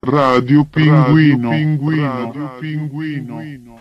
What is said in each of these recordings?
Radio Pinguino. Radio Pinguino.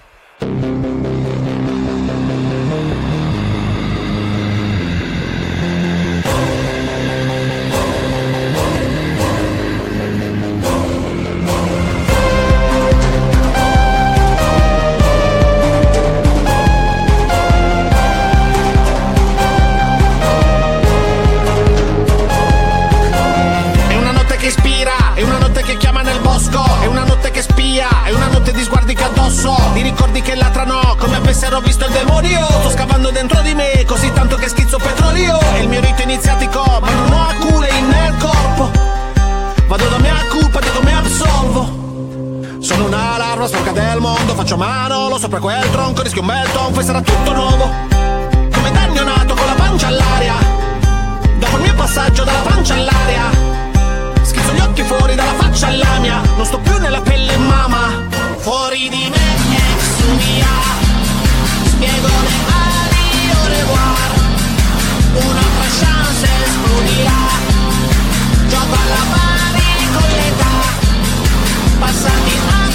È una notte che chiama nel bosco, è una notte che spia, è una notte di sguardi che addosso, di ricordi che latrano come avessero visto il demonio. Sto scavando dentro di me così tanto che schizzo petrolio. È il mio rito iniziatico, ma non ho acule nel corpo. Vado da mia colpa, dico mi absolvo. Sono una larva sporca del mondo, faccio mano, lo sopra quel tronco, rischio un bel tonfo e sarà tutto nuovo. Come Dagno nato con la pancia all'aria, dopo il mio passaggio dalla pancia all'aria. Schizzo gli occhi fuori dalla faccia alla mia, non sto più nella pelle mamma. Fuori di me exuvia, spiego le ali au revoir. Un'altra chance esplodirà, gioco alla pari con l'età. Passati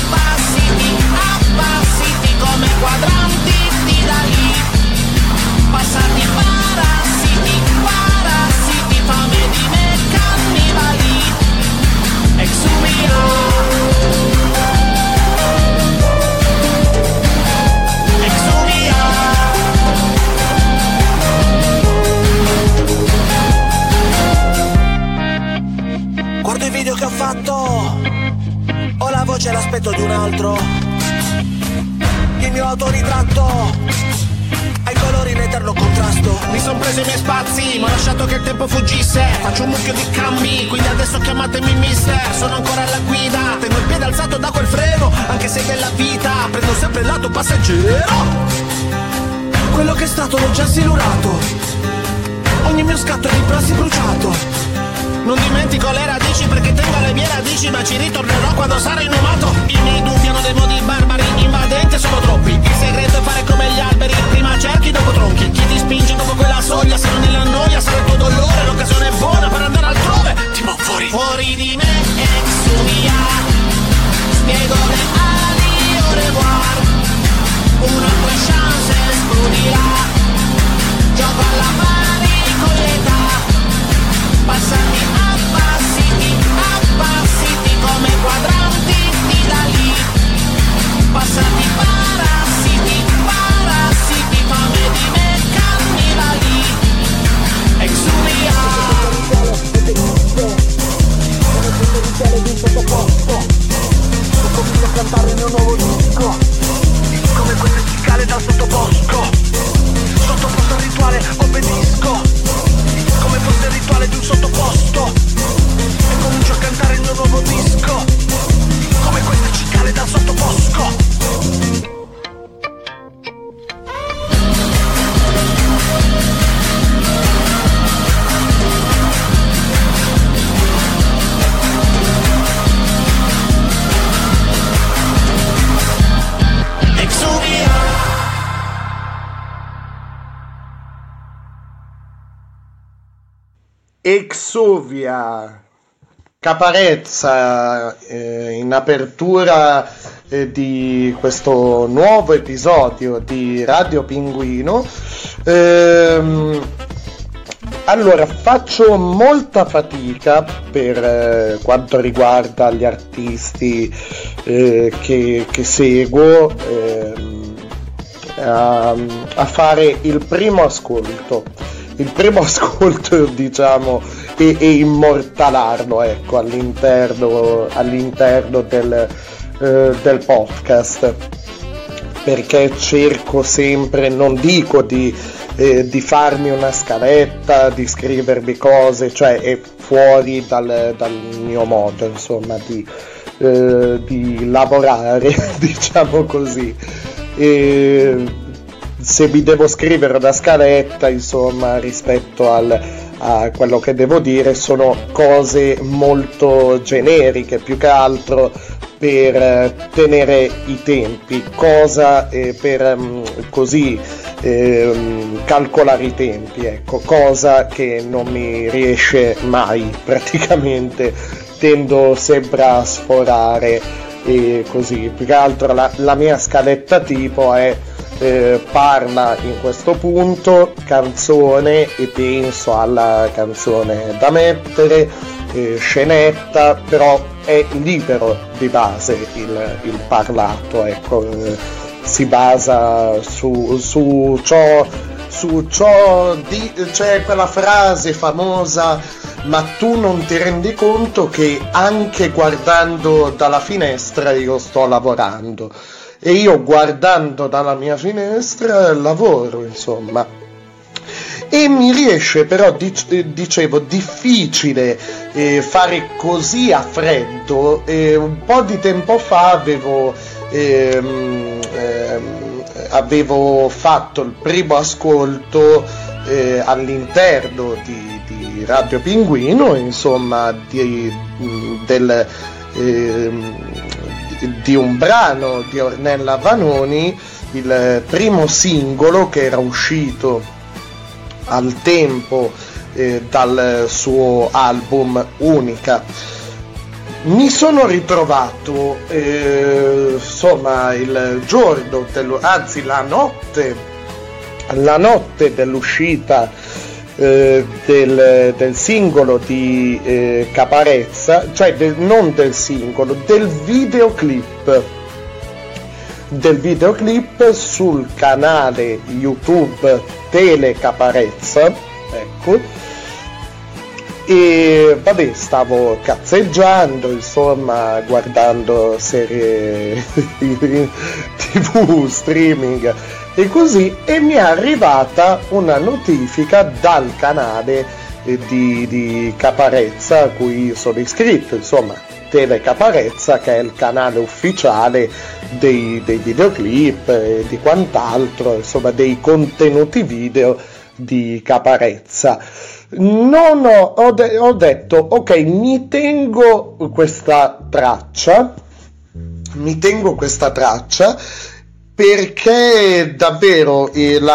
appassiti come quadranti di Dalì. Passati parassiti, fame di me cannibali. Exuvia, exuvia. Guardo i video che ho fatto, ho la voce e l'aspetto di un altro. Il mio autoritratto ai colori in eterno contrasto. Mi son preso i miei spazi, ma ho lasciato che il tempo fuggisse. Faccio un mucchio di cambi, quindi adesso chiamatemi mister. Sono ancora alla guida, tengo il piede alzato da quel freno. Anche se della vita prendo sempre il lato passeggero. Quello che è stato l'ho già silurato, ogni mio scatto è di prassi bruciato. Non dimentico le radici perché tengo le mie radici, ma ci ritornerò quando sarò inumato. I miei dubbi hanno dei modi barbari, invadenti e sono troppi. Il segreto è fare come gli alberi, prima cerchi dopo tronchi. Chi ti spinge dopo quella soglia, se non nella noia sarà il tuo dolore. L'occasione è buona per andare altrove, tipo fuori. Fuori di me exuvia, spiego le ali au revoir. Un'altra chance esplodirà, gioco alla pari con l'età. Passati appassiti come quadranti di Dalì. Passati parassiti, fame di me cannibali. Exuvia. Come fosse rituale di un sottoposto, ho cominciato a cantare il mio nuovo disco. Come queste cicale dal sottobosco, sottoposto al rituale obbedisco. Come fosse il rituale di un sottoposto, e comincio a cantare il mio nuovo disco. Come queste cicale dal sottobosco. Exuvia, Caparezza in apertura di questo nuovo episodio di Radio Pinguino. Allora, faccio molta fatica per quanto riguarda gli artisti che seguo a fare il primo ascolto, diciamo, e immortalarlo, ecco, all'interno del podcast, perché cerco sempre, non dico di farmi una scaletta, di scrivermi cose, cioè è fuori dal mio modo, insomma, di lavorare, diciamo così. Se mi devo scrivere una scaletta, insomma, rispetto a quello che devo dire, sono cose molto generiche, più che altro per tenere i tempi, per così calcolare i tempi, ecco, cosa che non mi riesce mai praticamente tendo sempre a sforare e così. Più che altro la mia scaletta tipo è parla in questo punto, canzone, e penso alla canzone da mettere, scenetta, però è libero di base il parlato, ecco, si basa su ciò, c'è quella frase famosa: ma tu non ti rendi conto che anche guardando dalla finestra io sto lavorando, e io guardando dalla mia finestra lavoro, insomma. E mi riesce però, dicevo, difficile fare così a freddo. Un po' di tempo fa avevo fatto il primo ascolto all'interno di Radio Pinguino, insomma, di un brano di Ornella Vanoni, il primo singolo che era uscito al tempo dal suo album Unica. Mi sono ritrovato insomma il giorno la notte dell'uscita del singolo di Caparezza, cioè non del singolo, del videoclip sul canale YouTube Tele Caparezza, ecco. E vabbè, stavo cazzeggiando, insomma, guardando serie TV, streaming e così, e mi è arrivata una notifica dal canale di Caparezza a cui sono iscritto, insomma, Tele Caparezza, che è il canale ufficiale dei videoclip e di quant'altro, insomma, dei contenuti video di Caparezza. Ho detto, ok, mi tengo questa traccia, perché davvero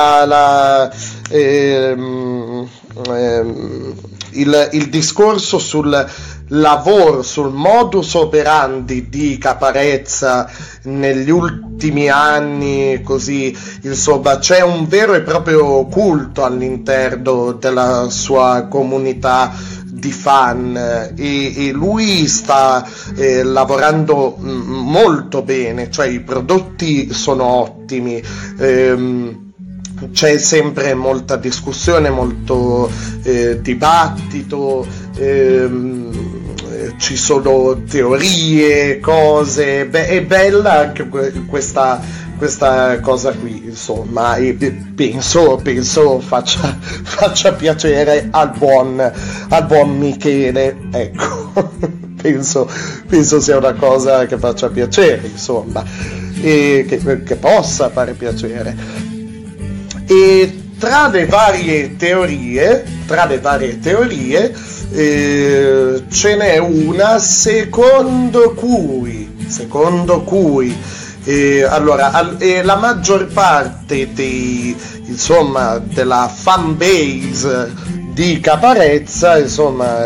il discorso sul lavoro, sul modus operandi di Caparezza negli ultimi anni, così, insomma, c'è un vero e proprio culto all'interno della sua comunità di fan, e lui sta lavorando molto bene, cioè i prodotti sono ottimi, c'è sempre molta discussione, molto dibattito, ci sono teorie, cose, è bella anche questa cosa qui, insomma, e penso faccia piacere al buon Michele, ecco. penso sia una cosa che faccia piacere, insomma, e che possa fare piacere. E tra le varie teorie ce n'è una secondo cui allora la maggior parte della fan base di Caparezza, insomma,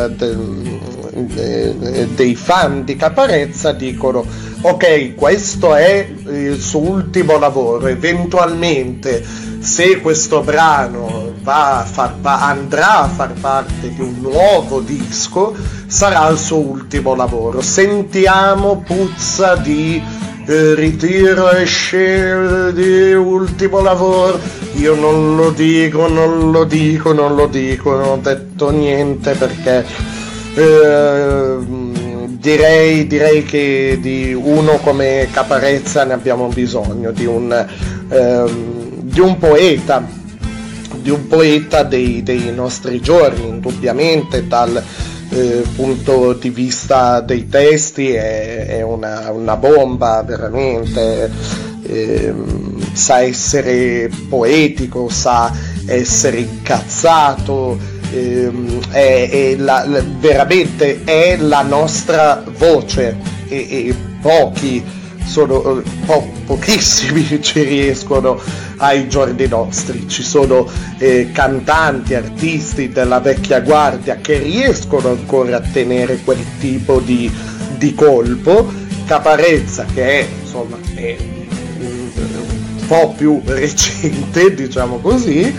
dei fan di Caparezza, dicono: ok, questo è il suo ultimo lavoro, eventualmente se questo brano andrà a far parte di un nuovo disco, sarà il suo ultimo lavoro. Sentiamo puzza di ritiro e scena di ultimo lavoro. Io non lo dico, non ho detto niente, perché direi che di uno come Caparezza ne abbiamo bisogno, di un poeta dei nostri giorni, indubbiamente. Dal punto di vista dei testi è una bomba, veramente. Sa essere poetico, sa essere incazzato, veramente è la nostra voce, e pochissimi ci riescono ai giorni nostri. Ci sono cantanti, artisti della vecchia guardia che riescono ancora a tenere quel tipo di colpo. Caparezza, che è insomma è un po' più recente, diciamo così,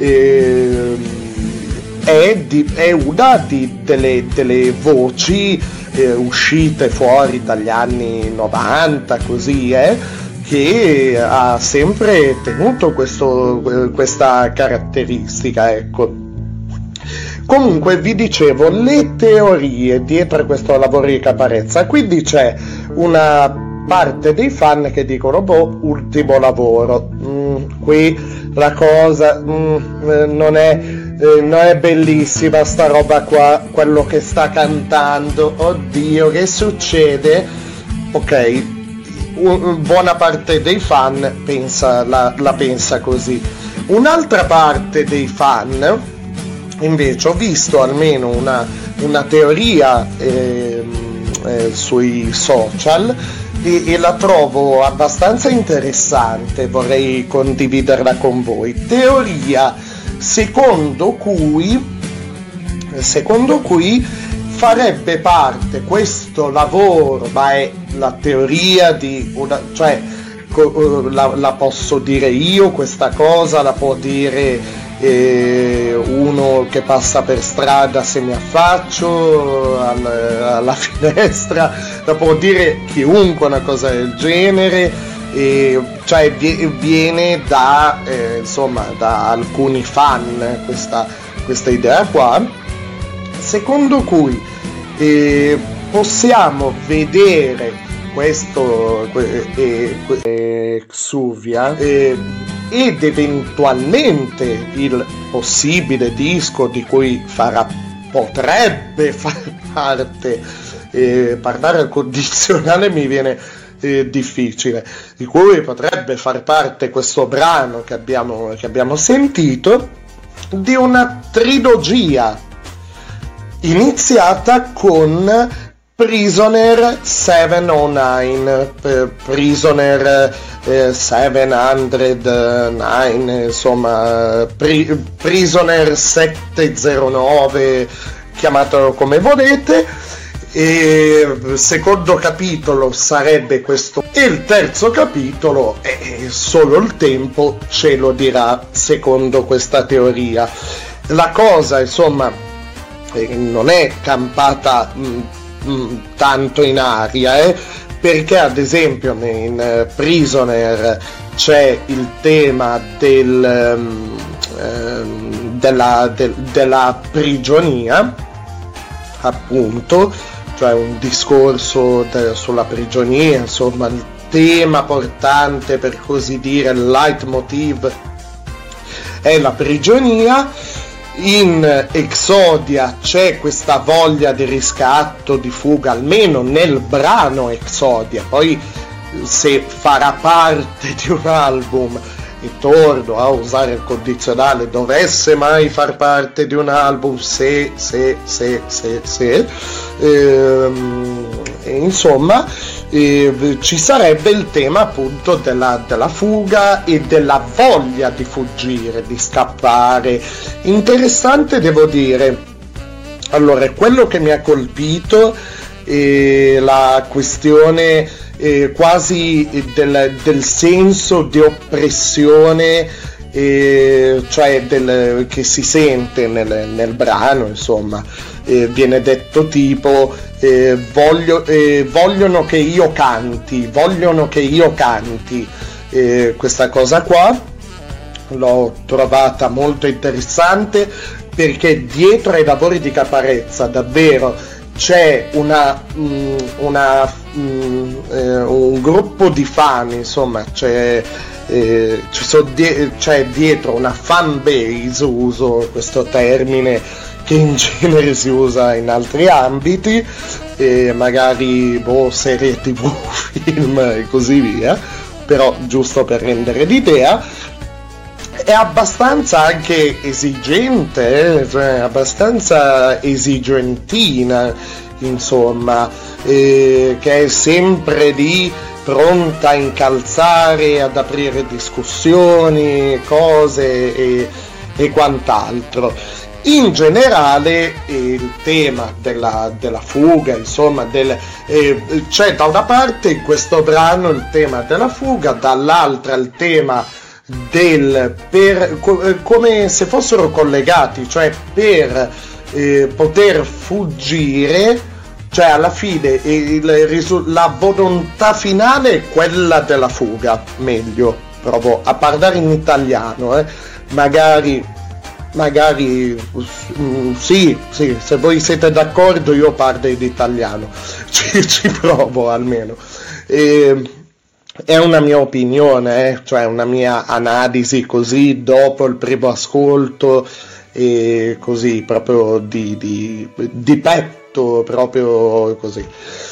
è una delle voci uscite fuori dagli anni 90, così che ha sempre tenuto questa caratteristica, ecco. Comunque vi dicevo le teorie dietro questo lavoro di Caparezza. Quindi c'è una parte dei fan che dicono ultimo lavoro, qui la cosa non è bellissima sta roba qua, quello che sta cantando, oddio che succede. Ok, buona parte dei fan la pensa così. Un'altra parte dei fan invece, ho visto almeno una teoria sui social e la trovo abbastanza interessante, vorrei condividerla con voi. Teoria secondo cui farebbe parte questo lavoro, ma è la teoria di cioè la posso dire io questa cosa, la può dire uno che passa per strada se mi affaccio alla finestra, la può dire chiunque una cosa del genere, cioè viene da alcuni fan questa idea qua, secondo cui possiamo vedere questo Xuvia ed eventualmente il possibile disco di cui potrebbe far parte, parlare al condizionale mi viene difficile, di cui potrebbe far parte questo brano che abbiamo sentito, di una trilogia iniziata con Prisoner 709, Prisoner 709, insomma Prisoner 709, chiamatelo come volete, e il secondo capitolo sarebbe questo, e il terzo capitolo solo il tempo ce lo dirà, secondo questa teoria. La cosa insomma non è campata tanto in aria, perché ad esempio in Prisoner c'è il tema della prigionia, appunto, cioè un discorso sulla prigionia, insomma il tema portante, per così dire, il leitmotiv è la prigionia. In Exodia c'è questa voglia di riscatto, di fuga, almeno nel brano Exodia. Poi se farà parte di un album, e torno a usare il condizionale, dovesse mai far parte di un album, insomma ci sarebbe il tema appunto della fuga e della voglia di fuggire, di scappare. Interessante, devo dire. Allora, quello che mi ha colpito è la questione quasi del senso di oppressione, cioè che si sente nel brano, insomma. Viene detto tipo vogliono che io canti, questa cosa qua l'ho trovata molto interessante, perché dietro ai lavori di Caparezza davvero c'è un gruppo di fan, insomma c'è dietro una fan base, uso questo termine che in genere si usa in altri ambiti, magari serie tv, film e così via, però giusto per rendere l'idea. È abbastanza anche esigente, cioè abbastanza esigentina, insomma, che è sempre lì pronta a incalzare, ad aprire discussioni, cose e quant'altro. In generale il tema della fuga, insomma, c'è da una parte in questo brano il tema della fuga, dall'altra il tema come se fossero collegati, cioè per poter fuggire, cioè alla fine la volontà finale è quella della fuga. Meglio, provo a parlare in italiano, magari sì, se voi siete d'accordo io parlo in italiano, ci provo almeno. È una mia opinione, cioè una mia analisi così dopo il primo ascolto, e così proprio di petto, proprio così.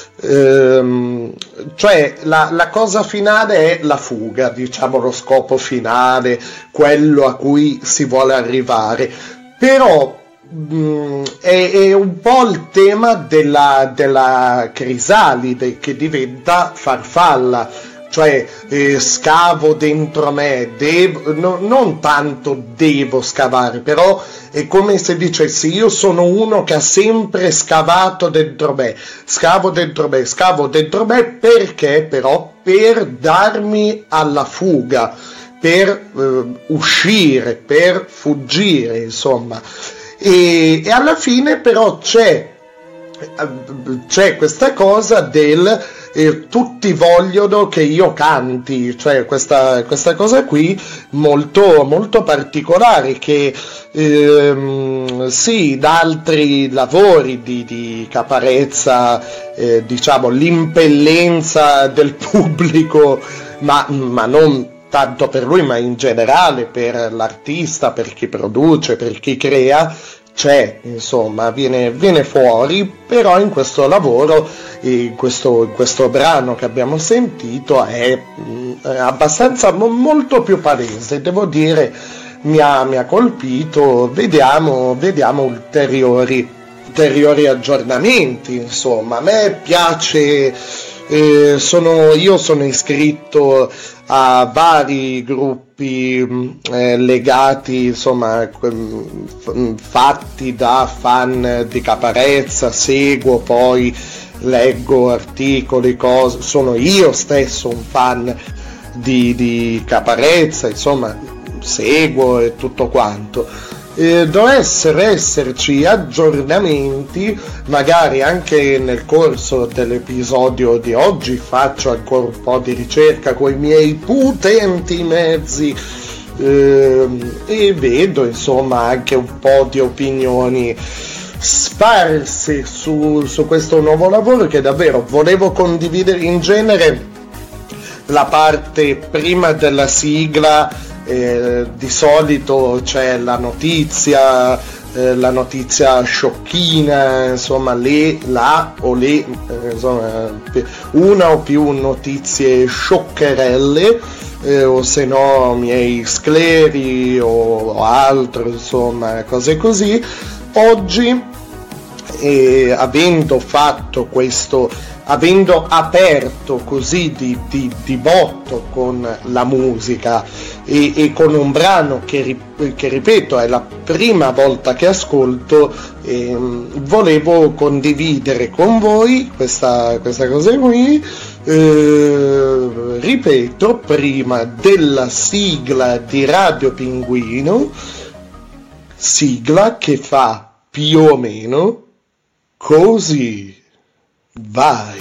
Cioè la cosa finale è la fuga, diciamo, lo scopo finale, quello a cui si vuole arrivare, però è un po' il tema della crisalide che diventa farfalla, cioè scavo dentro me, non tanto devo scavare, però è come se dicessi io sono uno che ha sempre scavato dentro me, scavo dentro me, perché però per darmi alla fuga, per uscire, per fuggire, insomma, e alla fine però c'è questa cosa del tutti vogliono che io canti, cioè questa cosa qui molto, molto particolare, che sì, in altri lavori di Caparezza, diciamo l'impellenza del pubblico, ma non tanto per lui, ma in generale per l'artista, per chi produce, per chi crea, c'è, insomma, viene fuori, però in questo lavoro, in questo brano che abbiamo sentito è abbastanza, molto più palese, devo dire, mi ha colpito. Vediamo ulteriori aggiornamenti, insomma. A me piace, io sono iscritto a vari gruppi legati, insomma, fatti da fan di Caparezza, seguo, poi leggo articoli, cose, sono io stesso un fan di Caparezza, insomma, seguo e tutto quanto. Dovessero esserci aggiornamenti, magari anche nel corso dell'episodio di oggi faccio ancora un po' di ricerca con i miei potenti mezzi e vedo, insomma, anche un po' di opinioni sparse su questo nuovo lavoro, che davvero volevo condividere. In genere la parte prima della sigla, di solito c'è la notizia sciocchina, insomma, insomma, una o più notizie scioccherelle, o se no miei scleri o altro, insomma, cose così. Oggi, avendo fatto questo, avendo aperto così di botto con la musica e con un brano che ripeto è la prima volta che ascolto, volevo condividere con voi questa cosa qui, ripeto, prima della sigla di Radio Pinguino, sigla che fa più o meno così. Vai.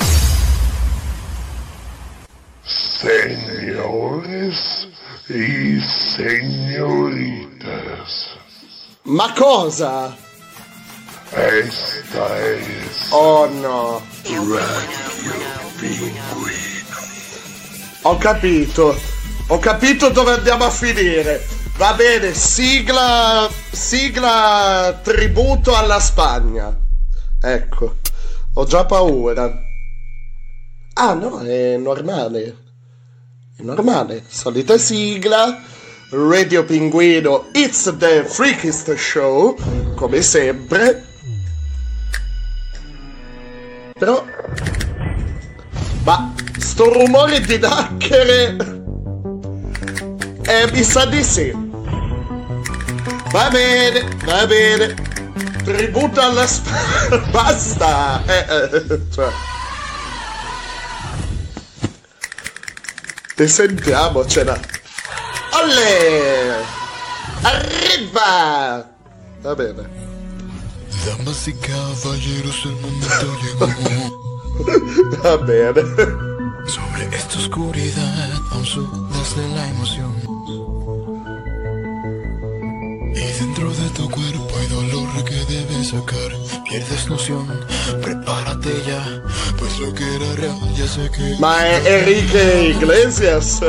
Señores y señoritas. Ma cosa? Esta es Oh no. Radio Pinguino. Ho capito dove andiamo a finire. Va bene, sigla tributo alla Spagna. Ecco, ho già paura. Ah no, è normale, solita sigla, Radio Pinguino, it's the freakiest show, come sempre. Però Ma sto rumore di dacchere mi sa di sì. Va bene, tributo alla basta, cioè. E sentiamocela. Olle! Arriva! Va bene. Damas y caballeros, el momento llegó. Va bene. Sobre esta oscuridad aún sudas de la emoción. Y dentro de tu cuerpo hay dolor que debes sacar. Pierdes noción, prepárate ya, pues lo que era real ya sé que... Ma è Enrique Iglesias.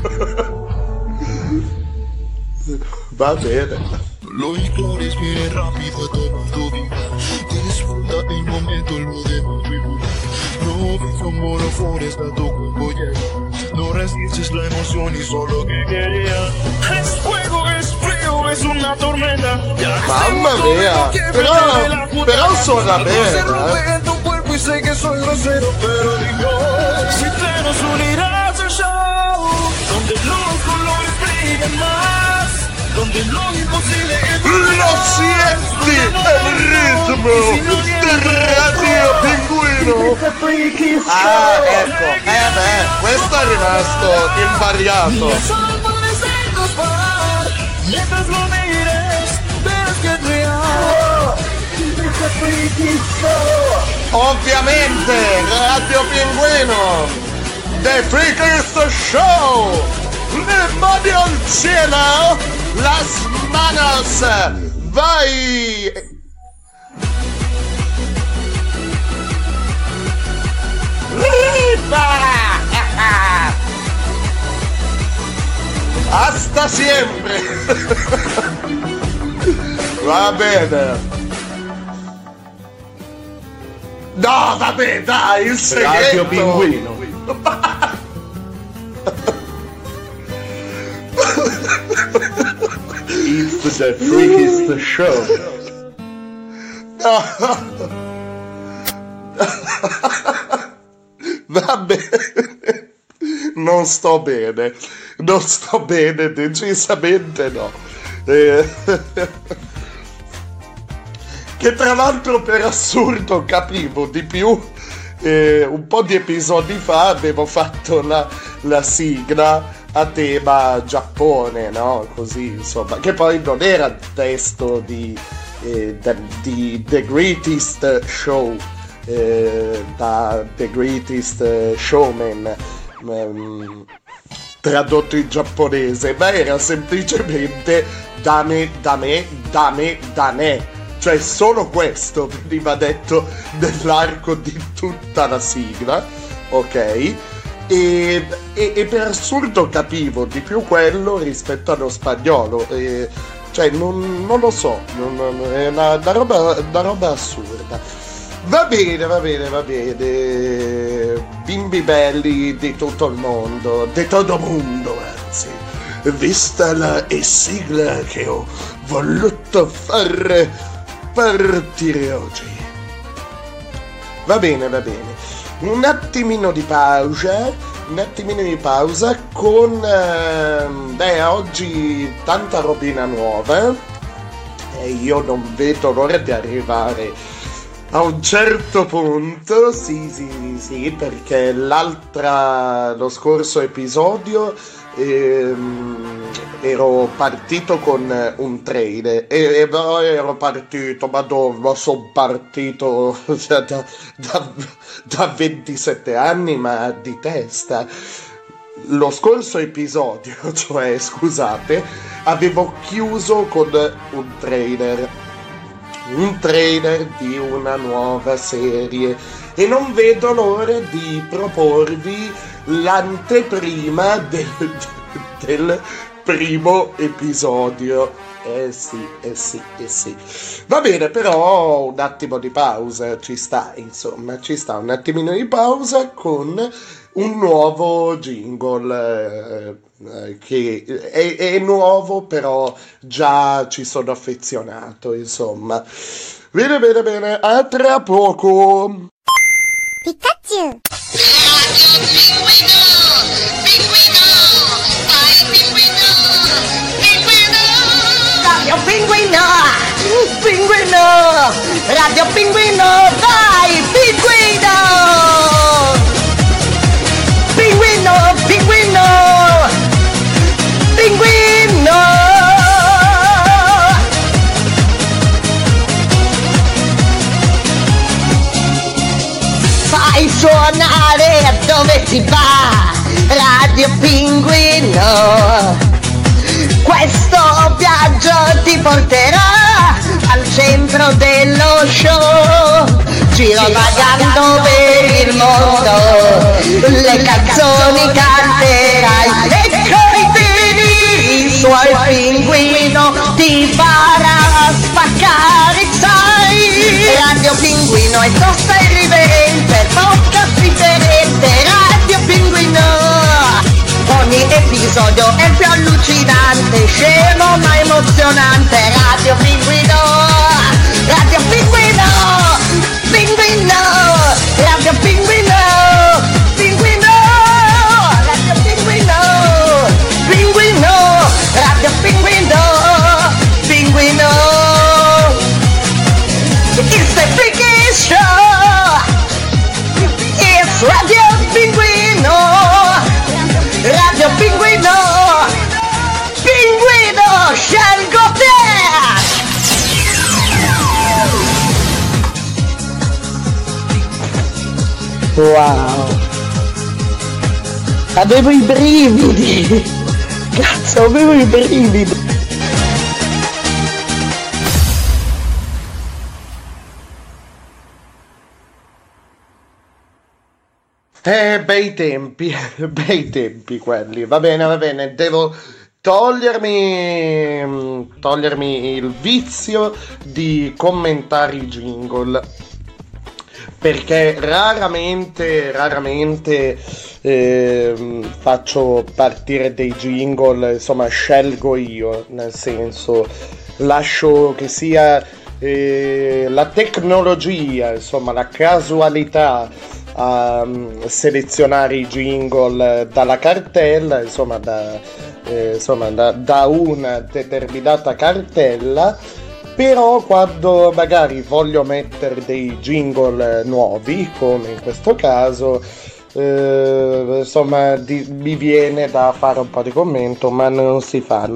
Va bene. Lo ignores, viene rápido a toda tu vida. Disfruta el momento, lo debes vivir. No ves como lo flores a tu cuerpo llega. No resistes la emoción y solo que quería. Es fuego, es frío, es una tormenta. Mamma mia, però suona bene. Se rompe en tu cuerpo y sé que soy grosero, pero digo, si te nos unirás al show, donde los colores brillan más, donde lo imposible es... Lo senti il ritmo del Radio Pinguino. Ah, ecco, beh, questo è rimasto invariato. Mientras lo mires, verás que es real. Ovviamente, Radio Pinguino, The Freakest Show. Le mani al cielo, las manos, vai! Hasta siempre! Va bene! No, vabbè, dai, il segreto! Radio Pinguino! It's the freakiest show. Va bene. Non sto bene, decisamente no. Che tra l'altro per assurdo capivo di più. Un po' di episodi fa avevo fatto la sigla a tema Giappone, no? Così, insomma, che poi non era il testo di The Greatest Show, da The Greatest Showman, tradotto in giapponese, ma era semplicemente dame, cioè solo questo veniva detto nell'arco di tutta la sigla, ok? E per assurdo capivo di più quello rispetto allo spagnolo, cioè non lo so, è una roba assurda. Va bene, bimbi belli di tutto il mondo, anzi, vista la sigla che ho voluto far partire oggi. Va bene. Un attimino di pausa con oggi tanta robina nuova e io non vedo l'ora di arrivare a un certo punto, sì, perché lo scorso episodio ero partito con un trailer e poi ero partito, madonna, sono partito da 27 anni, ma di testa. Lo scorso episodio, cioè, scusate, avevo chiuso con un trailer di una nuova serie e non vedo l'ora di proporvi l'anteprima del primo episodio. Sì. Va bene, però un attimo di pausa ci sta un attimino di pausa con un nuovo jingle che è nuovo, però già ci sono affezionato, insomma. Bene, a tra poco. Pikachu! Radio Pinguino! Pinguino! Radio Pinguino! Vai, Pinguino! Pinguino! Pinguino! Pinguino! Fai suonare dove si va, Radio Pinguino. Questo viaggio ti porterà al centro dello show, girovagando per il mondo, le canzoni canterai e coi tiri i suoi Pinguino ti farà spaccare, sai. Radio Pinguino è tosta e riverente, podcast differente, Radio Pinguino. Ogni episodio è più allucinante, scemo ma emozionante. Radio Pinguino, Radio Pinguino, Pinguino, Radio Pinguino, Pinguino, Radio Pinguino, Pinguino, Radio Pinguino, Pinguino. It's the biggest show. It's Radio Pinguino. Radio Pinguino! Pinguino, scelgo te! Wow! Avevo i brividi! Cazzo, avevo i brividi! Bei tempi quelli, va bene, devo togliermi il vizio di commentare i jingle, perché raramente faccio partire dei jingle, insomma scelgo io, nel senso lascio che sia la tecnologia, insomma la casualità a selezionare i jingle dalla cartella, insomma da una determinata cartella. Però quando magari voglio mettere dei jingle nuovi, come in questo caso, insomma mi viene da fare un po' di commento, ma non si fa.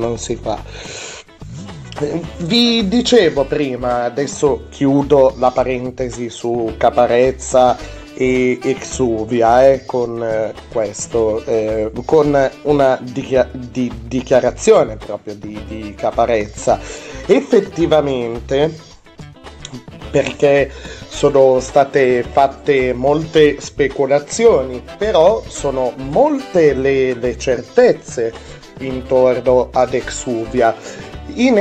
Vi dicevo prima, adesso chiudo la parentesi su Caparezza e Exuvia con questo, con una dichiarazione proprio di Caparezza. Effettivamente, perché sono state fatte molte speculazioni, però sono molte le certezze intorno ad Exuvia. In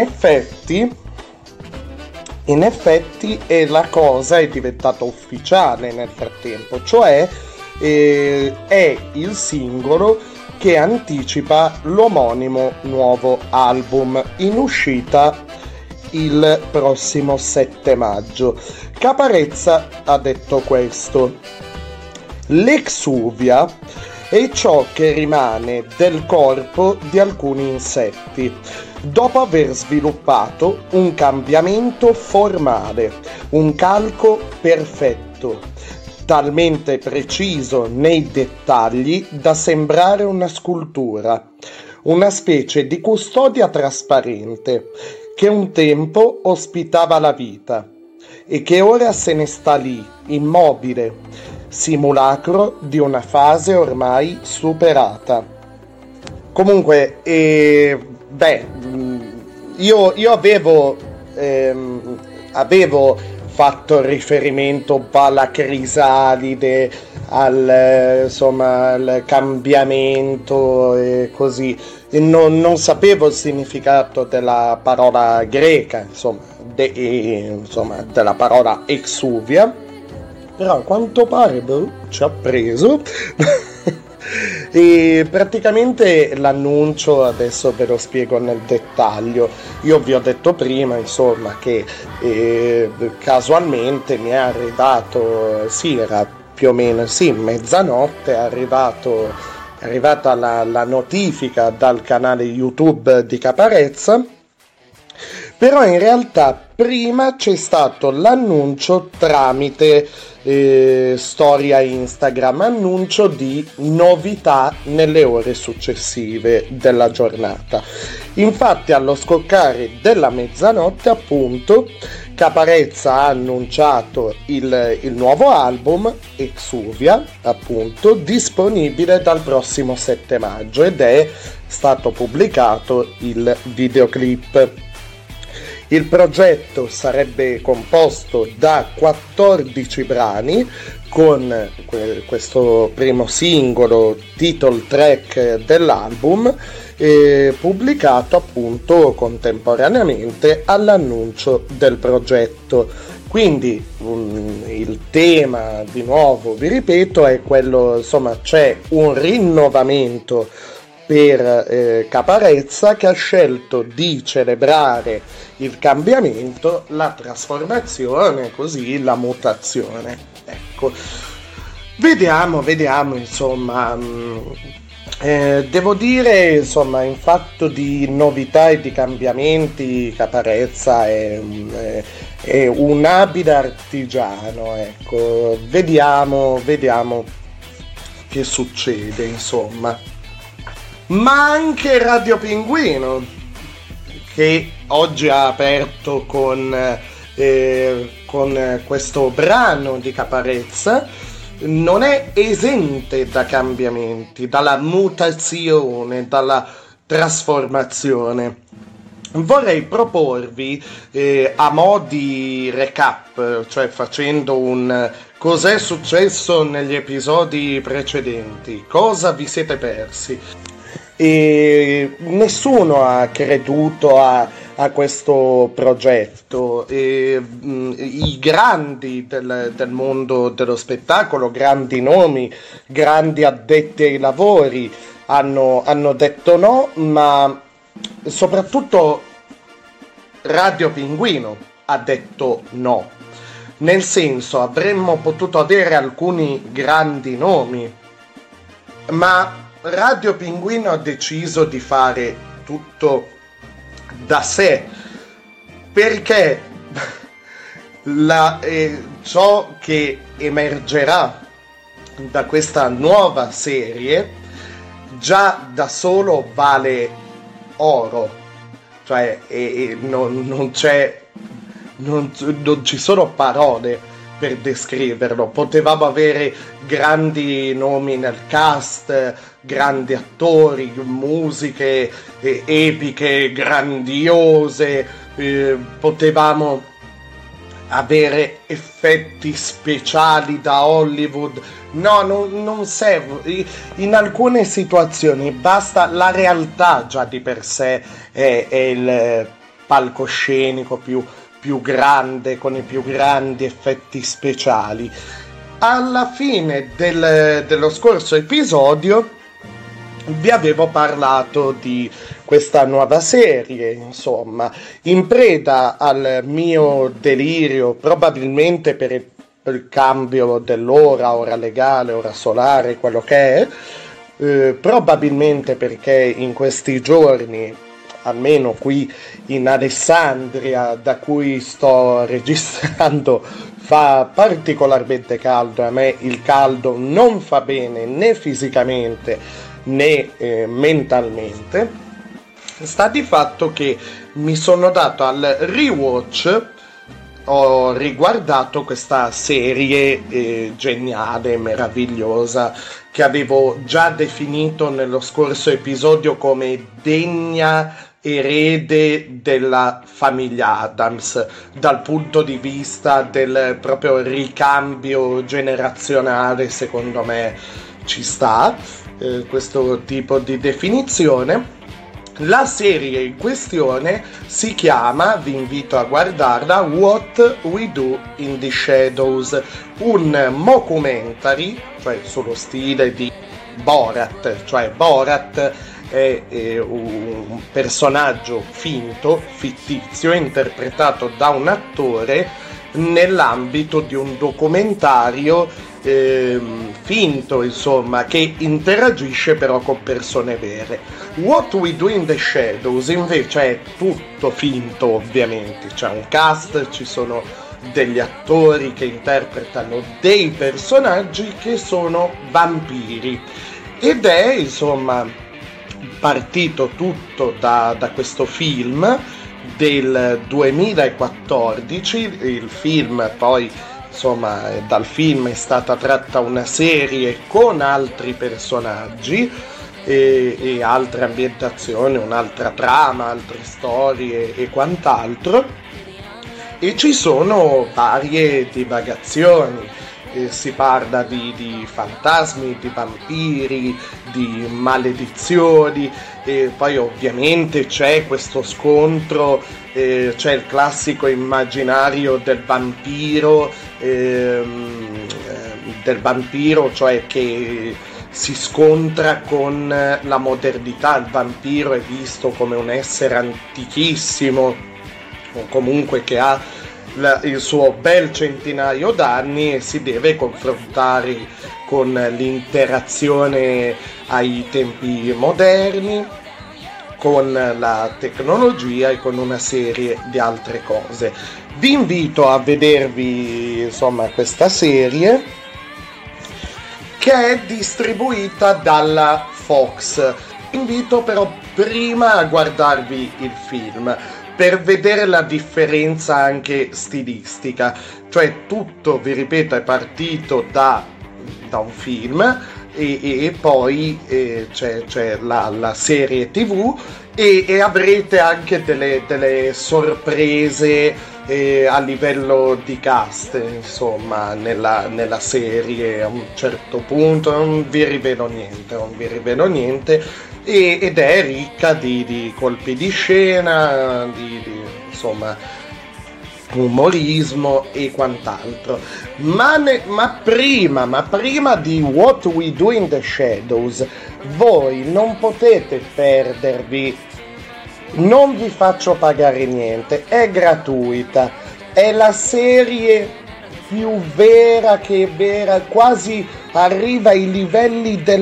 effetti la cosa è diventata ufficiale nel frattempo, cioè è il singolo che anticipa l'omonimo nuovo album in uscita il prossimo 7 maggio. Caparezza ha detto questo: l'exuvia è ciò che rimane del corpo di alcuni insetti dopo aver sviluppato un cambiamento formale, un calco perfetto, talmente preciso nei dettagli da sembrare una scultura, una specie di custodia trasparente che un tempo ospitava la vita e che ora se ne sta lì, immobile, simulacro di una fase ormai superata. Comunque, io avevo fatto riferimento un po' alla crisalide, al cambiamento e così, e non sapevo il significato della parola greca, della parola exuvia, però a quanto pare ci ha preso. E praticamente l'annuncio adesso ve lo spiego nel dettaglio. Io vi ho detto prima, insomma, che casualmente mi è arrivato, sì, era più o meno, sì, mezzanotte è arrivata la notifica dal canale YouTube di Caparezza, però in realtà prima c'è stato l'annuncio tramite storia Instagram, annuncio di novità nelle ore successive della giornata. Infatti allo scoccare della mezzanotte, appunto, Caparezza ha annunciato il nuovo album Exuvia, appunto, disponibile dal prossimo 7 maggio, ed è stato pubblicato il videoclip. Il progetto sarebbe composto da 14 brani, con questo primo singolo, title track dell'album, pubblicato appunto contemporaneamente all'annuncio del progetto. Quindi il tema, di nuovo vi ripeto, è quello, insomma, c'è un rinnovamento per Caparezza, che ha scelto di celebrare il cambiamento, la trasformazione, così la mutazione. Ecco, vediamo, insomma. Devo dire, insomma, in fatto di novità e di cambiamenti, Caparezza è un abile artigiano, ecco. Vediamo che succede, insomma. Ma anche Radio Pinguino, che oggi ha aperto con questo brano di Caparezza, non è esente da cambiamenti, dalla mutazione, dalla trasformazione. Vorrei proporvi a mo' di recap, cioè facendo un cos'è successo negli episodi precedenti, cosa vi siete persi. E nessuno ha creduto a questo progetto. I grandi del mondo dello spettacolo, grandi nomi, grandi addetti ai lavori hanno detto no, ma soprattutto Radio Pinguino ha detto no. Nel senso, avremmo potuto avere alcuni grandi nomi, ma Radio Pinguino ha deciso di fare tutto da sé, perché ciò che emergerà da questa nuova serie già da solo vale oro, cioè non ci sono parole per descriverlo. Potevamo avere grandi nomi nel cast, grandi attori, musiche epiche, grandiose, potevamo avere effetti speciali da Hollywood. No, non serve. In alcune situazioni basta la realtà, già di per sé è il palcoscenico più grande, con i più grandi effetti speciali. Alla fine dello scorso episodio vi avevo parlato di questa nuova serie, insomma, in preda al mio delirio, probabilmente per il cambio dell'ora, ora legale, ora solare, quello che è, probabilmente perché in questi giorni, almeno qui in Alessandria, da cui sto registrando, fa particolarmente caldo. A me il caldo non fa bene né fisicamente né mentalmente. Sta di fatto che mi sono dato al rewatch, ho riguardato questa serie geniale, meravigliosa, che avevo già definito nello scorso episodio come degna erede della famiglia Addams, dal punto di vista del proprio ricambio generazionale. Secondo me ci sta questo tipo di definizione. La serie in questione si chiama, vi invito a guardarla, What We Do in the Shadows, un mockumentary, cioè sullo stile di Borat, cioè Borat è un personaggio finto, fittizio, interpretato da un attore nell'ambito di un documentario finto, insomma, che interagisce però con persone vere. What We Do in the Shadows invece è tutto finto, ovviamente, c'è un cast, ci sono degli attori che interpretano dei personaggi che sono vampiri, ed è, insomma, partito tutto da questo film del 2014. Il film poi, insomma, dal film è stata tratta una serie con altri personaggi e altre ambientazioni, un'altra trama, altre storie e quant'altro, e ci sono varie divagazioni. Si parla di fantasmi, di vampiri, di maledizioni, e poi ovviamente c'è questo scontro, c'è il classico immaginario del vampiro, cioè che si scontra con la modernità. Il vampiro è visto come un essere antichissimo, o comunque che ha il suo bel centinaio d'anni, e si deve confrontare con l'interazione ai tempi moderni, con la tecnologia e con una serie di altre cose. Vi invito a vedervi, insomma, questa serie, che è distribuita dalla Fox. Invito però prima a guardarvi il film per vedere la differenza anche stilistica, cioè tutto, vi ripeto, è partito da un film e poi c'è la serie TV e avrete anche delle sorprese a livello di cast, insomma, nella serie. A un certo punto non vi rivelo niente, ed è ricca di colpi di scena, insomma, umorismo e quant'altro. Ma prima di What We Do in the Shadows, voi non potete perdervi, non vi faccio pagare niente, è gratuita, è la serie più vera che vera, quasi arriva ai livelli per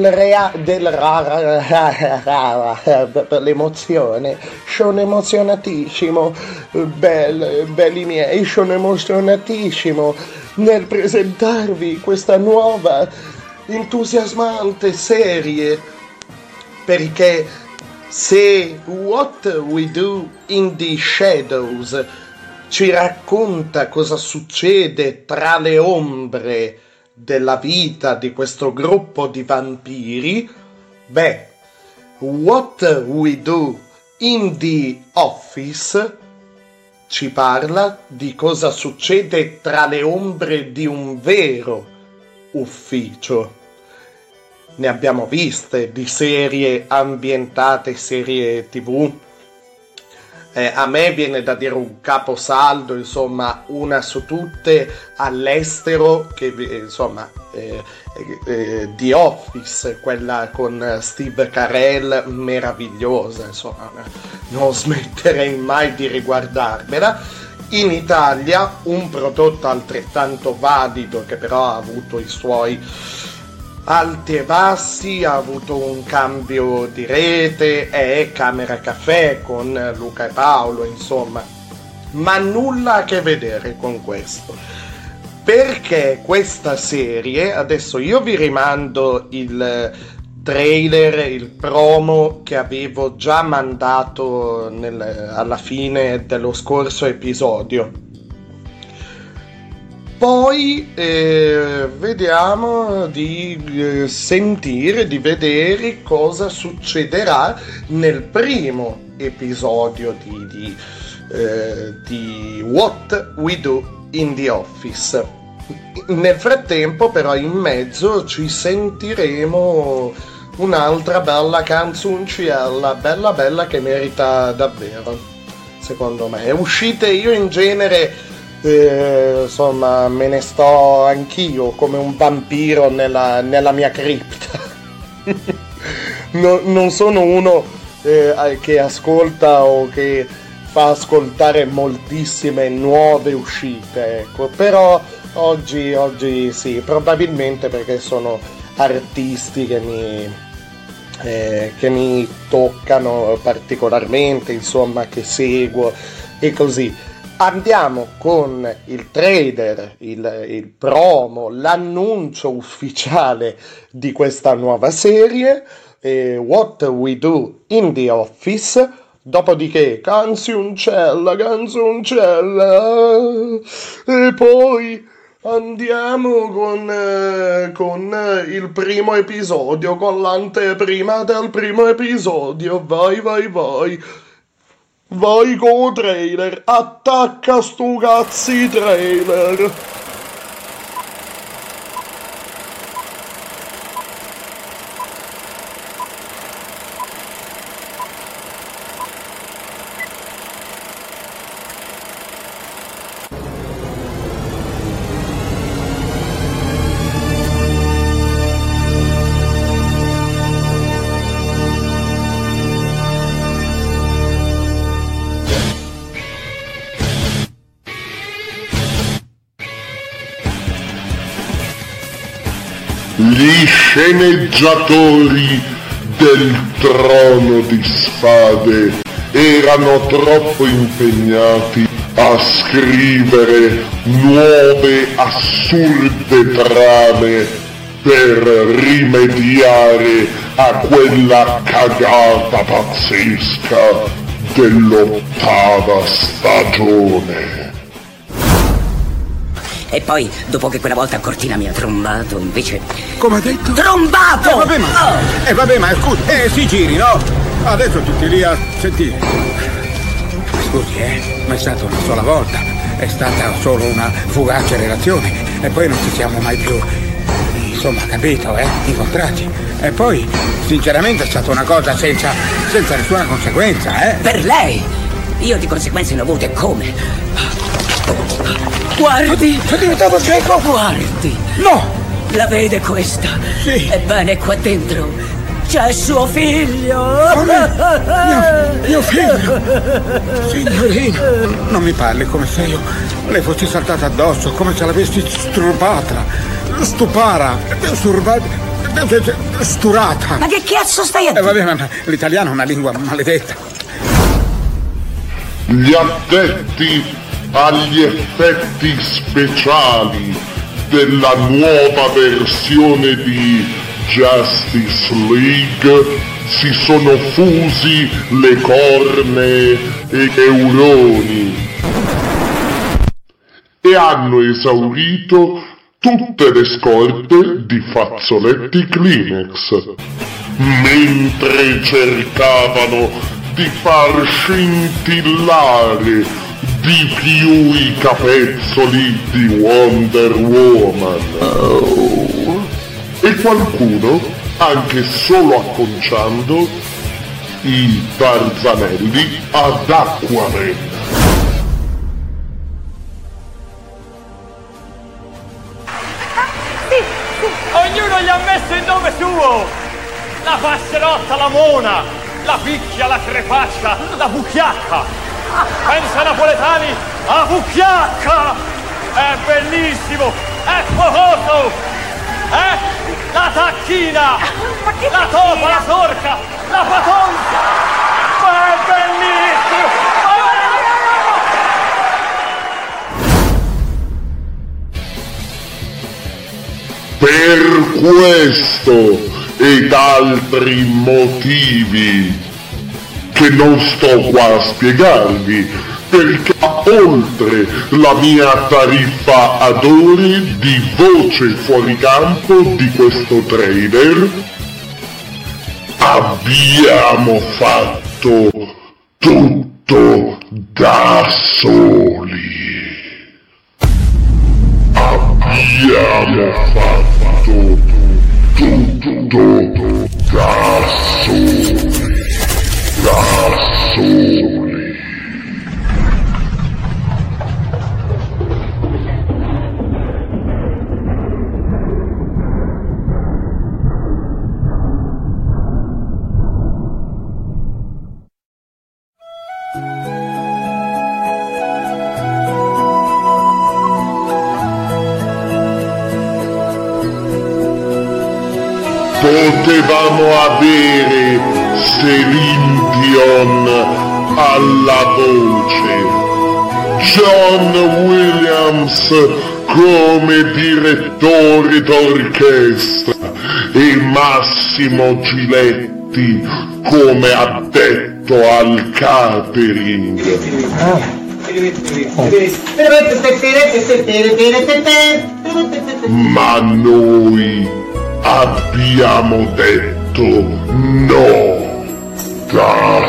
l'emozione. Sono emozionatissimo, belli miei, sono emozionatissimo nel presentarvi questa nuova entusiasmante serie, perché se What We Do in the Shadows ci racconta cosa succede tra le ombre della vita di questo gruppo di vampiri, What We Do in the Office ci parla di cosa succede tra le ombre di un vero ufficio. Ne abbiamo viste di serie ambientate, serie TV. A me viene da dire un caposaldo, insomma, una su tutte all'estero, che insomma, The Office, quella con Steve Carell, meravigliosa, insomma, non smetterei mai di riguardarmela. In Italia un prodotto altrettanto valido, che però ha avuto i suoi alti e bassi, ha avuto un cambio di rete, è Camera Caffè con Luca e Paolo, insomma, ma nulla a che vedere con questo, perché questa serie, adesso io vi rimando il trailer, il promo che avevo già mandato alla fine dello scorso episodio. Poi vediamo di sentire, di vedere cosa succederà nel primo episodio di What We Do in the Office. Nel frattempo, però, in mezzo ci sentiremo un'altra bella canzoncella, bella, che merita davvero, secondo me. Uscite, io in genere insomma, me ne sto anch'io come un vampiro nella mia cripta. Non sono uno che ascolta o che fa ascoltare moltissime nuove uscite, ecco, però oggi sì, probabilmente perché sono artisti che mi toccano particolarmente, insomma, che seguo e così. Andiamo con il trailer, il promo, l'annuncio ufficiale di questa nuova serie, What We Do in the Office. Dopodiché canzoncella, e poi andiamo con il primo episodio, con l'anteprima del primo episodio. Vai con trailer, attacca stu cazzi trailer. Gli sceneggiatori del Trono di Spade erano troppo impegnati a scrivere nuove assurde trame per rimediare a quella cagata pazzesca dell'8ª stagione. E poi, dopo che quella volta Cortina mi ha trombato, invece... Come ha detto? Trombato! Vabbè, ma scusi, si giri, no? Adesso tutti lì a sentire. Scusi, ma è stata una sola volta. È stata solo una fugace relazione. E poi non ci siamo mai più, insomma, capito, incontrati. E poi, sinceramente, è stata una cosa senza nessuna conseguenza, Per lei? Io di conseguenze ne ho avute come? Guardi! Sono diventato cieco! Guardi! No! La vede questa? Sì! Ebbene, qua dentro c'è suo figlio! Mio figlio! Signorina! Non mi parli come se io le fossi saltata addosso, come se l'avessi sturata! Ma che cazzo stai a dire? Vabbè, ma l'italiano è una lingua maledetta! Gli addetti agli effetti speciali della nuova versione di Justice League si sono fusi le cornee e i neuroni e hanno esaurito tutte le scorte di fazzoletti Kleenex mentre cercavano di far scintillare di più i capezzoli di Wonder Woman. E qualcuno, anche solo acconciando, i tarzanelli ad Aquaman. Ognuno gli ha messo il nome suo! La passerotta, la mona, la picchia, la crepaccia, la bucchiacca! Pensa napoletani a bucchiacca! È bellissimo! È focoso! La tacchina! La topa, la sorca! La patonca! Ma è bellissimo! Per questo ed altri motivi che non sto qua a spiegarvi, perché oltre la mia tariffa ad ore di voce fuori campo di questo trailer, abbiamo fatto tutto da soli. Abbiamo fatto tutto da soli. Potevamo avere Celine Dion alla voce, John Williams come direttore d'orchestra e Massimo Giletti come addetto al catering. Ma noi abbiamo detto no, da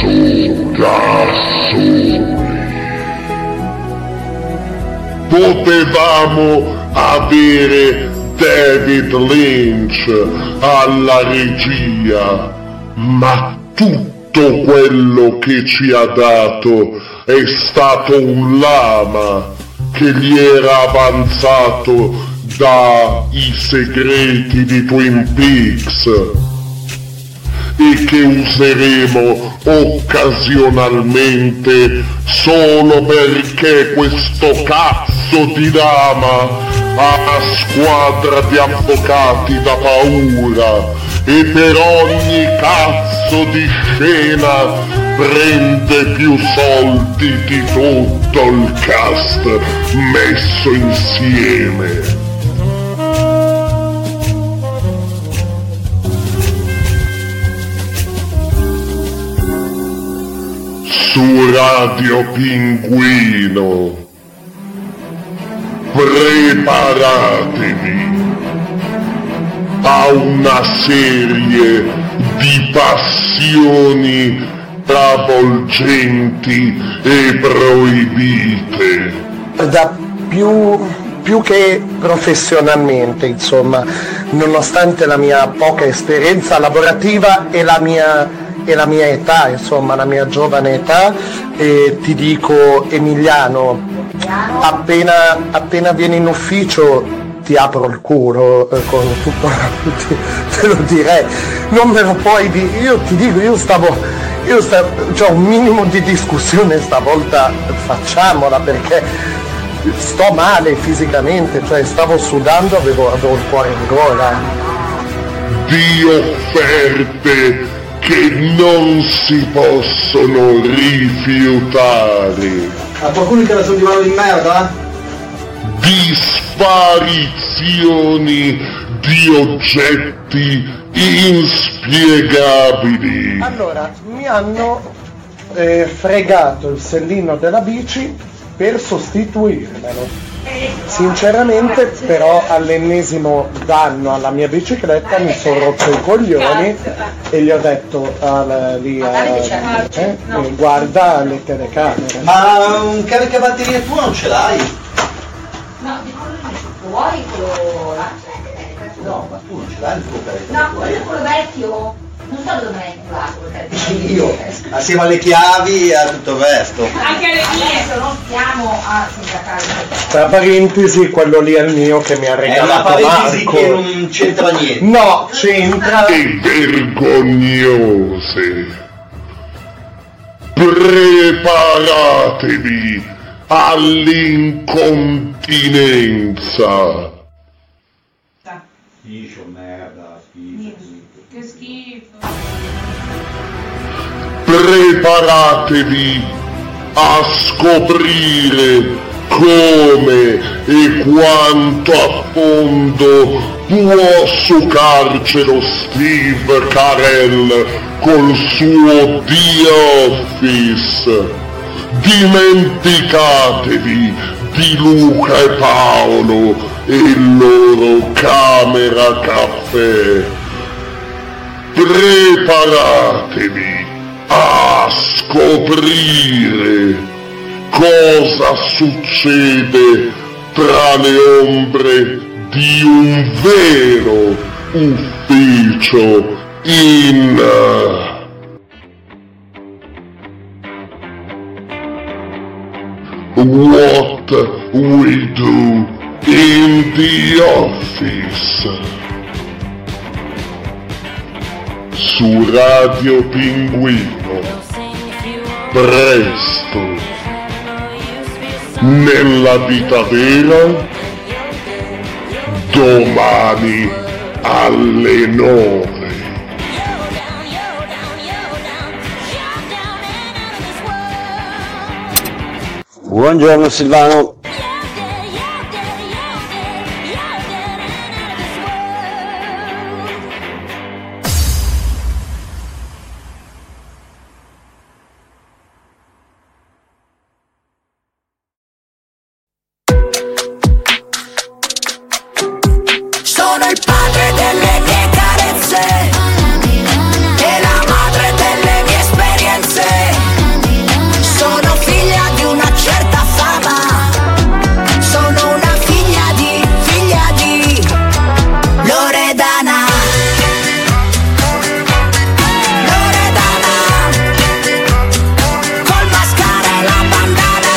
soli. Potevamo avere David Lynch alla regia, ma tutto quello che ci ha dato è stato un lama che gli era avanzato dai segreti di Twin Peaks e che useremo occasionalmente solo perché questo cazzo di lama ha squadra di avvocati da paura e per ogni cazzo di scena prende più soldi di tutto il cast messo insieme. Su Radio Pinguino, preparatevi a una serie di passioni travolgenti e proibite. Da più che professionalmente, insomma, nonostante la mia poca esperienza lavorativa e la mia età, insomma, la mia giovane età, ti dico, Emiliano, appena vieni in ufficio ti apro il culo, con tutto, te lo direi, non me lo puoi dire, io ti dico, c'ho un minimo di discussione stavolta, facciamola, perché sto male fisicamente, cioè stavo sudando, avevo il cuore in gola. Di offerte che non si possono rifiutare. A qualcuno che la sul divano di merda? Di sparizioni di oggetti inspiegabili. Allora, mi hanno fregato il sellino della bici per sostituirmelo. Sinceramente, però, all'ennesimo danno alla mia bicicletta mi sono rotto i coglioni e gli ho detto guarda le telecamere. Ma un caricabatterie tuo non ce l'hai? No, vuoi quello là? No, ma tu non ce l'hai il tuo caricabatterie? No, quello vecchio. Non so dove me l'hai inculato quel caricabatterie. Io, assieme alle chiavi e a tutto il resto. Anche alle mie, se non stiamo a sindacare. Tra parentesi, quello lì è il mio che mi ha regalato Marco. È una parentesi che non c'entra niente. No, c'entra. E vergognose. Preparatevi all'incontinenza. Schifo, merda, schifo. Che schifo. Preparatevi a scoprire come e quanto a fondo può succarcelo Steve Carell col suo The Office. Dimenticatevi di Luca e Paolo e il loro Camera Caffè. Preparatevi a scoprire cosa succede tra le ombre di un vero ufficio in What We Do in the Office. Su Radio Pinguino, presto, nella vita vera, domani alle 9. Buongiorno Silvano. Sono il padre delle mie carezze e la madre delle mie esperienze. Sono figlia di una certa fama. Sono una figlia di Loredana. Loredana, col mascara e la bandana.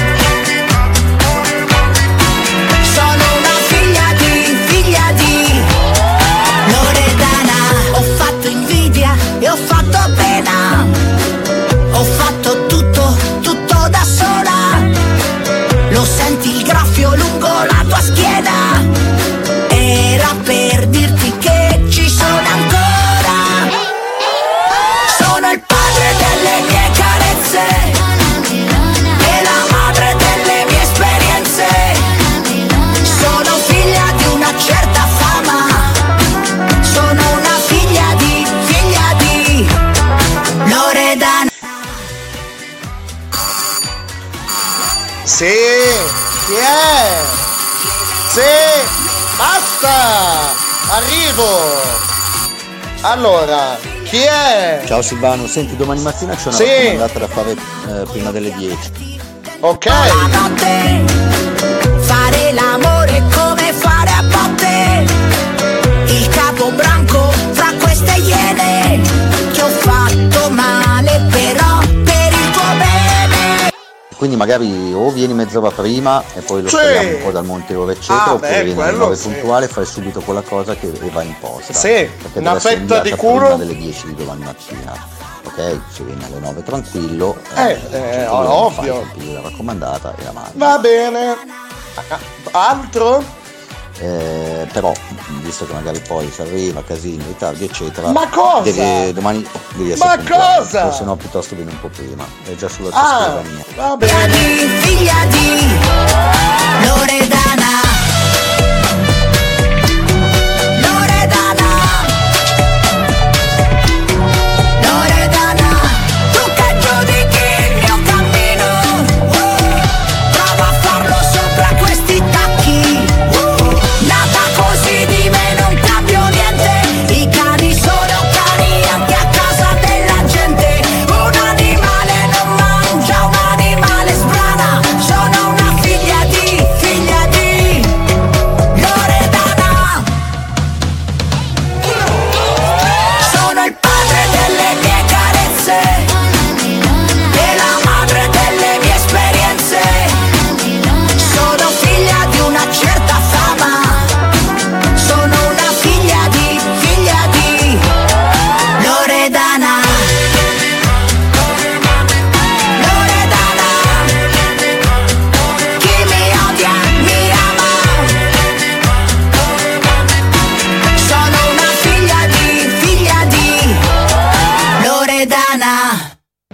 Sono una figlia di Loredana. Ho fatto invidia e ho fatto pena. Ho fatto tutto da sola. Lo senti il graffio lungo la tua schiena? Era per dirti che ci sono ancora. Sono il padre delle mie carezze e la madre delle mie esperienze. Sono figlia di una certa fama. Sono una figlia di Loredana. Sì, chi è? Sì, basta, arrivo. Allora, chi è? Ciao Silvano, senti, domani mattina c'è una Sì. raccomandata da fare prima delle 10. Ok. La notte, fare l'amore come fare a botte. Il capobranco fra queste iene. Ti ho fatto male però per il tuo bene. Quindi magari o vieni mezz'ora prima e poi lo Sì. spariamo un po' dal monte ore eccetera, Ah, oppure beh, vieni alle quello 9 sì. puntuale e fai subito quella cosa che va in posta. Sì, perché una deve essere fetta di inviata culo. prima delle 10 di domani mattina. Ok, se vieni alle 9 tranquillo, ovvio. fai la raccomandata e la mandi. Va bene. Altro? Però visto che magari poi si arriva, casino, ritardi eccetera, Ma cosa? domani devi essere Ma puntuale, cosa? o se no piuttosto vieni un po' prima, è già sulla Ah, tua mia. va bene. Figlia di Loredana. Loredana. Loredana, tu che giudichi il mio cammino. Prova a farlo sopra questi tacchi. Nata così di me non cambio niente. I cani sono cani anche a casa della gente. Un animale non mangia un animale sbrana. Sono una figlia di Loredana. Sono il padre delle mie carezze e la madre delle mie esperienze. Sono figlia di una certa fama. Sono una figlia di Loredana. Loredana, chi mi odia mi ama. Sono una figlia di Loredana.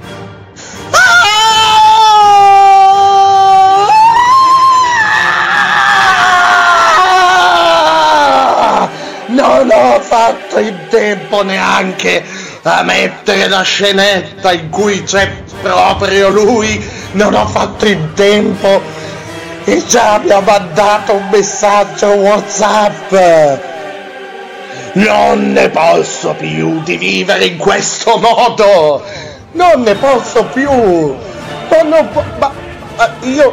Non ho fatto in tempo neanche a mettere la scenetta in cui c'è proprio lui. Non ho fatto in tempo e già mi ha mandato un messaggio WhatsApp. Non ne posso più di vivere in questo modo. Non ne posso più. Io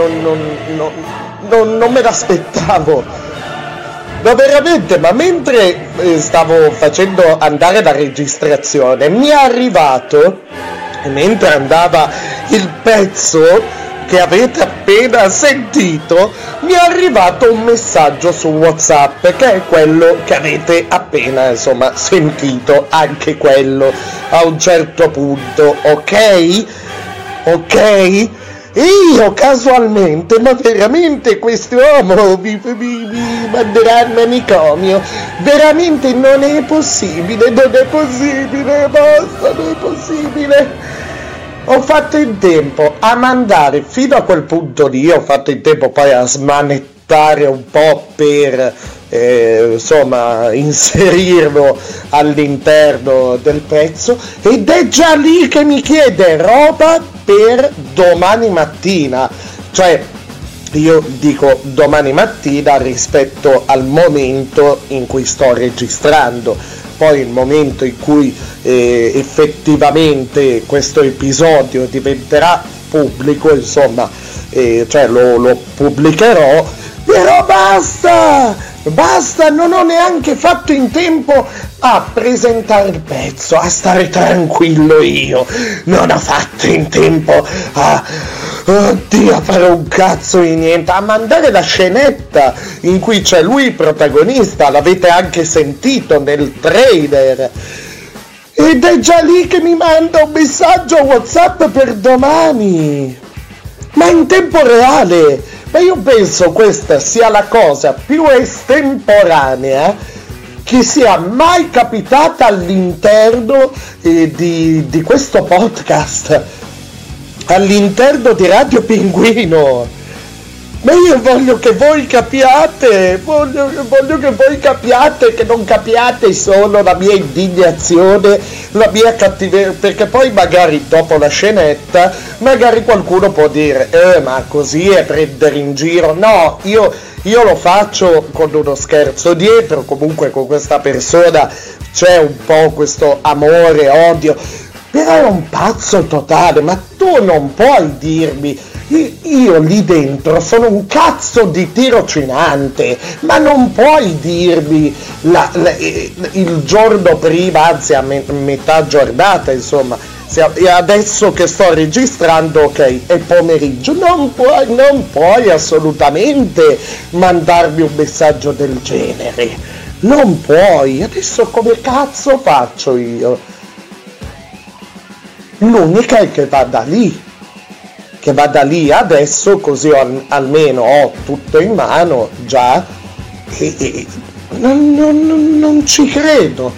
non me l'aspettavo. Ma veramente, ma mentre stavo facendo andare la registrazione mi è arrivato, mentre andava il pezzo che avete appena sentito, mi è arrivato un messaggio su WhatsApp che è quello che avete appena insomma sentito, anche quello a un certo punto, ok? Ok? Io casualmente, ma veramente quest'uomo mi manderà al manicomio, veramente non è possibile, basta, non è possibile. ho fatto in tempo a mandare fino a quel punto lì, ho fatto in tempo poi a smanettare un po' per insomma inserirlo all'interno del pezzo, ed è già lì che mi chiede roba per domani mattina, cioè io dico domani mattina rispetto al momento in cui sto registrando, poi il momento in cui effettivamente questo episodio diventerà pubblico, insomma, cioè lo pubblicherò, però basta, non ho neanche fatto in tempo a presentare il pezzo, a stare tranquillo io, non ho fatto in tempo a fare un cazzo di niente, a mandare la scenetta in cui c'è lui protagonista, l'avete anche sentito nel trailer, ed è già lì che mi manda un messaggio WhatsApp per domani, ma in tempo reale. Ma io penso questa sia la cosa più estemporanea che sia mai capitata all'interno di questo podcast, all'interno di Radio Pinguino. Ma io voglio che voi capiate, voglio che voi capiate, che non capiate solo la mia indignazione, la mia cattiveria, perché poi magari dopo la scenetta, magari qualcuno può dire, ma così è prendere in giro. No, io lo faccio con uno scherzo dietro, comunque con questa persona c'è un po' questo amore, odio, però è un pazzo totale, ma tu non puoi dirmi. Io lì dentro sono un cazzo di tirocinante, ma non puoi dirmi il giorno prima, anzi a metà giornata, insomma, adesso che sto registrando, ok, è pomeriggio, non puoi assolutamente mandarmi un messaggio del genere, non puoi. Adesso come cazzo faccio io? L'unica è che vada lì adesso, così almeno ho tutto in mano già, e non ci credo,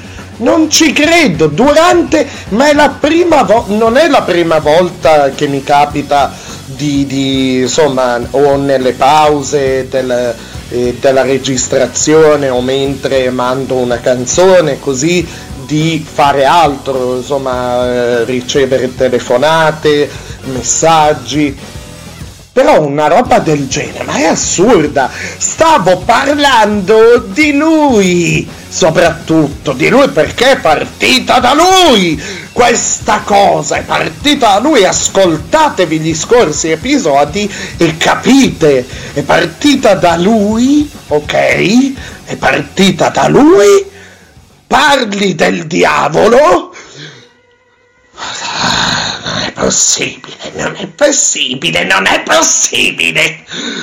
ma è la prima non è la prima volta che mi capita di insomma, o nelle pause della registrazione o mentre mando una canzone, così, di fare altro, insomma, ricevere telefonate, messaggi, però una roba del genere, ma è assurda. Stavo parlando di lui, soprattutto di lui, perché è partita da lui questa cosa, è partita da lui. Ascoltatevi gli scorsi episodi e capite, è partita da lui, ok? È partita da lui. Parli del diavolo? Non è possibile.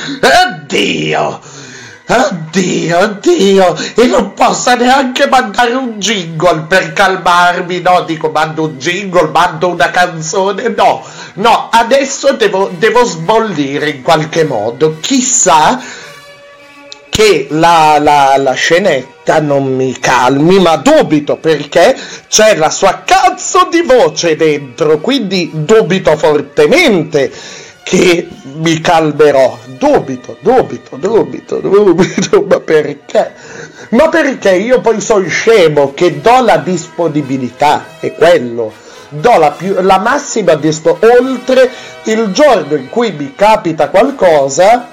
Oddio, e non posso neanche mandare un jingle per calmarmi, no, dico mando un jingle, mando una canzone, no, adesso devo sbollire in qualche modo, chissà che la scenetta non mi calmi, ma dubito, perché c'è la sua cazzo di voce dentro, quindi dubito fortemente che mi calmerò, dubito, ma perché? Ma perché io poi sono scemo che do la disponibilità, è quello, do la massima disponibilità, oltre il giorno in cui mi capita qualcosa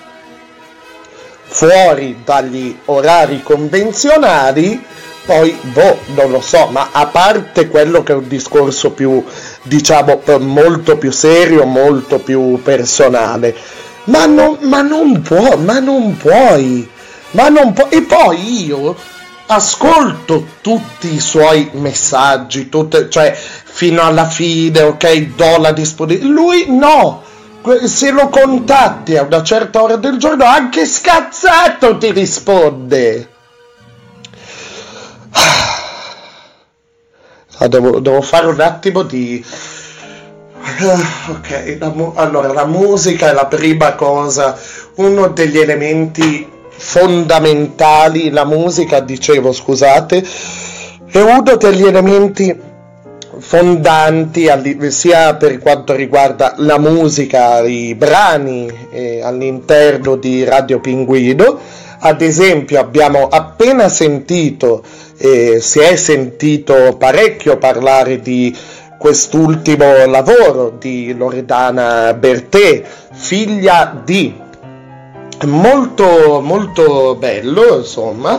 fuori dagli orari convenzionali, poi non lo so, ma a parte quello che è un discorso più, diciamo, molto più serio, molto più personale, ma non puoi, e poi io ascolto tutti i suoi messaggi, cioè fino alla fine, ok, do la disponibilità, lui no. Se lo contatti a una certa ora del giorno, anche scazzato ti risponde. Devo fare un attimo di... Ok, allora la musica è la prima cosa, uno degli elementi fondamentali, la musica, dicevo, scusate, è uno degli elementi fondanti sia per quanto riguarda la musica, i brani all'interno di Radio Pinguino. Ad esempio abbiamo appena sentito, si è sentito parecchio parlare di quest'ultimo lavoro di Loredana Bertè, Figlia di, molto molto bello, insomma.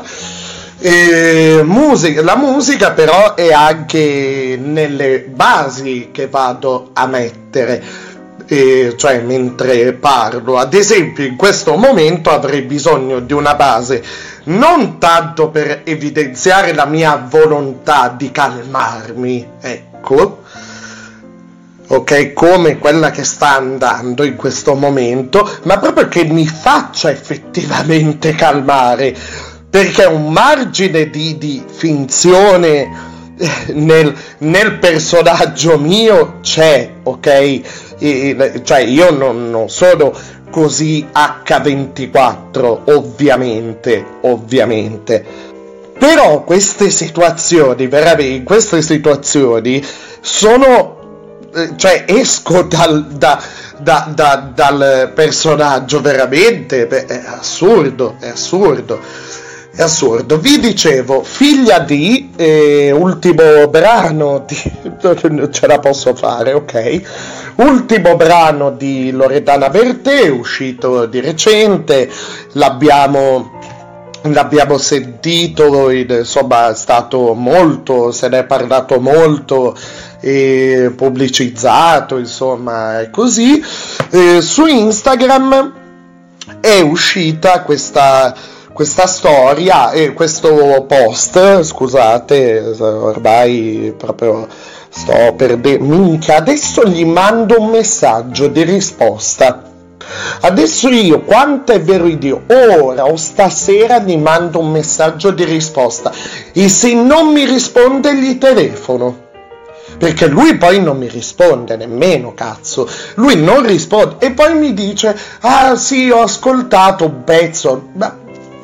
La musica però è anche nelle basi che vado a mettere, cioè mentre parlo. Ad esempio in questo momento avrei bisogno di una base non tanto per evidenziare la mia volontà di calmarmi, ecco, ok, come quella che sta andando in questo momento, ma proprio che mi faccia effettivamente calmare, perché un margine di finzione nel personaggio mio c'è, ok? Cioè io non sono così H24, ovviamente. Però queste situazioni, veramente, in queste situazioni sono, cioè esco dal personaggio, veramente, è assurdo. Vi dicevo, Figlia di, ultimo brano di, non ce la posso fare, ok? Ultimo brano di Loredana Bertè, uscito di recente, l'abbiamo sentito, insomma è stato molto, se ne è parlato molto, pubblicizzato, insomma è così. Su Instagram è uscita questa storia, questo post, scusate, ormai proprio sto perdendo, minchia, adesso gli mando un messaggio di risposta, adesso io, quanto è vero Dio, ora o stasera gli mando un messaggio di risposta, e se non mi risponde gli telefono, perché lui poi non mi risponde nemmeno, cazzo, lui non risponde, e poi mi dice, ah sì, ho ascoltato un pezzo, ma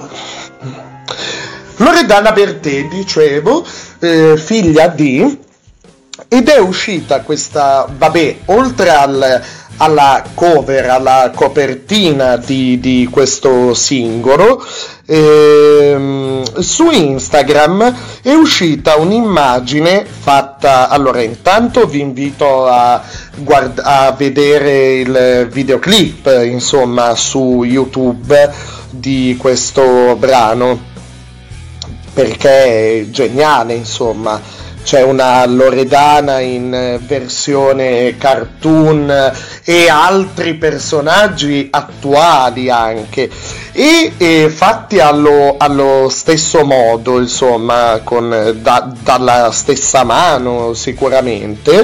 Loredana Bertè, dicevo, Figlia di, ed è uscita questa, vabbè, oltre alla cover, alla copertina di questo singolo, su Instagram è uscita un'immagine fatta, allora intanto vi invito a vedere il videoclip, insomma, su YouTube di questo brano, perché è geniale, insomma. C'è una Loredana in versione cartoon e altri personaggi attuali anche, e fatti allo stesso modo, insomma, dalla stessa mano sicuramente.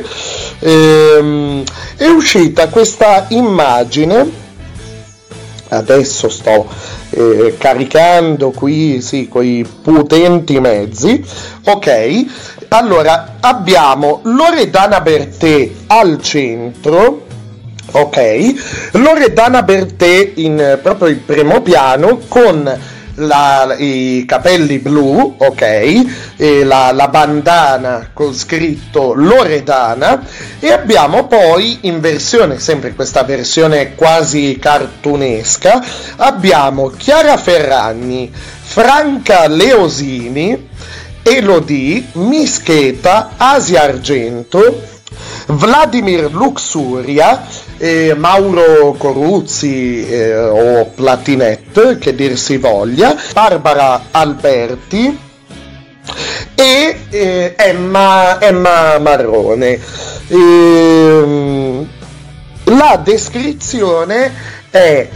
È uscita questa immagine, adesso sto caricando qui, sì, coi potenti mezzi, ok. Allora, abbiamo Loredana Bertè al centro, ok, Loredana Bertè proprio in primo piano, con i capelli blu, ok, e la bandana con scritto Loredana, e abbiamo poi in versione, sempre questa versione quasi cartunesca, abbiamo Chiara Ferragni, Franca Leosini, Elodie, Mischeta, Asia Argento, Vladimir Luxuria, Mauro Coruzzi o Platinette, che dir si voglia, Barbara Alberti e Emma Marrone. La descrizione è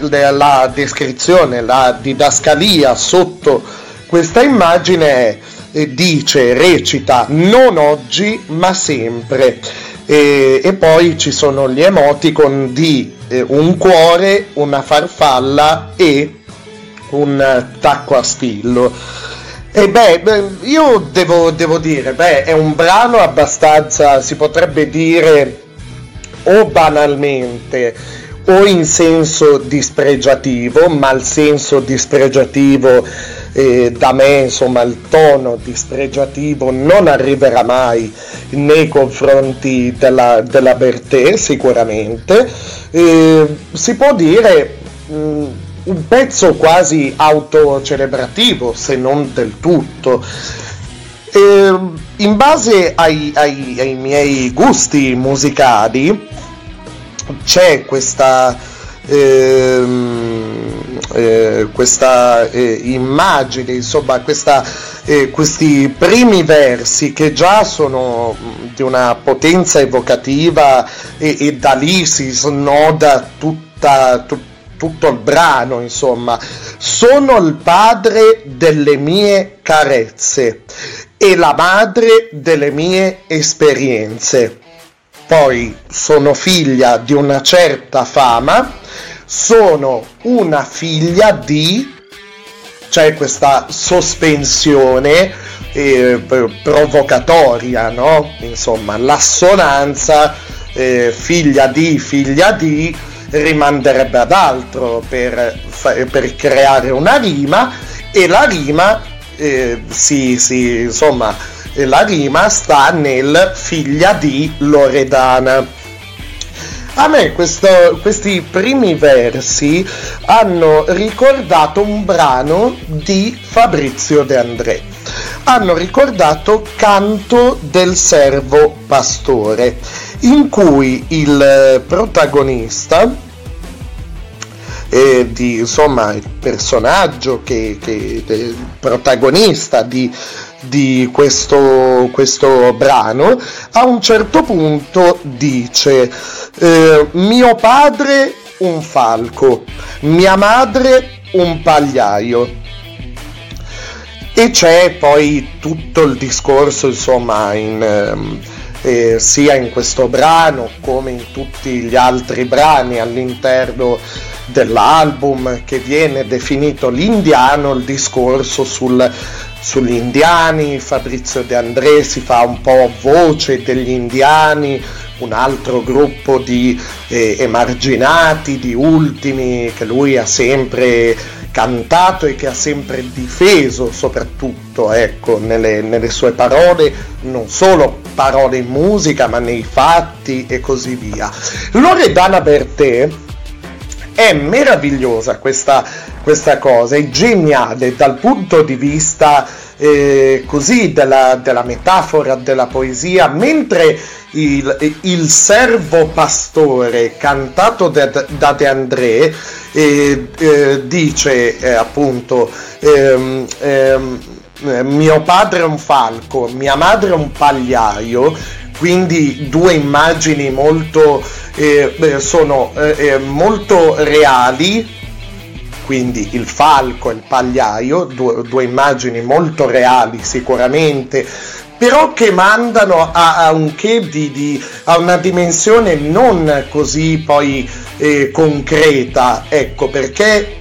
la didascalia sotto questa immagine recita non oggi ma sempre, e poi ci sono gli emoticon di un cuore, una farfalla e un tacco a spillo. E io devo dire, è un brano abbastanza, si potrebbe dire, o banalmente o in senso dispregiativo, ma il senso dispregiativo da me, insomma, il tono dispregiativo non arriverà mai nei confronti della Bertè, sicuramente. Si può dire un pezzo quasi autocelebrativo, se non del tutto. In base ai miei gusti musicali c'è questa immagine, insomma, questi primi versi che già sono di una potenza evocativa e da lì si snoda tutto il brano, insomma. Sono il padre delle mie carezze e la madre delle mie esperienze. Poi sono figlia di una certa fama, sono una figlia di... c'è questa sospensione provocatoria, no? Insomma, l'assonanza figlia di rimanderebbe ad altro per creare una rima, e la rima la rima sta nel figlia di Loredana. A me questi primi versi hanno ricordato un brano di Fabrizio De André, hanno ricordato Canto del servo pastore, in cui il protagonista, il personaggio protagonista di questo brano, a un certo punto dice: mio padre un falco, mia madre un pagliaio. E c'è poi tutto il discorso, insomma, sia in questo brano come in tutti gli altri brani all'interno dell'album, che viene definito l'indiano, il discorso sugli indiani. Fabrizio De André si fa un po' voce degli indiani, un altro gruppo di emarginati, di ultimi, che lui ha sempre cantato e che ha sempre difeso, soprattutto, ecco, nelle sue parole, non solo parole in musica, ma nei fatti e così via. Loredana Bertè è meravigliosa questa cosa, è geniale dal punto di vista così della metafora, della poesia. Mentre il servo pastore, cantato da De André, dice appunto mio padre è un falco, mia madre è un pagliaio, quindi due immagini molto reali, quindi il falco e il pagliaio, due immagini molto reali sicuramente, però che mandano a un che a una dimensione non così poi concreta, ecco, perché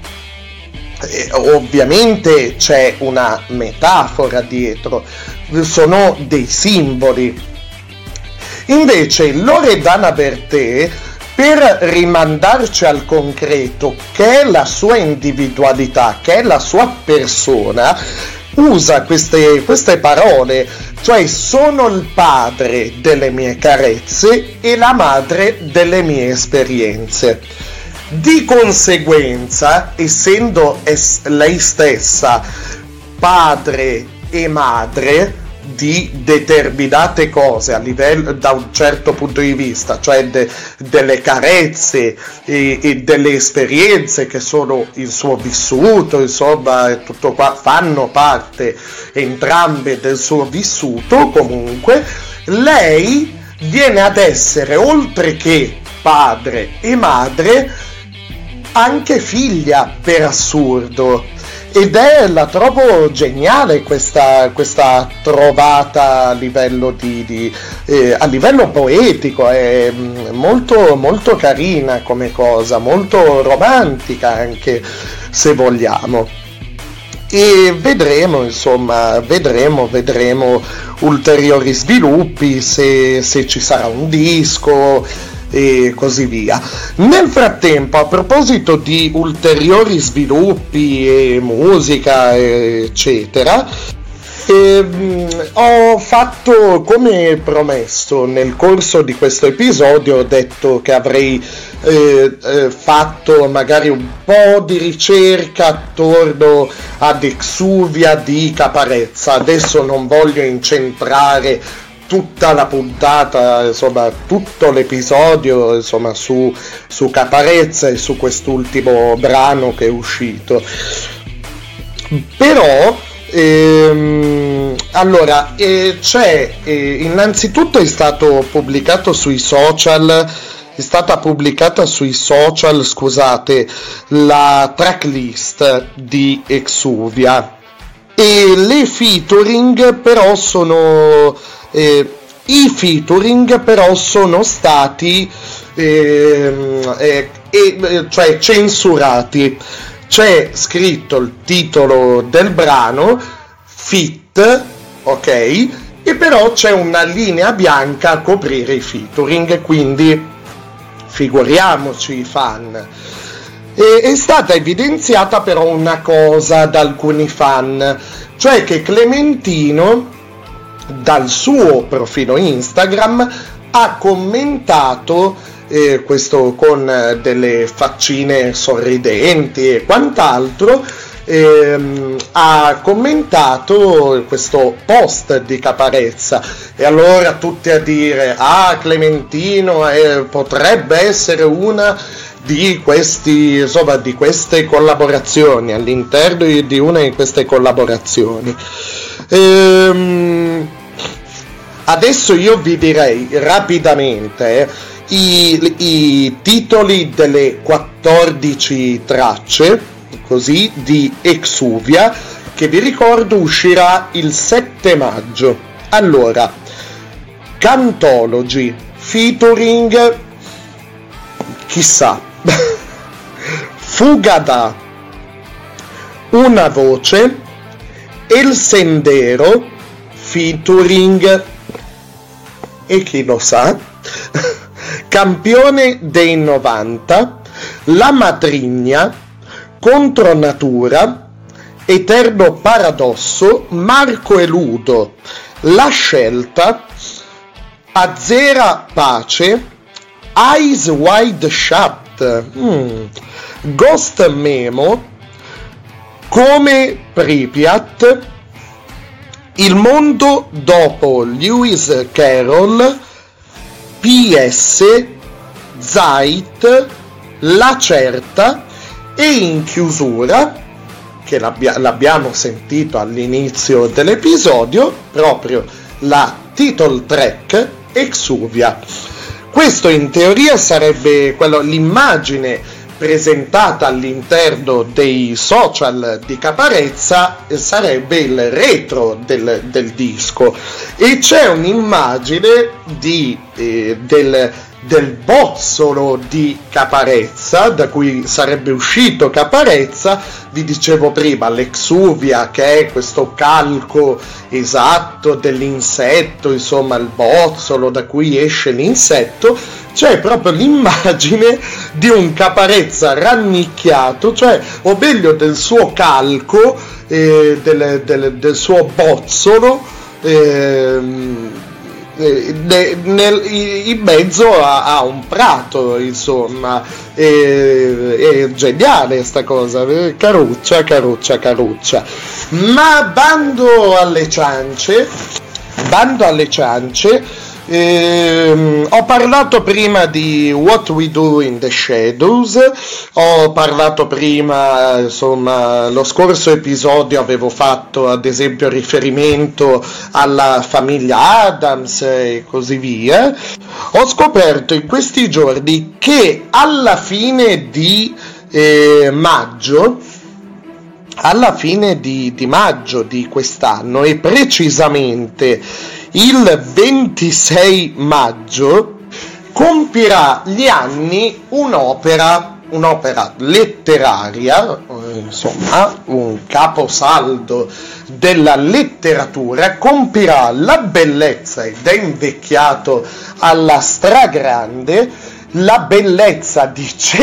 ovviamente c'è una metafora dietro, sono dei simboli. Invece Loredana Bertè, per rimandarci al concreto, che è la sua individualità, che è la sua persona, usa queste parole, cioè sono il padre delle mie carezze e la madre delle mie esperienze. Di conseguenza, essendo lei stessa padre e madre di determinate cose a livello, da un certo punto di vista, cioè delle carezze e delle esperienze che sono il suo vissuto, insomma, tutto qua, fanno parte entrambe del suo vissuto, comunque lei viene ad essere, oltre che padre e madre, anche figlia, per assurdo. Ed la trovo geniale questa trovata a livello a livello poetico, è molto, molto carina come cosa, molto romantica anche, se vogliamo. E vedremo, insomma, vedremo ulteriori sviluppi, se ci sarà un disco, e così via. Nel frattempo, a proposito di ulteriori sviluppi e musica eccetera, ho fatto, come promesso nel corso di questo episodio, ho detto che avrei fatto magari un po' di ricerca attorno ad Exuvia di Caparezza. Adesso non voglio incentrare tutta la puntata, insomma tutto l'episodio, insomma su Caparezza e su quest'ultimo brano che è uscito, però allora c'è innanzitutto è stata pubblicata sui social, scusate, la tracklist di Exuvia, e le featuring però sono i featuring però sono stati cioè censurati. C'è scritto il titolo del brano, Fit, ok, e però c'è una linea bianca a coprire i featuring, quindi figuriamoci i fan. È stata evidenziata però una cosa da alcuni fan, cioè che Clementino dal suo profilo Instagram ha commentato questo con delle faccine sorridenti e quant'altro, ha commentato questo post di Caparezza, e allora tutti a dire Clementino potrebbe essere una di queste collaborazioni, all'interno di una di queste collaborazioni. Adesso io vi direi rapidamente i titoli delle 14 tracce così di Exuvia, che vi ricordo uscirà il 7 maggio. Allora, Cantology featuring chissà Fugada, Una voce, El Sendero featuring, e chi lo sa, Campione dei 90, La Matrigna, Contro Natura, Eterno Paradosso, Marco e Ludo, La Scelta, Azera Pace, Eyes Wide Shut, Ghost Memo, Come Pripyat, Il mondo dopo Lewis Carroll, PS, Zeit, La Certa, e in chiusura, che l'abbiamo sentito all'inizio dell'episodio, proprio la title track Exuvia. Questo in teoria sarebbe l'immagine presentata all'interno dei social di Caparezza, sarebbe il retro del disco, e c'è un'immagine del bozzolo di Caparezza, da cui sarebbe uscito Caparezza. Vi dicevo prima, l'Exuvia, che è questo calco esatto dell'insetto, insomma il bozzolo da cui esce l'insetto. C'è proprio l'immagine di un Caparezza rannicchiato, cioè, o meglio del suo calco, del suo bozzolo, in mezzo a un prato, insomma. È geniale sta cosa, caruccia. Ma bando alle ciance. Ho parlato prima di What We Do in the Shadows, ho parlato prima, insomma, lo scorso episodio avevo fatto ad esempio riferimento alla famiglia Adams e così via. Ho scoperto in questi giorni che alla fine di maggio di quest'anno, e precisamente il 26 maggio, compirà gli anni un'opera letteraria, insomma un caposaldo della letteratura. Compirà la bellezza ed è invecchiato alla stragrande la bellezza di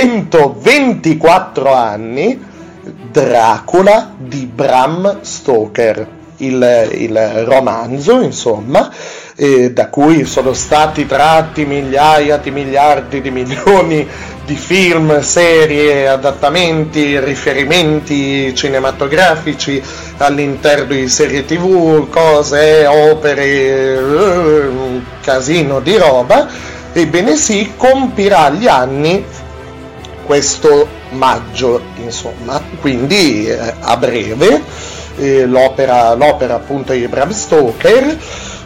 124 anni, Dracula di Bram Stoker, il romanzo, insomma, da cui sono stati tratti migliaia di miliardi di milioni di film, serie, adattamenti, riferimenti cinematografici all'interno di serie TV, cose, opere, un casino di roba. Ebbene sì, compirà gli anni questo maggio, insomma, quindi a breve l'opera appunto di Bram Stoker.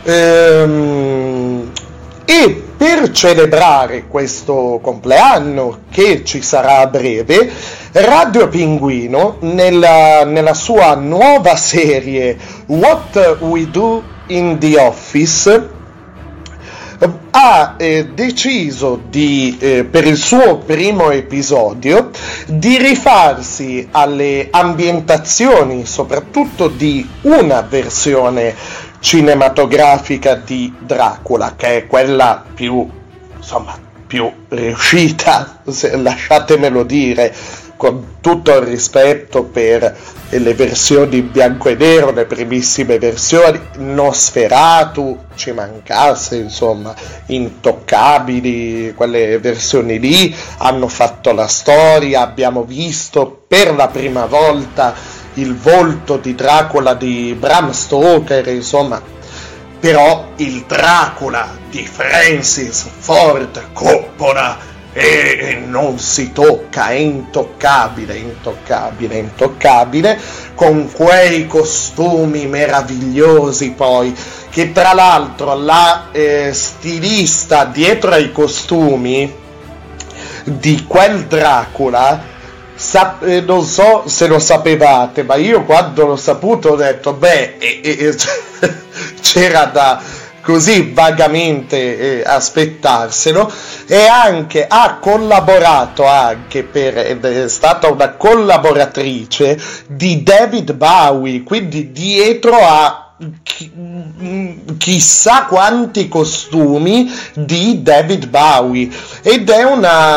E per celebrare questo compleanno che ci sarà a breve, Radio Pinguino nella sua nuova serie What We Do in the Office ha deciso per il suo primo episodio di rifarsi alle ambientazioni, soprattutto di una versione cinematografica di Dracula, che è quella più riuscita, lasciatemelo dire, con tutto il rispetto per le versioni bianco e nero, le primissime versioni. Nosferatu ci mancasse, insomma, Intoccabili, quelle versioni lì hanno fatto la storia, abbiamo visto per la prima volta il volto di Dracula di Bram Stoker, insomma. Però il Dracula di Francis Ford Coppola non si tocca, è intoccabile, con quei costumi meravigliosi poi, che tra l'altro la stilista dietro ai costumi di quel Dracula, non so se lo sapevate, ma io quando l'ho saputo ho detto, c'era da così vagamente aspettarselo, e anche ha collaborato è stata una collaboratrice di David Bowie, quindi dietro a chissà quanti costumi di David Bowie, ed è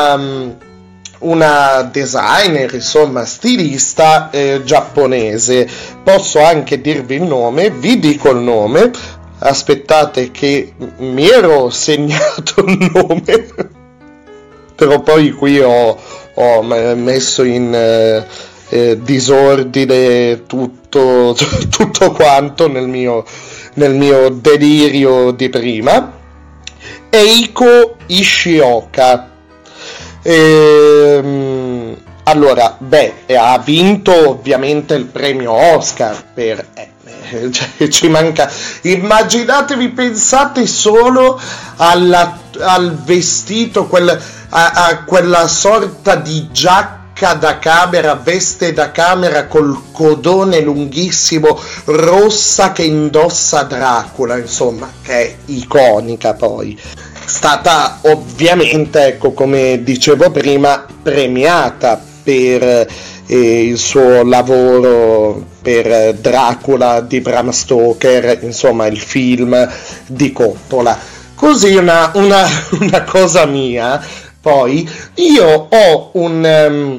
una designer, insomma, stilista giapponese. Posso anche dirvi il nome, vi dico il nome, aspettate che mi ero segnato il nome, però poi qui ho messo in disordine tutto quanto nel mio delirio di prima. Eiko Ishioka. Allora, ha vinto ovviamente il premio Oscar per ci manca, immaginatevi, pensate solo al vestito, a quella sorta di giacca da camera, veste da camera col codone lunghissimo rossa che indossa Dracula, insomma, che è iconica. Poi stata ovviamente, ecco, come dicevo prima, premiata per il suo lavoro per Dracula di Bram Stoker, insomma il film di Coppola. Così una cosa mia, poi io ho un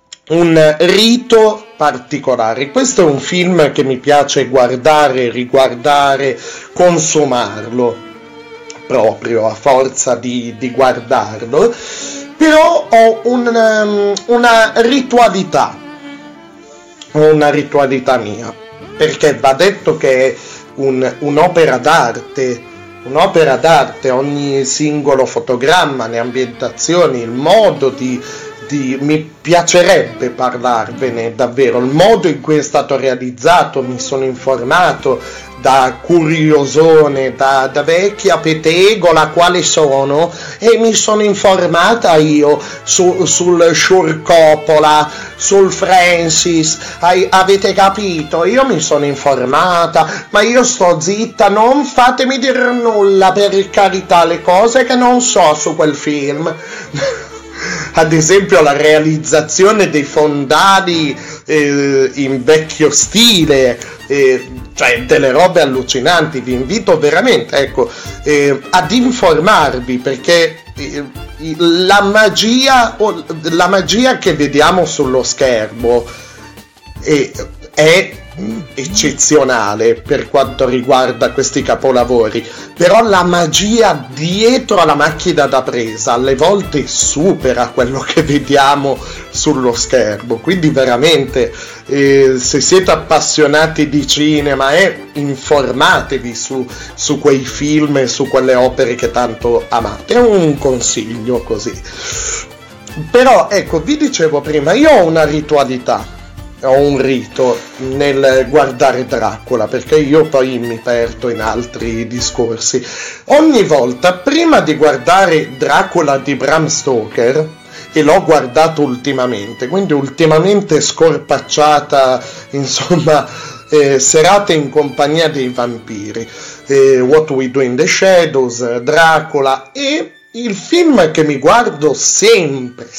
rito particolare. Questo è un film che mi piace guardare, riguardare, consumarlo proprio a forza di guardarlo, però ho una ritualità mia, perché va detto che è un'opera d'arte, ogni singolo fotogramma, le ambientazioni, il modo mi piacerebbe parlarvene davvero, il modo in cui è stato realizzato. Mi sono informato da curiosone, da vecchia petegola quali sono, e mi sono informata io sul Sure Coppola, sul Francis, avete capito? Io mi sono informata, ma io sto zitta, non fatemi dire nulla, per carità, le cose che non so su quel film. Ad esempio la realizzazione dei fondali in vecchio stile, cioè delle robe allucinanti. Vi invito veramente, ecco, ad informarvi, perché la magia che vediamo sullo schermo è eccezionale per quanto riguarda questi capolavori, però la magia dietro alla macchina da presa alle volte supera quello che vediamo sullo schermo. Quindi veramente, se siete appassionati di cinema, informatevi su quei film e su quelle opere che tanto amate. È un consiglio così. Però ecco, vi dicevo prima, io ho una ritualità, ho un rito nel guardare Dracula, perché io poi mi perdo in altri discorsi. Ogni volta, prima di guardare Dracula di Bram Stoker, e l'ho guardato ultimamente, quindi ultimamente scorpacciata, insomma, serate in compagnia dei vampiri, What We Do in the Shadows, Dracula, e il film che mi guardo sempre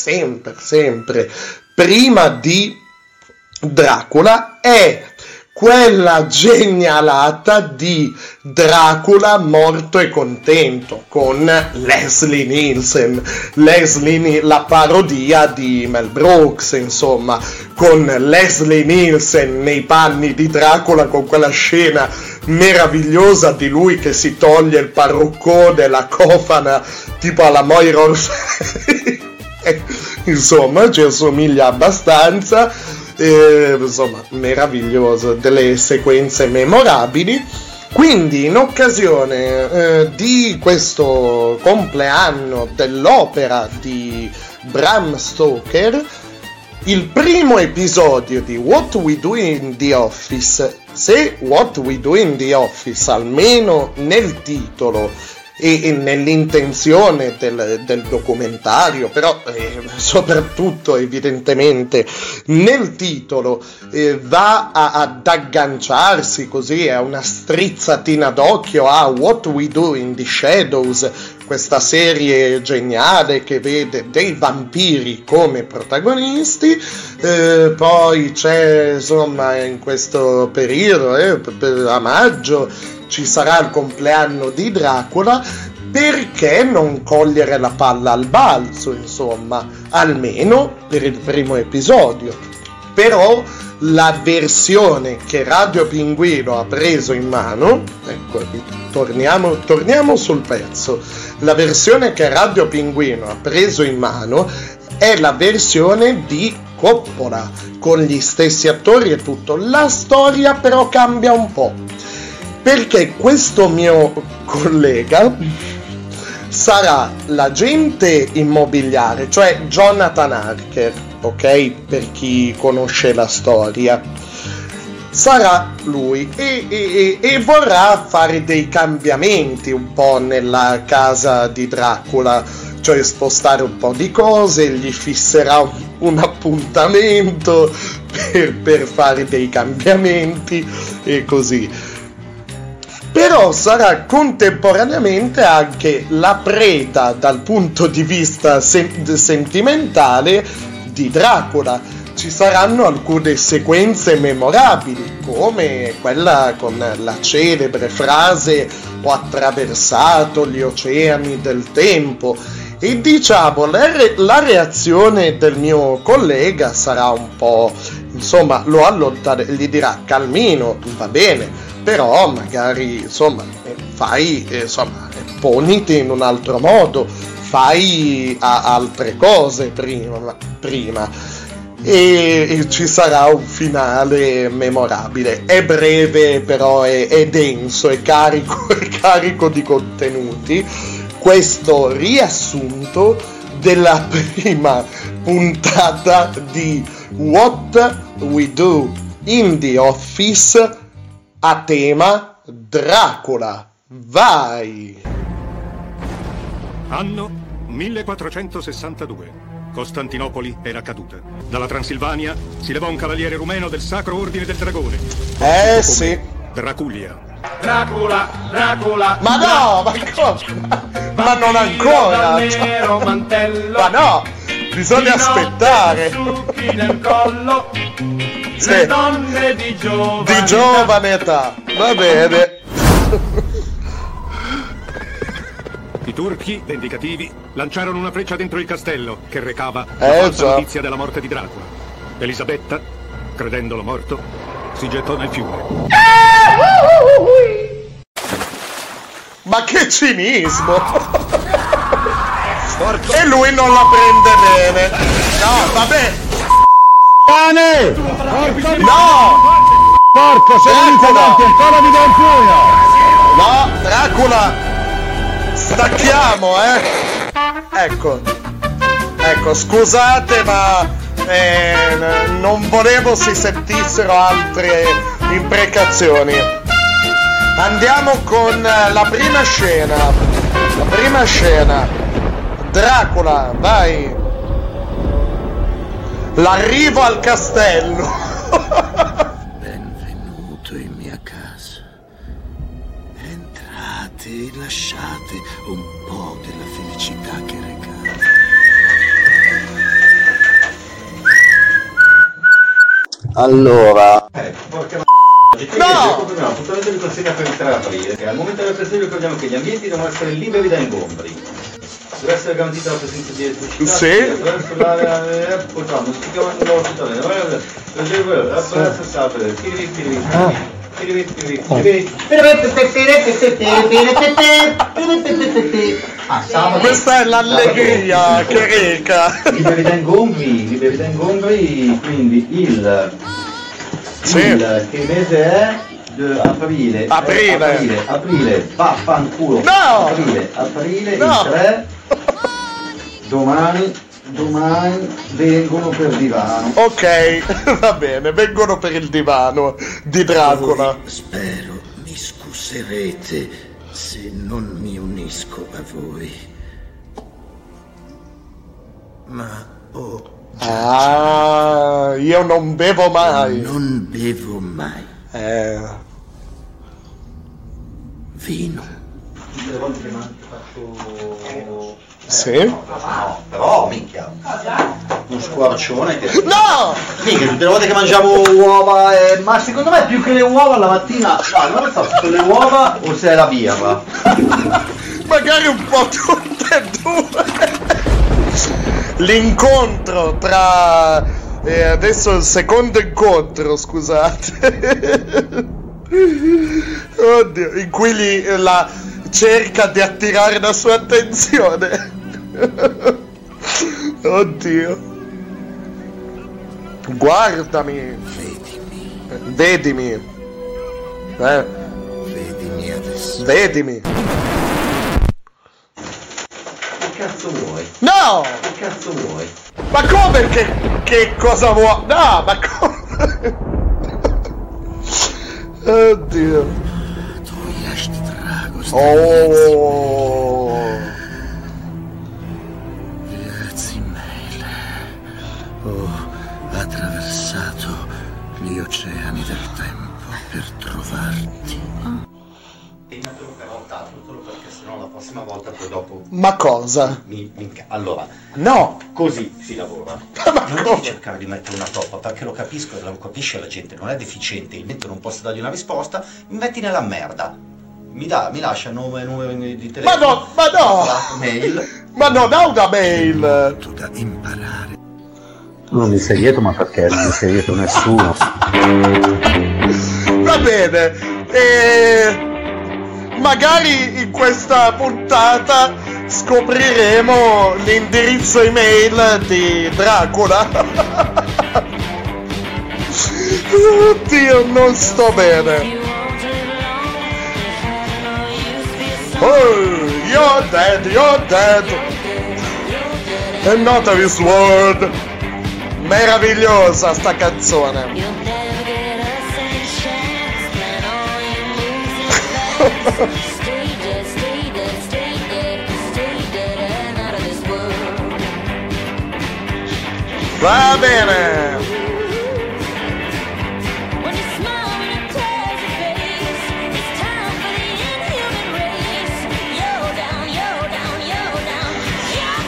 prima di Dracula è quella genialata di Dracula morto e contento con Leslie Nielsen, la parodia di Mel Brooks, insomma, con Leslie Nielsen nei panni di Dracula, con quella scena meravigliosa di lui che si toglie il parruccone, la cofana tipo alla Moira Orfei. Insomma, ci assomiglia abbastanza. Insomma, meraviglioso, delle sequenze memorabili. Quindi, in occasione di questo compleanno dell'opera di Bram Stoker, il primo episodio di What We Do in the Office, se What We Do in the Office, almeno nel titolo e nell'intenzione del documentario, però soprattutto evidentemente nel titolo, va ad agganciarsi così a una strizzatina d'occhio a What We Do in the Shadows, questa serie geniale che vede dei vampiri come protagonisti. Poi c'è, insomma, in questo periodo, a maggio, ci sarà il compleanno di Dracula. Perché non cogliere la palla al balzo, insomma, almeno per il primo episodio? Però la versione che Radio Pinguino ha preso in mano, ecco, torniamo sul pezzo, la versione che Radio Pinguino ha preso in mano è la versione di Coppola, con gli stessi attori e tutto. La storia però cambia un po', perché questo mio collega sarà l'agente immobiliare, cioè Jonathan Harker, ok? Per chi conosce la storia, sarà lui e vorrà fare dei cambiamenti un po' nella casa di Dracula, cioè spostare un po' di cose, gli fisserà un appuntamento per fare dei cambiamenti e così. Però sarà contemporaneamente anche la preda dal punto di vista sentimentale di Dracula. Ci saranno alcune sequenze memorabili, come quella con la celebre frase "ho attraversato gli oceani del tempo", e diciamo la reazione del mio collega sarà un po', insomma, lo allontanerà, gli dirà: calmino, va bene, però magari, insomma, poniti in un altro modo, fai altre cose prima. E ci sarà un finale memorabile. È breve, però è denso, è carico di contenuti. Questo riassunto della prima puntata di What We Do in the Office a tema Dracula. Vai! Anno 1462. Costantinopoli era caduta. Dalla Transilvania si levò un cavaliere rumeno del Sacro Ordine del Dragone. Sì. Draculia. Dracula. Ma no, ma non ancora. Nero mantello. Ma no, bisogna aspettare. Succhi nel collo. queste donne di giovane età. Va bene. I turchi, vendicativi, lanciarono una freccia dentro il castello che recava la già. falsa notizia della morte di Dracula. Elisabetta, credendolo morto, si gettò nel fiume. Ma che cinismo! E lui non la prende bene. No, vabbè. Cane! No! Porco, se venite avanti ancora vi do un pugno! No, Dracula! Stacchiamo, Ecco, scusate, ma non volevo si sentissero altre imprecazioni. Andiamo con la prima scena. Dracula, vai. L'arrivo al castello. Benvenuto in mia casa. Entrate e lasciate un po' della felicità che regala. Allora, porca no! Appuntamento di consegna per il 3 aprile, che al momento del prestigio ricordiamo che gli ambienti devono essere liberi da ingombri. Deve essere garantita la presenza di elettricità. Sì. Attraverso l'area potrà Questa è l'allegria che reca. Liberi da ingombri, quindi il che mese è? Aprile, vaffanculo. No! Aprile, No! il 3. Domani vengono per divano. Ok, va bene, vengono per il divano di Dracula. Spero mi scuserete se non mi unisco a voi. Ma io non bevo mai. Non bevo mai. Vino. Tutte le volte che faccio... Sì? No, però minchia. Un squarcione che... No! Minchia, tutte le volte che mangiamo uova ma secondo me più che le uova la mattina... No, non so se sono le uova o se è la birra. Magari un po' tutte e due. L'incontro tra... adesso il secondo incontro, scusate. Oddio, in cui la cerca di attirare la sua attenzione. Oddio. Guardami. Vedimi. Vedimi adesso. Vedimi. Che cazzo vuoi? No! Che cazzo vuoi? Ma come che cosa vuoi? No, ma come? Oddio. Oh. Ho attraversato gli oceani del tempo per trovarti. Solo perché sennò la prossima volta poi dopo... Ma cosa? Allora, no, così si lavora. Non devi cercare di mettere una toppa, perché lo capisco e lo capisce la gente, non è deficiente, il mente non posso dargli una risposta, mi metti nella merda. Mi lascia nome di telefono. Ma no! Mail. Ma non ha una mail! Da imparare. non mi sei dietro, ma perché non mi sei dietro nessuno. Va bene, magari in questa puntata scopriremo l'indirizzo email di Dracula. Oddio, non sto bene. Oh, you're dead, and not of this world. Meravigliosa sta canzone. Va bene.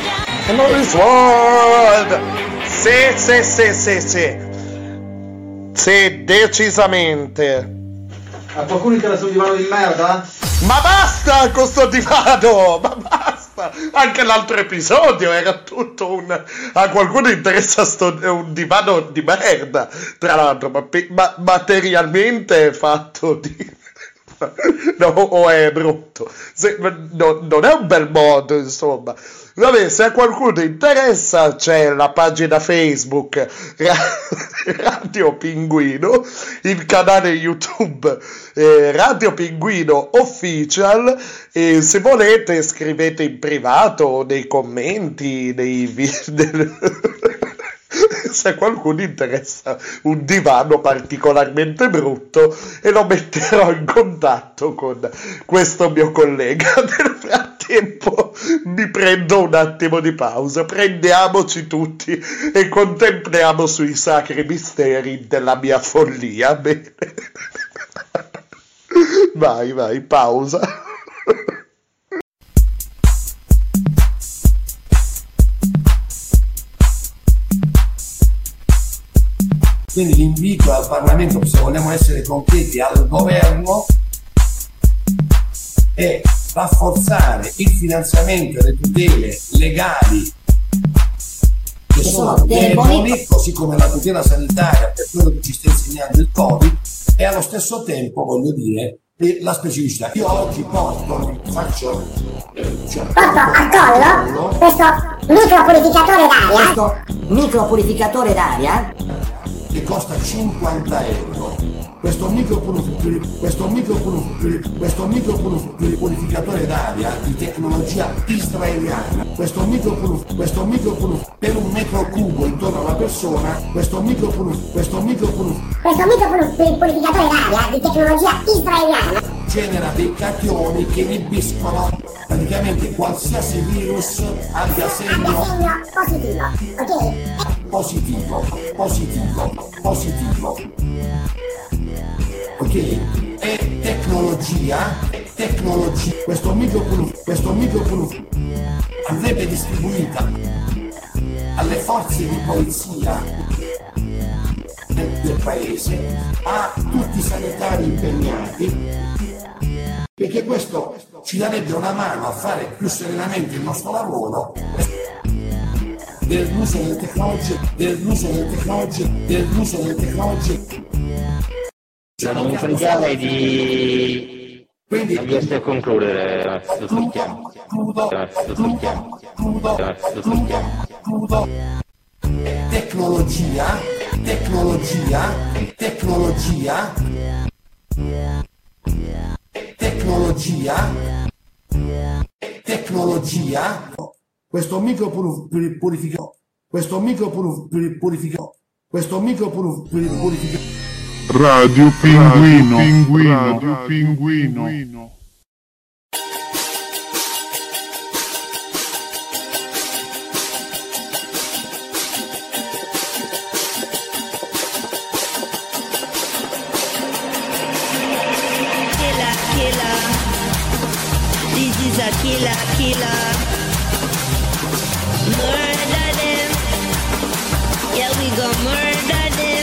This world. Sì. Sì, decisamente. A qualcuno interessa un divano di merda? Ma basta con sto divano! Ma basta! Anche l'altro episodio era tutto un... A qualcuno interessa un divano di merda. Tra l'altro, ma materialmente è fatto di... No, o è brutto. Non è un bel modo, insomma. Vabbè, se a qualcuno interessa c'è la pagina Facebook Radio Pinguino, il canale YouTube Radio Pinguino Official, e se volete scrivete in privato o nei commenti, nei video. Se a qualcuno interessa un divano particolarmente brutto, e lo metterò in contatto con questo mio collega. Nel frattempo mi prendo un attimo di pausa, prendiamoci tutti e contempliamo sui sacri misteri della mia follia. Bene. Vai, pausa. Quindi l'invito al Parlamento, se vogliamo essere concreti, al governo, è rafforzare il finanziamento e le tutele legali che sono deboli, così come la tutela sanitaria per quello che ci sta insegnando il Covid, e allo stesso tempo, voglio dire, la specificità. Io oggi faccio al collo questo micropurificatore d'aria che costa 50 euro. Questo micropurificatore d'aria di tecnologia israeliana, questo micropurificatore per un metro cubo intorno alla persona, questo micropurificatore d'aria di tecnologia israeliana genera dei cationi che inibiscono praticamente qualsiasi virus abbia segno positivo, ok? E tecnologia, questo micropurificatore andrebbe distribuita alle forze di polizia del paese, a tutti i sanitari impegnati, perché questo ci darebbe una mano a fare più serenamente il nostro lavoro dell'uso delle tecnologie. Non mi pregare di riesco a concludere sto tecnologia, questo micropurificatore, Radio Pinguino. Killer. Murder them. Yeah, we gon' murder them.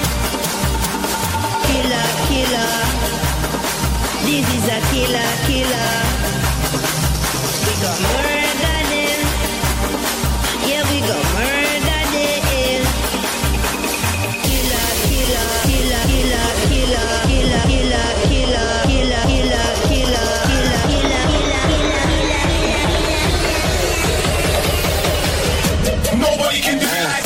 Killer. This is a killer. We gon' murder them. Yeah, we gon' murder them. Killer. Nobody can do that.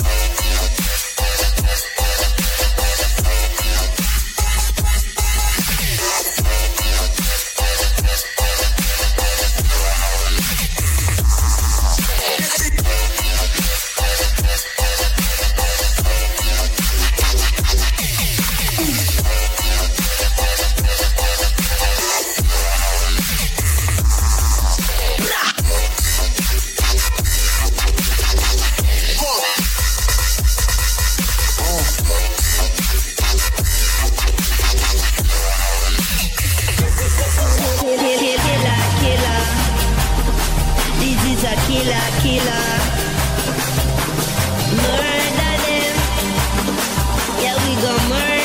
Killer. Murder them. Yeah, we gon' murder.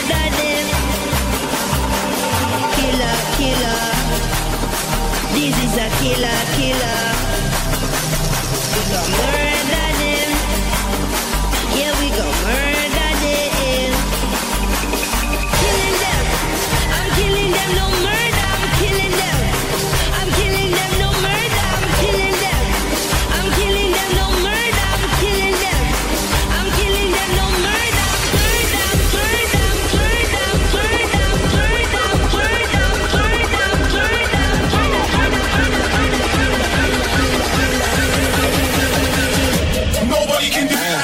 killer, killer. We gon' murder them. Yeah, we gon' murder them. Killing them. I'm killing them, no murder. I'm killing them. I'm killing them, no murder. I'm killing them. I'm killing them, no murder. I'm killing them. I'm killing them, no murder. Murder, murder, murder, murder, murder, murder, murder, Nobody can do that.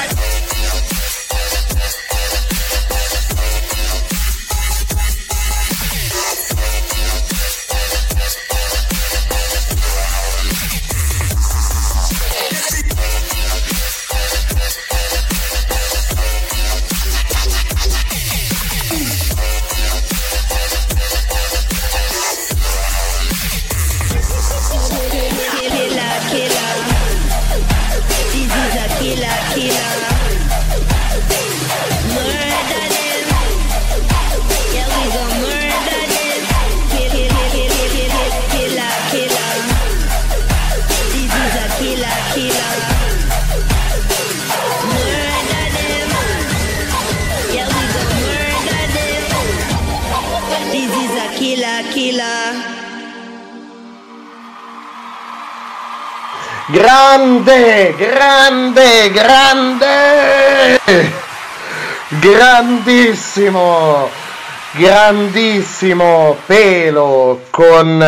killer, killer. This is a killer, killer. Murder them. Yeah, we gon' murder them. Killer, killer. This is a killer, killer. Murder them. Yeah, we gon' murder them. This is a killer, killer. Grande, grande, grande, grandissimo, grandissimo Pelo con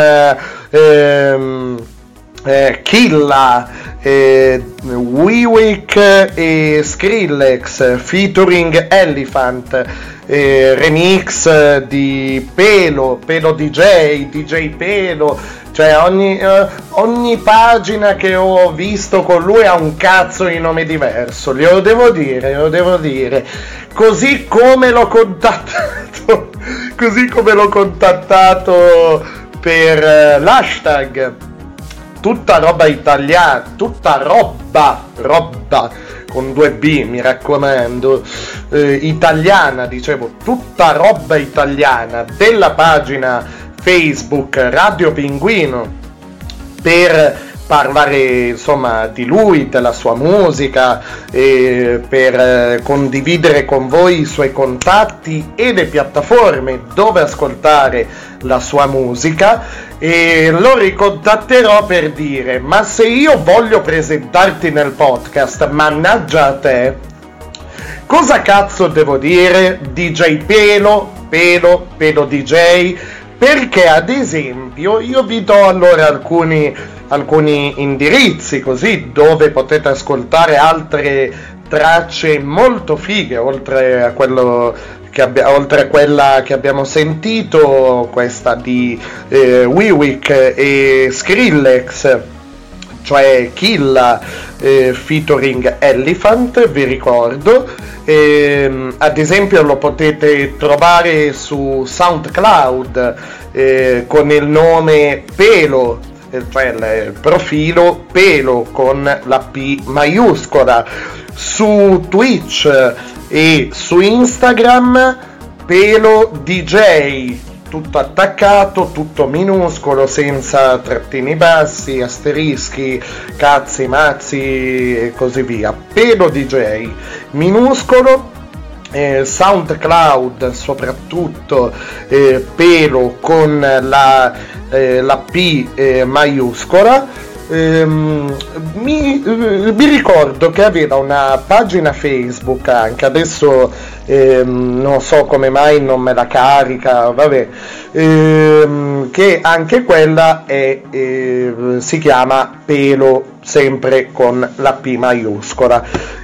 Killa, Wiwick e Skrillex featuring Elephant, remix di Pelo DJ Pelo. Cioè ogni pagina che ho visto con lui ha un cazzo di nome diverso, glielo devo dire. Così come l'ho contattato per l'hashtag tutta roba italiana, tutta roba con 2B, mi raccomando, italiana, dicevo, tutta roba italiana della pagina Facebook Radio Pinguino, per parlare insomma di lui, della sua musica, per condividere con voi i suoi contatti e le piattaforme dove ascoltare la sua musica, e lo ricontatterò per dire: ma se io voglio presentarti nel podcast, mannaggia a te, cosa cazzo devo dire? DJ Pelo DJ? Perché ad esempio io vi do allora alcuni indirizzi, così, dove potete ascoltare altre tracce molto fighe, oltre a quella che abbiamo sentito, questa di Wiwick e Skrillex, cioè Killa featuring Elephant, vi ricordo. Ad esempio lo potete trovare su SoundCloud con il nome Pelo, cioè il profilo Pelo con la P maiuscola, su Twitch e su Instagram Pelo DJ, tutto attaccato, tutto minuscolo, senza trattini bassi, asterischi, cazzi, mazzi e così via. Pelo DJ minuscolo, SoundCloud soprattutto Pelo con la P maiuscola. Mi ricordo che aveva una pagina Facebook anche, adesso non so come mai non me la carica, vabbè, che anche quella si chiama Pelo, sempre con la P maiuscola.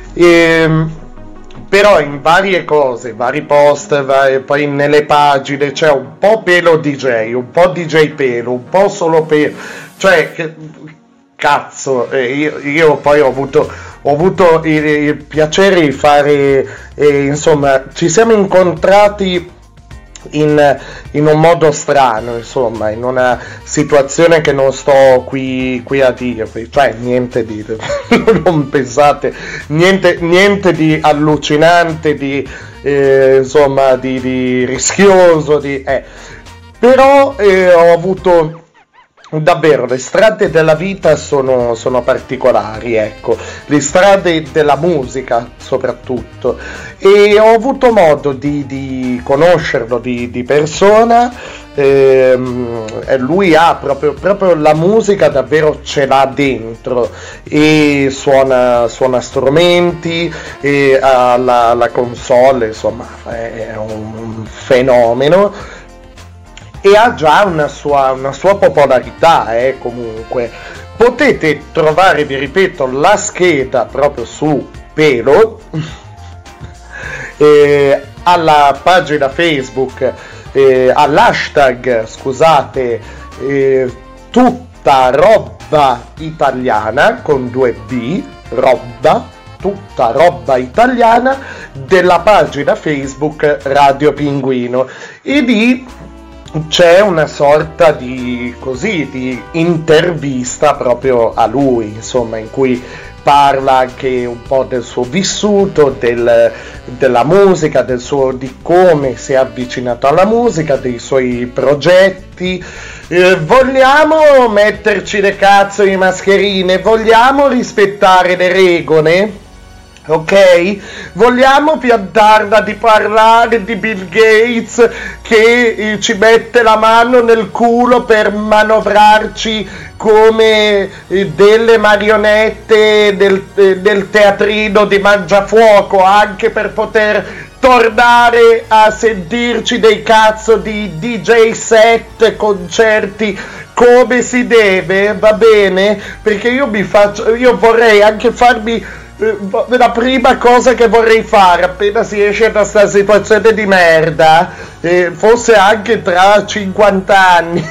Però in varie cose, vari post, poi nelle pagine c'è un po' Pelo DJ, un po' DJ Pelo, un po' solo Pelo, cioè cazzo, io poi ho avuto il piacere di fare, insomma, ci siamo incontrati in un modo strano, insomma, in una situazione che non sto qui a dirvi, cioè niente di non pensate, niente di allucinante, di insomma di rischioso, però ho avuto davvero le strade della vita sono particolari, ecco, le strade della musica soprattutto, e ho avuto modo di conoscerlo di persona. Lui ha proprio la musica, davvero ce l'ha dentro, e suona strumenti, e ha la console, insomma è un fenomeno, e ha già una sua popolarità, comunque. Potete trovare, vi ripeto, la scheda proprio su Pelo, alla pagina Facebook, all'hashtag, scusate, tutta roba italiana, con 2B, tutta roba italiana, della pagina Facebook Radio Pinguino, e lì c'è una sorta di intervista proprio a lui, insomma, in cui parla anche un po' del suo vissuto, della musica, di come si è avvicinato alla musica, dei suoi progetti. Vogliamo metterci le cazzo di mascherine? Vogliamo rispettare le regole? Ok? Vogliamo piantarla di parlare di Bill Gates che ci mette la mano nel culo per manovrarci come delle marionette del teatrino di Mangiafuoco, anche per poter tornare a sentirci dei cazzo di DJ set, concerti come si deve, va bene? Perché io vorrei anche farmi... la prima cosa che vorrei fare appena si esce da sta situazione di merda, fosse anche tra 50 anni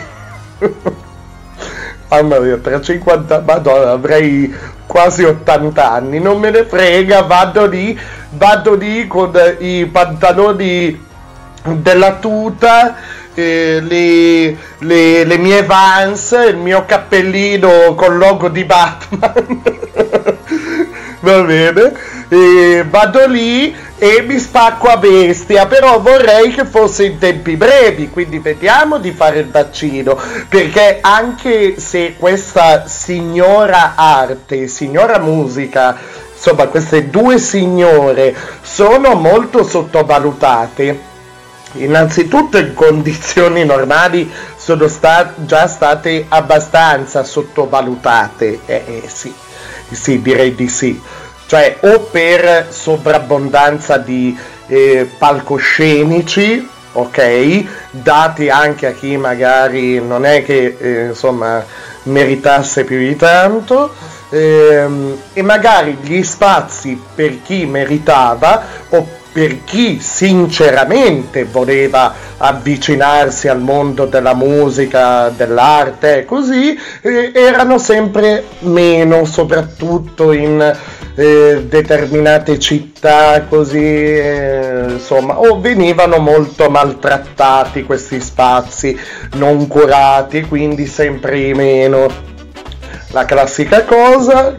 mamma mia, tra 50, madonna, avrei quasi 80 anni, non me ne frega, vado lì con i pantaloni della tuta, le mie Vans, il mio cappellino col logo di Batman va bene, vado lì e mi spacco a bestia, però vorrei che fosse in tempi brevi, quindi vediamo di fare il vaccino, perché anche se questa signora arte, signora musica, insomma queste due signore sono molto sottovalutate, innanzitutto in condizioni normali sono già state abbastanza sottovalutate, sì, direi di sì, cioè o per sovrabbondanza di palcoscenici, ok, dati anche a chi magari non è che insomma meritasse più di tanto, e magari gli spazi per chi meritava o per chi sinceramente voleva avvicinarsi al mondo della musica, dell'arte e così, erano sempre meno, soprattutto in determinate città così, insomma, o venivano molto maltrattati questi spazi, non curati, quindi sempre meno. La classica cosa,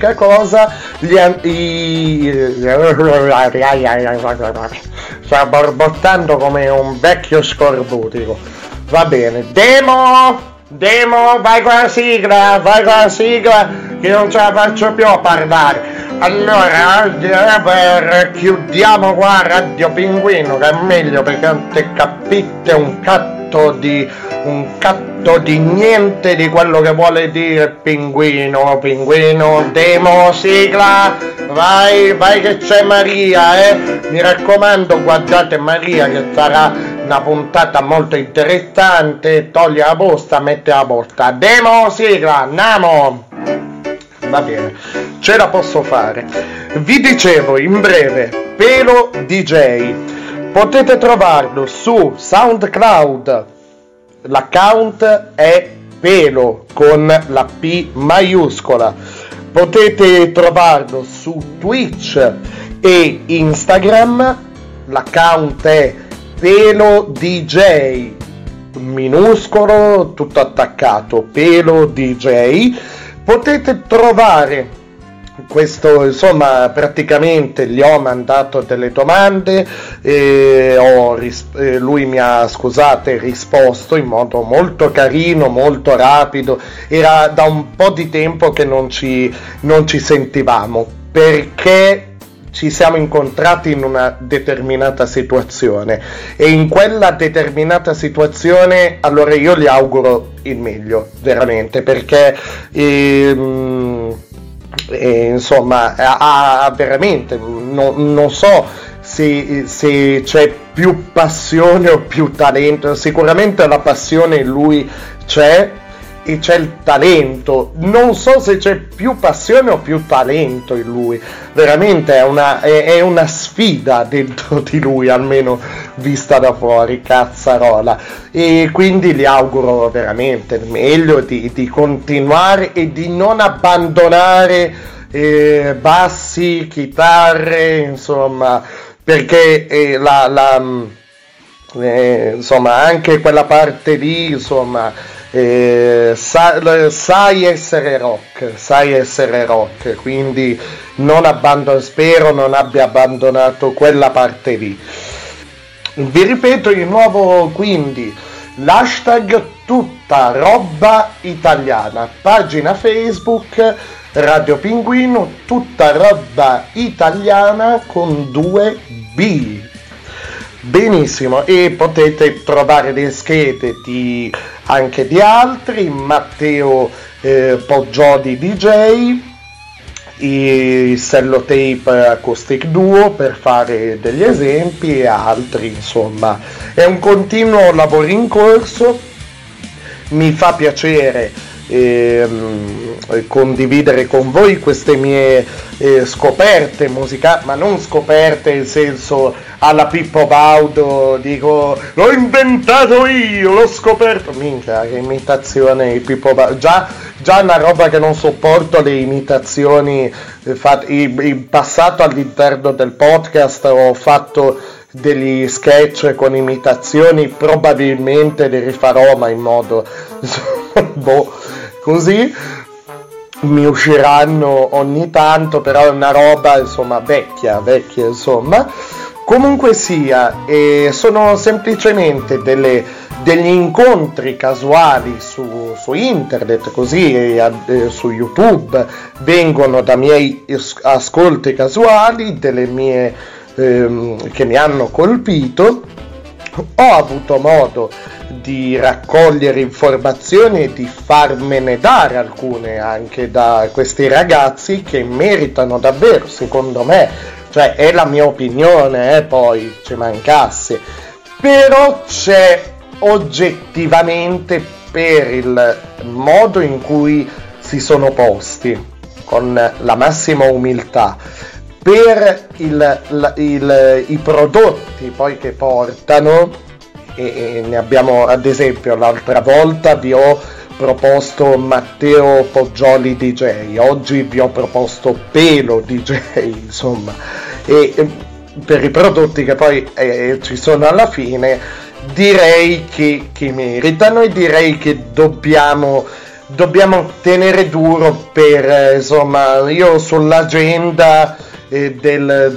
sta borbottando come un vecchio scorbutico. Va bene, Demo, vai con la sigla, che non ce la faccio più a parlare. Allora, chiudiamo qua Radio Pinguino, che è meglio perché non te capite un catto di niente di quello che vuole dire Pinguino, Demo, sigla, vai che c'è Maria, mi raccomando, guardate Maria che sarà una puntata molto interessante, toglie la posta, mette la porta, Demo, sigla, andiamo! Va bene, ce la posso fare. Vi dicevo in breve, Pelo DJ, potete trovarlo su SoundCloud, l'account è Pelo con la P maiuscola, potete trovarlo su Twitch e Instagram, l'account è Pelo DJ minuscolo, tutto attaccato, Pelo DJ. Potete trovare questo, insomma, praticamente gli ho mandato delle domande lui mi ha, risposto in modo molto carino, molto rapido. Era da un po' di tempo che non ci sentivamo, perché ci siamo incontrati in una determinata situazione, e in quella determinata situazione allora io gli auguro il meglio, veramente, perché insomma veramente non so se c'è più passione o più talento. Sicuramente la passione in lui c'è, e c'è il talento. Non so se c'è più passione o più talento in lui. Veramente è una sfida dentro di lui, almeno vista da fuori, cazzarola. E quindi gli auguro veramente il meglio, di continuare e di non abbandonare bassi, chitarre, insomma, perché insomma, anche quella parte lì, insomma, sai essere rock, quindi spero non abbia abbandonato quella parte lì. Vi ripeto di nuovo, quindi l'hashtag tutta roba italiana, pagina Facebook Radio Pinguino, tutta roba italiana con 2B. Benissimo, e potete trovare le schede anche di altri, Matteo Poggioli DJ, i Sellotape Acoustic Duo, per fare degli esempi, e altri. Insomma, è un continuo lavoro in corso. Mi fa piacere condividere con voi queste mie scoperte musicali, ma non scoperte nel senso alla Pippo Baudo, dico l'ho inventato io, l'ho scoperto. Minchia, che imitazione di Pippo Baudo, già una roba che non sopporto, le imitazioni fatte. In passato all'interno del podcast ho fatto degli sketch con imitazioni, probabilmente li rifarò, ma in modo così mi usciranno ogni tanto, però è una roba, insomma, vecchia, insomma. Comunque sia, sono semplicemente degli incontri casuali su internet, così, su YouTube, vengono da miei ascolti casuali, delle mie che mi hanno colpito. Ho avuto modo di raccogliere informazioni e di farmene dare alcune anche da questi ragazzi, che meritano davvero, secondo me, cioè è la mia opinione, poi ci mancasse, però c'è oggettivamente, per il modo in cui si sono posti, con la massima umiltà, per i prodotti poi che portano, e ne abbiamo, ad esempio, l'altra volta vi ho proposto Matteo Poggioli DJ, oggi vi ho proposto Pelo DJ, insomma, e per i prodotti che poi ci sono alla fine, direi che meritano, e direi che dobbiamo tenere duro per, insomma, io sull'agenda del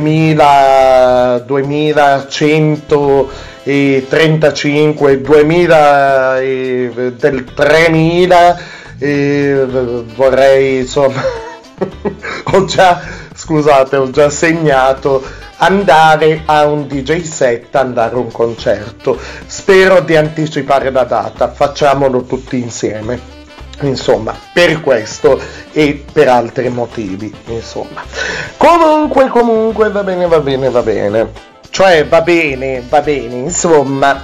2135, 2000 del 3000, vorrei, insomma, ho già segnato andare a un DJ set, andare a un concerto. Spero di anticipare la data, facciamolo tutti insieme. Insomma, per questo e per altri motivi, insomma. Comunque, va bene. Cioè, va bene, insomma.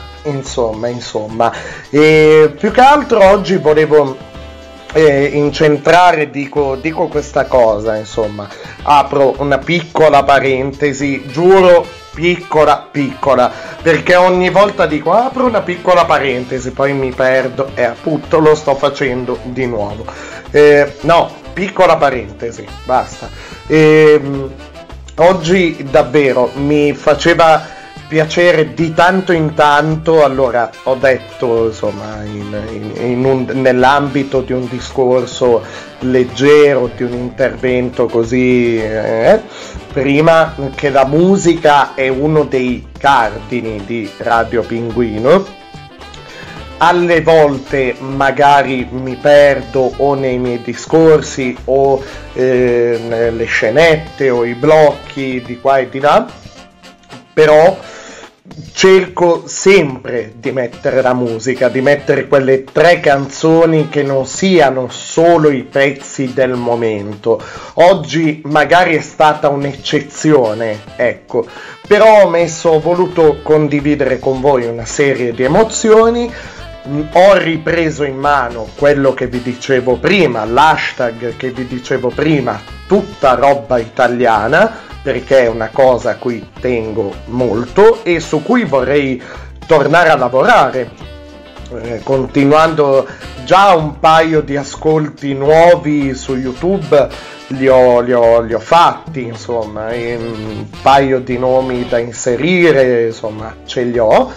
E più che altro oggi volevo incentrare, dico questa cosa, insomma. Apro una piccola parentesi, giuro, piccola, perché ogni volta dico apro una piccola parentesi, poi mi perdo e appunto lo sto facendo di nuovo. No, piccola parentesi, basta. Oggi davvero mi faceva piacere di tanto in tanto, allora ho detto insomma nell'ambito di un discorso leggero, di un intervento così, prima, che la musica è uno dei cardini di Radio Pinguino. Alle volte magari mi perdo o nei miei discorsi o nelle scenette o i blocchi di qua e di là, però cerco sempre di mettere la musica, di mettere quelle 3 canzoni che non siano solo i pezzi del momento. Oggi magari è stata un'eccezione, ecco, però ho voluto condividere con voi una serie di emozioni. Ho ripreso in mano quello che vi dicevo prima, l'hashtag che vi dicevo prima, tutta roba italiana, perché è una cosa a cui tengo molto e su cui vorrei tornare a lavorare, continuando. Già un paio di ascolti nuovi su YouTube li ho fatti, insomma, un paio di nomi da inserire, insomma, ce li ho.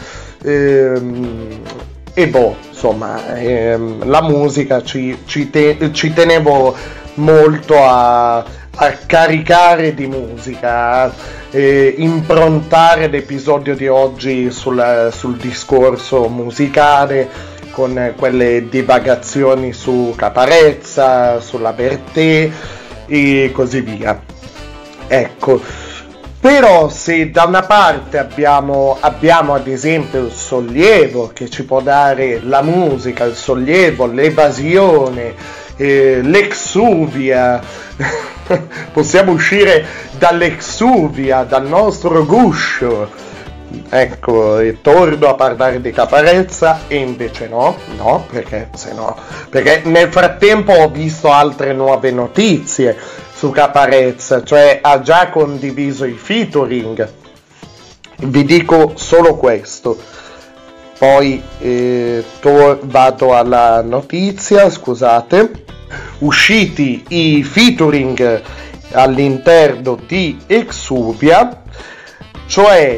E insomma, la musica ci tenevo molto a caricare di musica, improntare l'episodio di oggi sul discorso musicale, con quelle divagazioni su Caparezza, sulla Bertè e così via. Ecco. Però se da una parte abbiamo ad esempio il sollievo che ci può dare la musica, il sollievo, l'evasione, l'exuvia, possiamo uscire dall'exuvia, dal nostro guscio, ecco, e torno a parlare di Caparezza e invece no, perché nel frattempo ho visto altre nuove notizie su Caparezza, cioè ha già condiviso i featuring. Vi dico solo questo, poi vado alla notizia, scusate. Usciti i featuring all'interno di Exuvia, cioè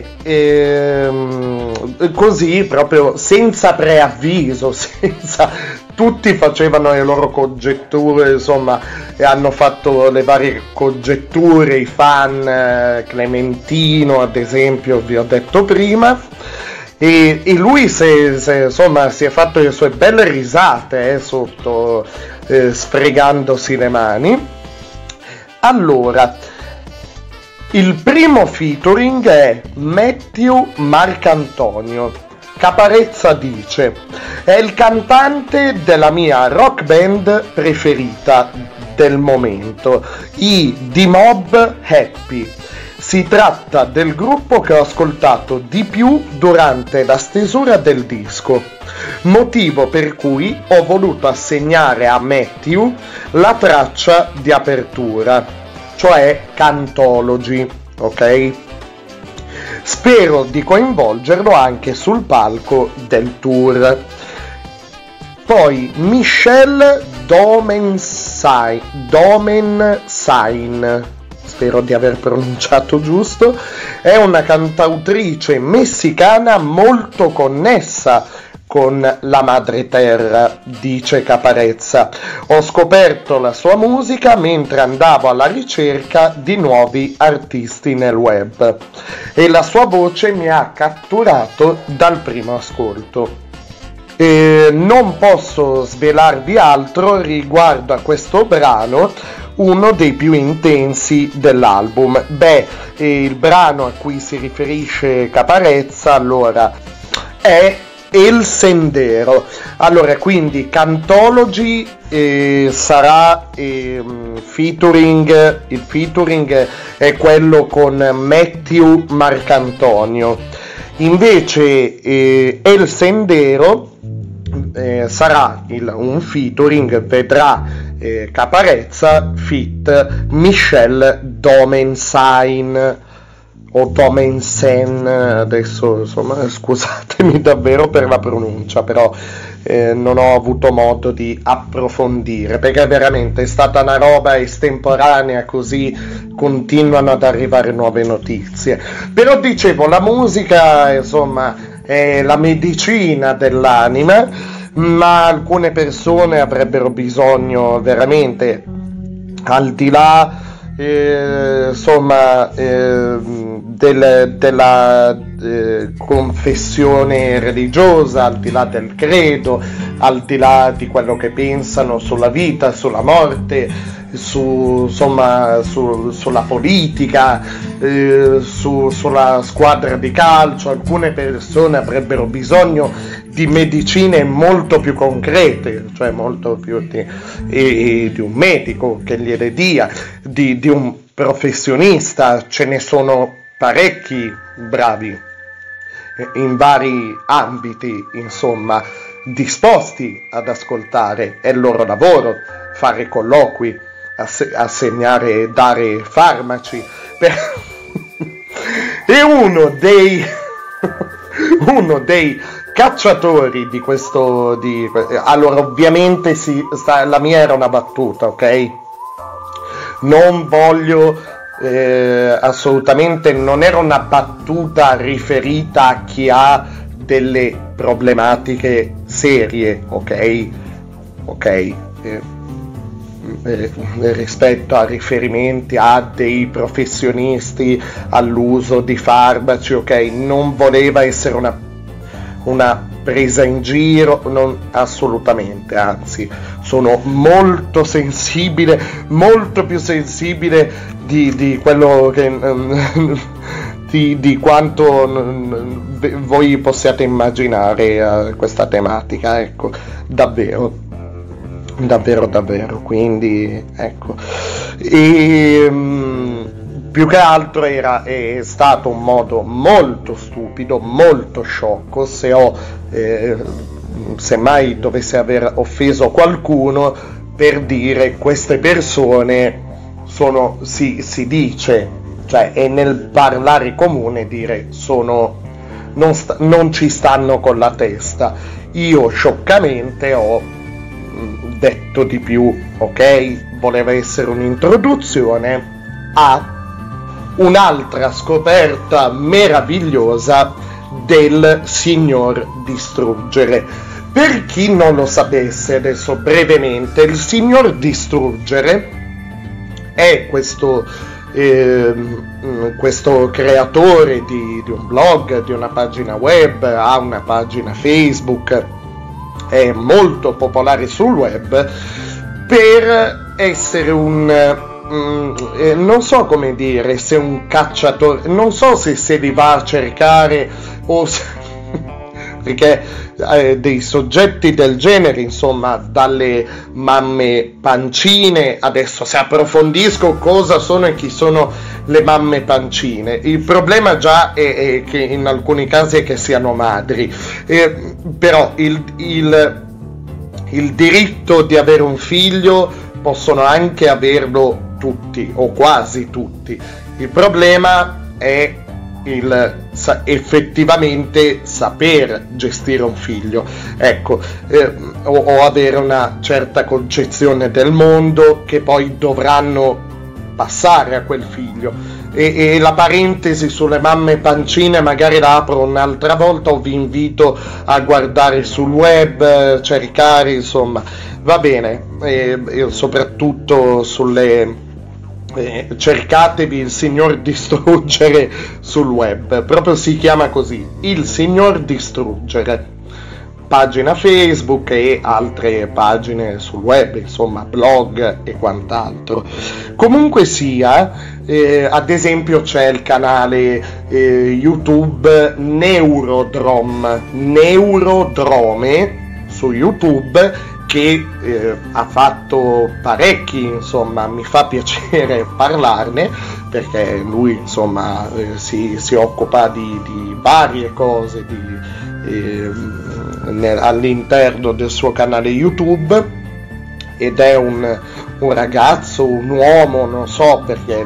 così proprio senza preavviso, tutti facevano le loro congetture, insomma, e hanno fatto le varie congetture, i fan, Clementino ad esempio, vi ho detto prima, e lui insomma, si è fatto le sue belle risate sotto, sfregandosi le mani. Allora, il primo featuring è Matthew Marcantonio. Caparezza dice: è il cantante della mia rock band preferita del momento, i D-Mob Happy. Si tratta del gruppo che ho ascoltato di più durante la stesura del disco, motivo per cui ho voluto assegnare a Matthew la traccia di apertura, cioè Cantology, ok? Spero di coinvolgerlo anche sul palco del tour. Poi Michelle Domensain, spero di aver pronunciato giusto, è una cantautrice messicana molto connessa con la madre terra, dice Caparezza. Ho scoperto la sua musica mentre andavo alla ricerca di nuovi artisti nel web e la sua voce mi ha catturato dal primo ascolto. Non posso svelarvi altro riguardo a questo brano, uno dei più intensi dell'album. Il brano a cui si riferisce Caparezza, allora, è El Sendero. Allora, quindi Cantology sarà featuring, il featuring è quello con Matthew Marcantonio. Invece El Sendero sarà un featuring, vedrà Caparezza feat Michelle Domensain, o Tomensen, adesso insomma scusatemi davvero per la pronuncia, però non ho avuto modo di approfondire, perché veramente è stata una roba estemporanea, così continuano ad arrivare nuove notizie. Però dicevo, la musica insomma è la medicina dell'anima, ma alcune persone avrebbero bisogno veramente, al di là insomma della confessione religiosa, al di là del credo, al di là di quello che pensano sulla vita, sulla morte, sulla politica, sulla squadra di calcio, alcune persone avrebbero bisogno di medicine molto più concrete, cioè molto più di un medico che gliele dia, di un professionista. Ce ne sono parecchi bravi in vari ambiti, insomma, disposti ad ascoltare, è il loro lavoro, fare colloqui, assegnare, dare farmaci. E uno dei cacciatori di questo, allora ovviamente la mia era una battuta, ok? Non voglio assolutamente, non era una battuta riferita a chi ha delle problematiche serie, ok? Rispetto a riferimenti a dei professionisti, all'uso di farmaci, ok? Non voleva essere una presa in giro, non, assolutamente, anzi sono molto sensibile, molto più sensibile di quello che di quanto voi possiate immaginare questa tematica, ecco, davvero, quindi ecco. Più che altro è stato un modo molto stupido, molto sciocco, se mai dovesse aver offeso qualcuno, per dire queste persone si dice, cioè è nel parlare comune dire non ci stanno con la testa. Io scioccamente ho detto di più, ok? Voleva essere un'introduzione a un'altra scoperta meravigliosa del signor Distruggere. Per chi non lo sapesse, adesso brevemente, il signor Distruggere è questo creatore di un blog, di una pagina web, ha una pagina Facebook, è molto popolare sul web per essere non so come dire, se un cacciatore, non so se li va a cercare o se, perché dei soggetti del genere, insomma, dalle mamme pancine, adesso se approfondisco cosa sono e chi sono le mamme pancine, il problema già è che in alcuni casi è che siano madri, però il diritto di avere un figlio possono anche averlo tutti o quasi tutti. Il problema è effettivamente saper gestire un figlio, ecco, o avere una certa concezione del mondo che poi dovranno passare a quel figlio. E la parentesi sulle mamme pancine magari la apro un'altra volta, o vi invito a guardare sul web, cercare, insomma, va bene, soprattutto cercatevi il signor Distruggere sul web, proprio si chiama così, il signor Distruggere, pagina Facebook e altre pagine sul web, insomma blog e quant'altro. Comunque sia, ad esempio c'è il canale YouTube Neurodrome su YouTube, che ha fatto parecchi, insomma, mi fa piacere parlarne, perché lui, insomma, si occupa di varie cose all'interno del suo canale YouTube, ed è un un ragazzo, un uomo, non so, perché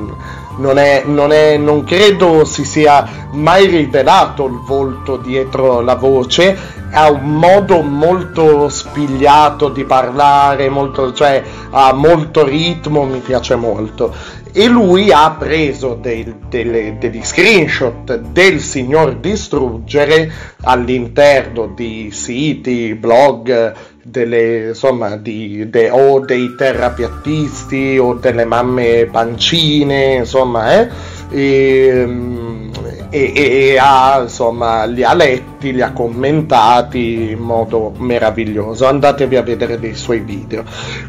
non credo si sia mai rivelato il volto dietro la voce. Ha un modo molto spigliato di parlare, ha molto ritmo, mi piace molto. E lui ha preso degli screenshot del Signor Distruggere all'interno di siti, blog, o dei terrapiattisti o delle mamme pancine, insomma, e li ha letti, li ha commentati in modo meraviglioso. Andatevi a vedere dei suoi video.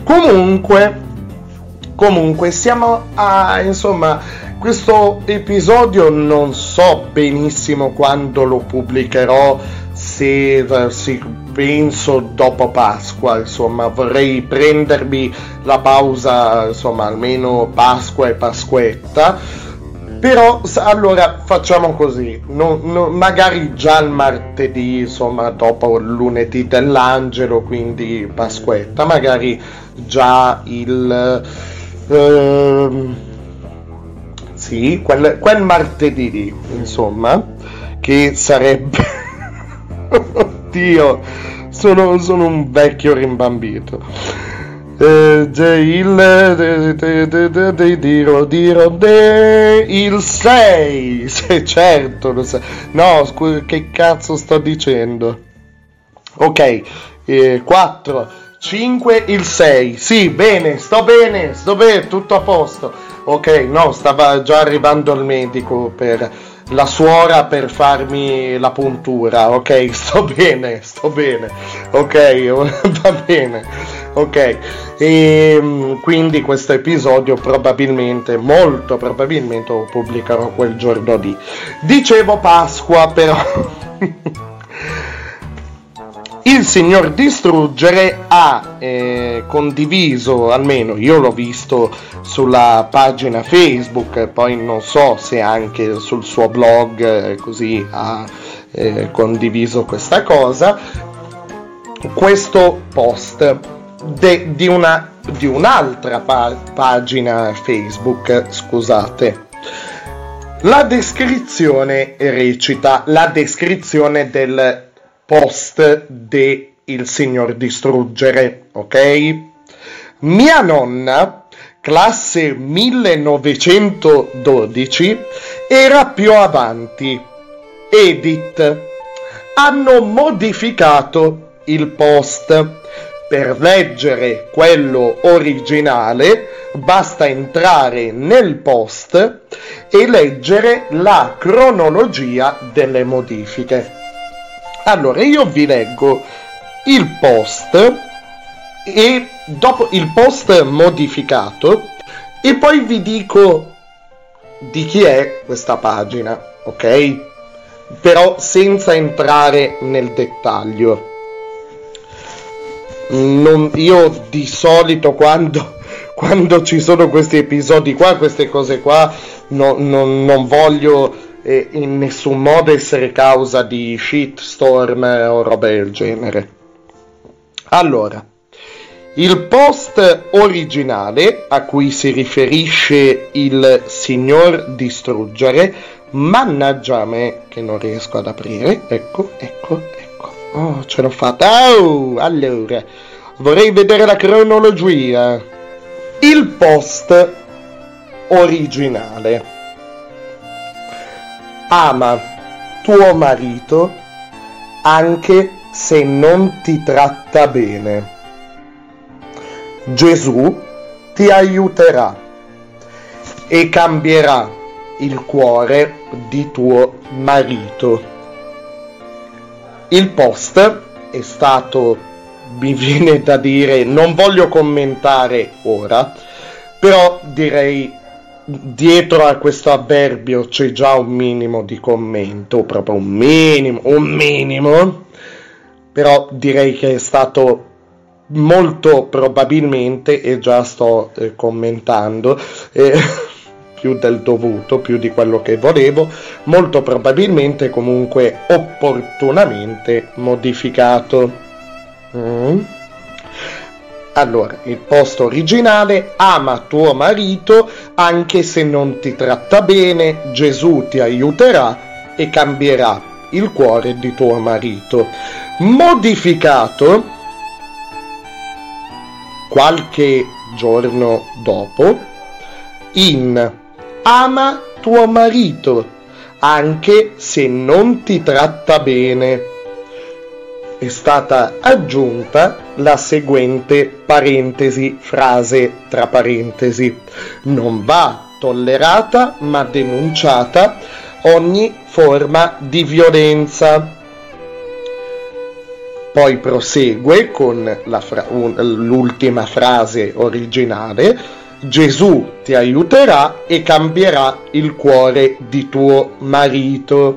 Comunque siamo questo episodio non so benissimo quando lo pubblicherò, se penso dopo Pasqua, vorrei prendermi la pausa, almeno Pasqua e Pasquetta. Però allora facciamo così, magari già il martedì, dopo il lunedì dell'angelo, quindi Pasquetta, magari già quel martedì lì, che sarebbe oddio, sono un vecchio rimbambito. Il 6, certo, lo sai. No, che cazzo sto dicendo? Ok, 4, 5, il 6. Sì, bene, sto bene, tutto a posto. Ok, no, stava già arrivando il medico per la suora per farmi la puntura. Ok, sto bene. Ok, va bene. Ok, e quindi questo episodio molto probabilmente lo pubblicherò quel giorno lì. Dicevo Pasqua, però. Il Signor Distruggere ha condiviso, almeno io l'ho visto sulla pagina Facebook, poi non so se anche sul suo blog così ha condiviso questa cosa, questo post di un'altra pagina Facebook, scusate. La descrizione recita, la descrizione del post de Il Signor Distruggere, ok? Mia nonna, classe 1912, era più avanti. Edit. Hanno modificato il post. Per leggere quello originale basta entrare nel post e leggere la cronologia delle modifiche. Allora, io vi leggo il post e dopo il post modificato e poi vi dico di chi è questa pagina, ok? Però senza entrare nel dettaglio. Io di solito quando ci sono questi episodi qua, queste cose qua, non voglio in nessun modo essere causa di shitstorm o roba del genere. Allora, il post originale a cui si riferisce il Signor Distruggere, mannaggia a me che non riesco ad aprire, ecco. Oh, ce l'ho fatta. Oh, allora, vorrei vedere la cronologia. Il post originale. Ama tuo marito anche se non ti tratta bene. Gesù ti aiuterà e cambierà il cuore di tuo marito. Il post è stato, mi viene da dire, non voglio commentare ora, però direi dietro a questo avverbio c'è già un minimo di commento, proprio un minimo, però direi che è stato molto probabilmente, e già sto commentando, più del dovuto, più di quello che volevo, molto probabilmente comunque opportunamente modificato. Allora, il post originale: ama tuo marito anche se non ti tratta bene, Gesù ti aiuterà e cambierà il cuore di tuo marito. Modificato qualche giorno dopo in: ama tuo marito anche se non ti tratta bene. È stata aggiunta la seguente parentesi, frase tra parentesi: non va tollerata ma denunciata ogni forma di violenza. Poi prosegue con l'ultima frase originale: Gesù ti aiuterà e cambierà il cuore di tuo marito.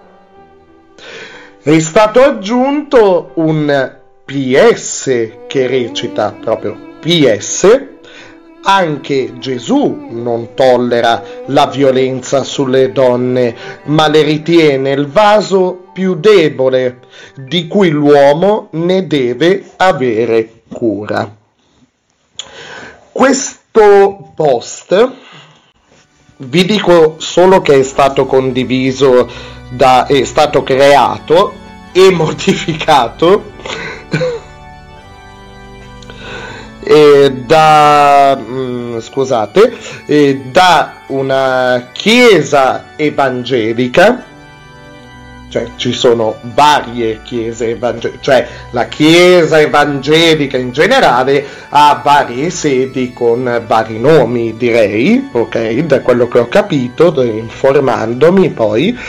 È stato aggiunto un PS che recita proprio PS: anche Gesù non tollera la violenza sulle donne, ma le ritiene il vaso più debole di cui l'uomo ne deve avere cura. Questo post vi dico solo che è stato condiviso è stato creato e modificato da una chiesa evangelica, cioè ci sono varie chiese evangeliche, cioè la chiesa evangelica in generale ha varie sedi con vari nomi, direi, ok, da quello che ho capito, informandomi poi,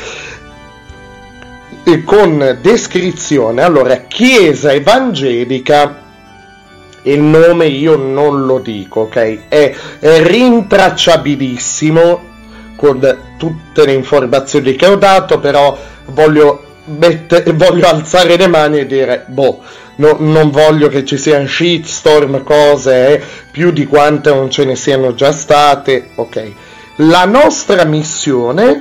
e con descrizione. Allora, chiesa evangelica, il nome io non lo dico, ok, è rintracciabilissimo con tutte le informazioni che ho dato, però voglio alzare le mani e dire non voglio che ci sia un shitstorm, cose più di quante non ce ne siano già state, ok. La nostra missione,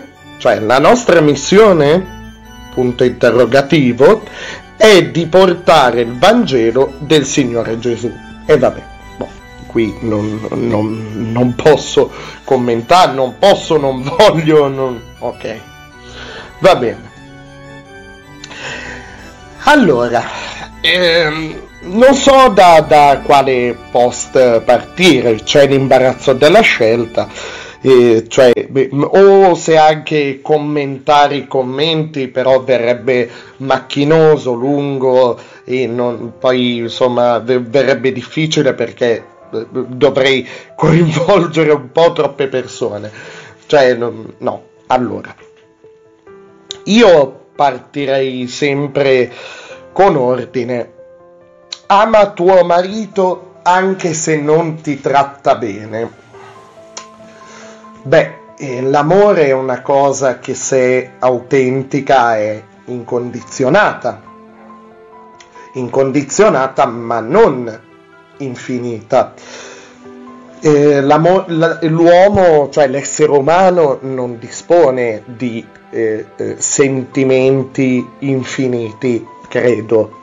punto interrogativo, è di portare il Vangelo del Signore Gesù. E vabbè, qui non posso commentare, non voglio, ok, va bene. Allora, non so da quale post partire, c'è l'imbarazzo della scelta, o se anche commentare i commenti, però verrebbe macchinoso, lungo, e poi insomma verrebbe difficile perché dovrei coinvolgere un po' troppe persone, no. Allora, io partirei sempre con ordine: ama tuo marito anche se non ti tratta bene. L'amore è una cosa che, se autentica, è incondizionata ma non infinita. L'uomo, cioè l'essere umano, non dispone di sentimenti infiniti, credo.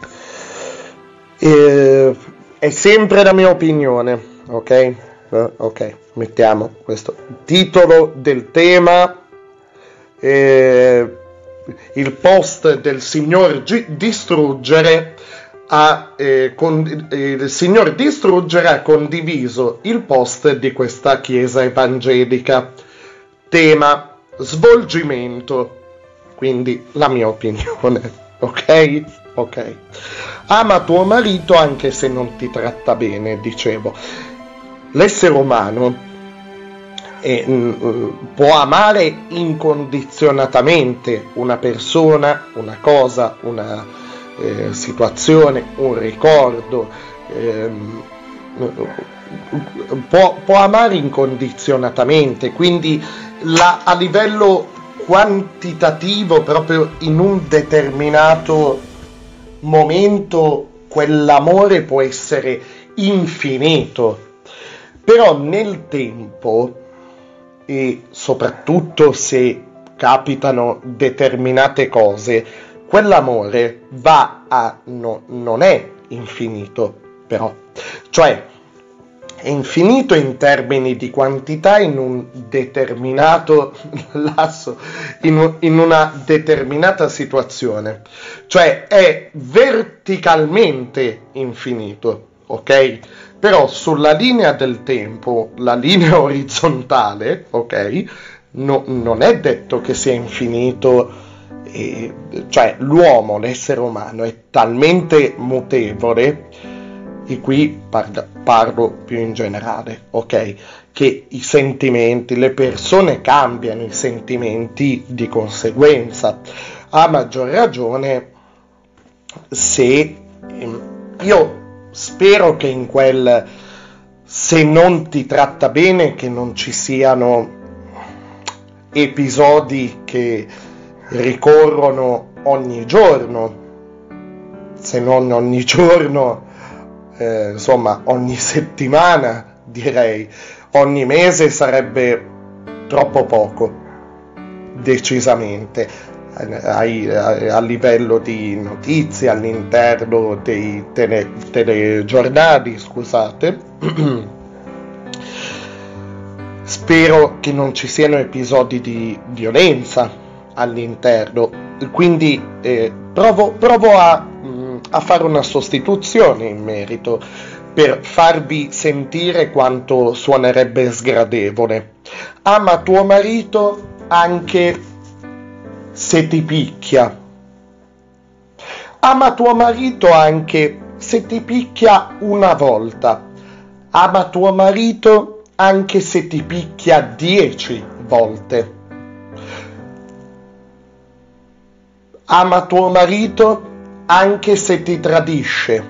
È sempre la mia opinione, ok? Ok, mettiamo questo titolo del tema. Il post del signor Distruggere il signor Distruggere ha condiviso il post di questa chiesa evangelica. Tema: svolgimento, quindi la mia opinione, ok? Ama tuo marito anche se non ti tratta bene, dicevo. L'essere umano può amare incondizionatamente una persona, una cosa, una situazione, un ricordo, può amare incondizionatamente, quindi a livello quantitativo, proprio in un determinato momento, quell'amore può essere infinito. Però nel tempo, e soprattutto se capitano determinate cose, quell'amore non è infinito, però, cioè è infinito in termini di quantità in un determinato lasso, in una determinata situazione, cioè è verticalmente infinito, ok? Però sulla linea del tempo, la linea orizzontale, ok? Non è detto che sia infinito, cioè l'uomo, l'essere umano è talmente mutevole, e qui parlo più in generale, ok? Che i sentimenti, le persone cambiano i sentimenti di conseguenza. A maggior ragione se io spero che in quel se non ti tratta bene che non ci siano episodi che ricorrono ogni giorno, se non ogni giorno, insomma ogni settimana, direi. Ogni mese sarebbe troppo poco, decisamente, a livello di notizie all'interno dei telegiornali, scusate. Spero che non ci siano episodi di violenza all'interno, quindi provo a fare una sostituzione in merito per farvi sentire quanto suonerebbe sgradevole. Ama tuo marito anche se ti picchia. Ama tuo marito anche se ti picchia una volta. Ama tuo marito anche se ti picchia 10 volte. Ama tuo marito anche se ti tradisce.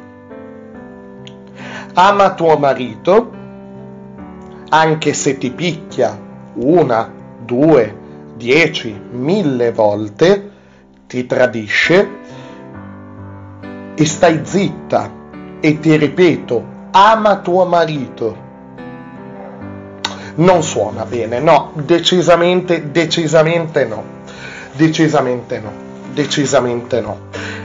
Ama tuo marito anche se ti picchia 1, 2, 10, 1000 volte, ti tradisce, e stai zitta e ti ripeto, ama tuo marito. Non suona bene, no, decisamente no.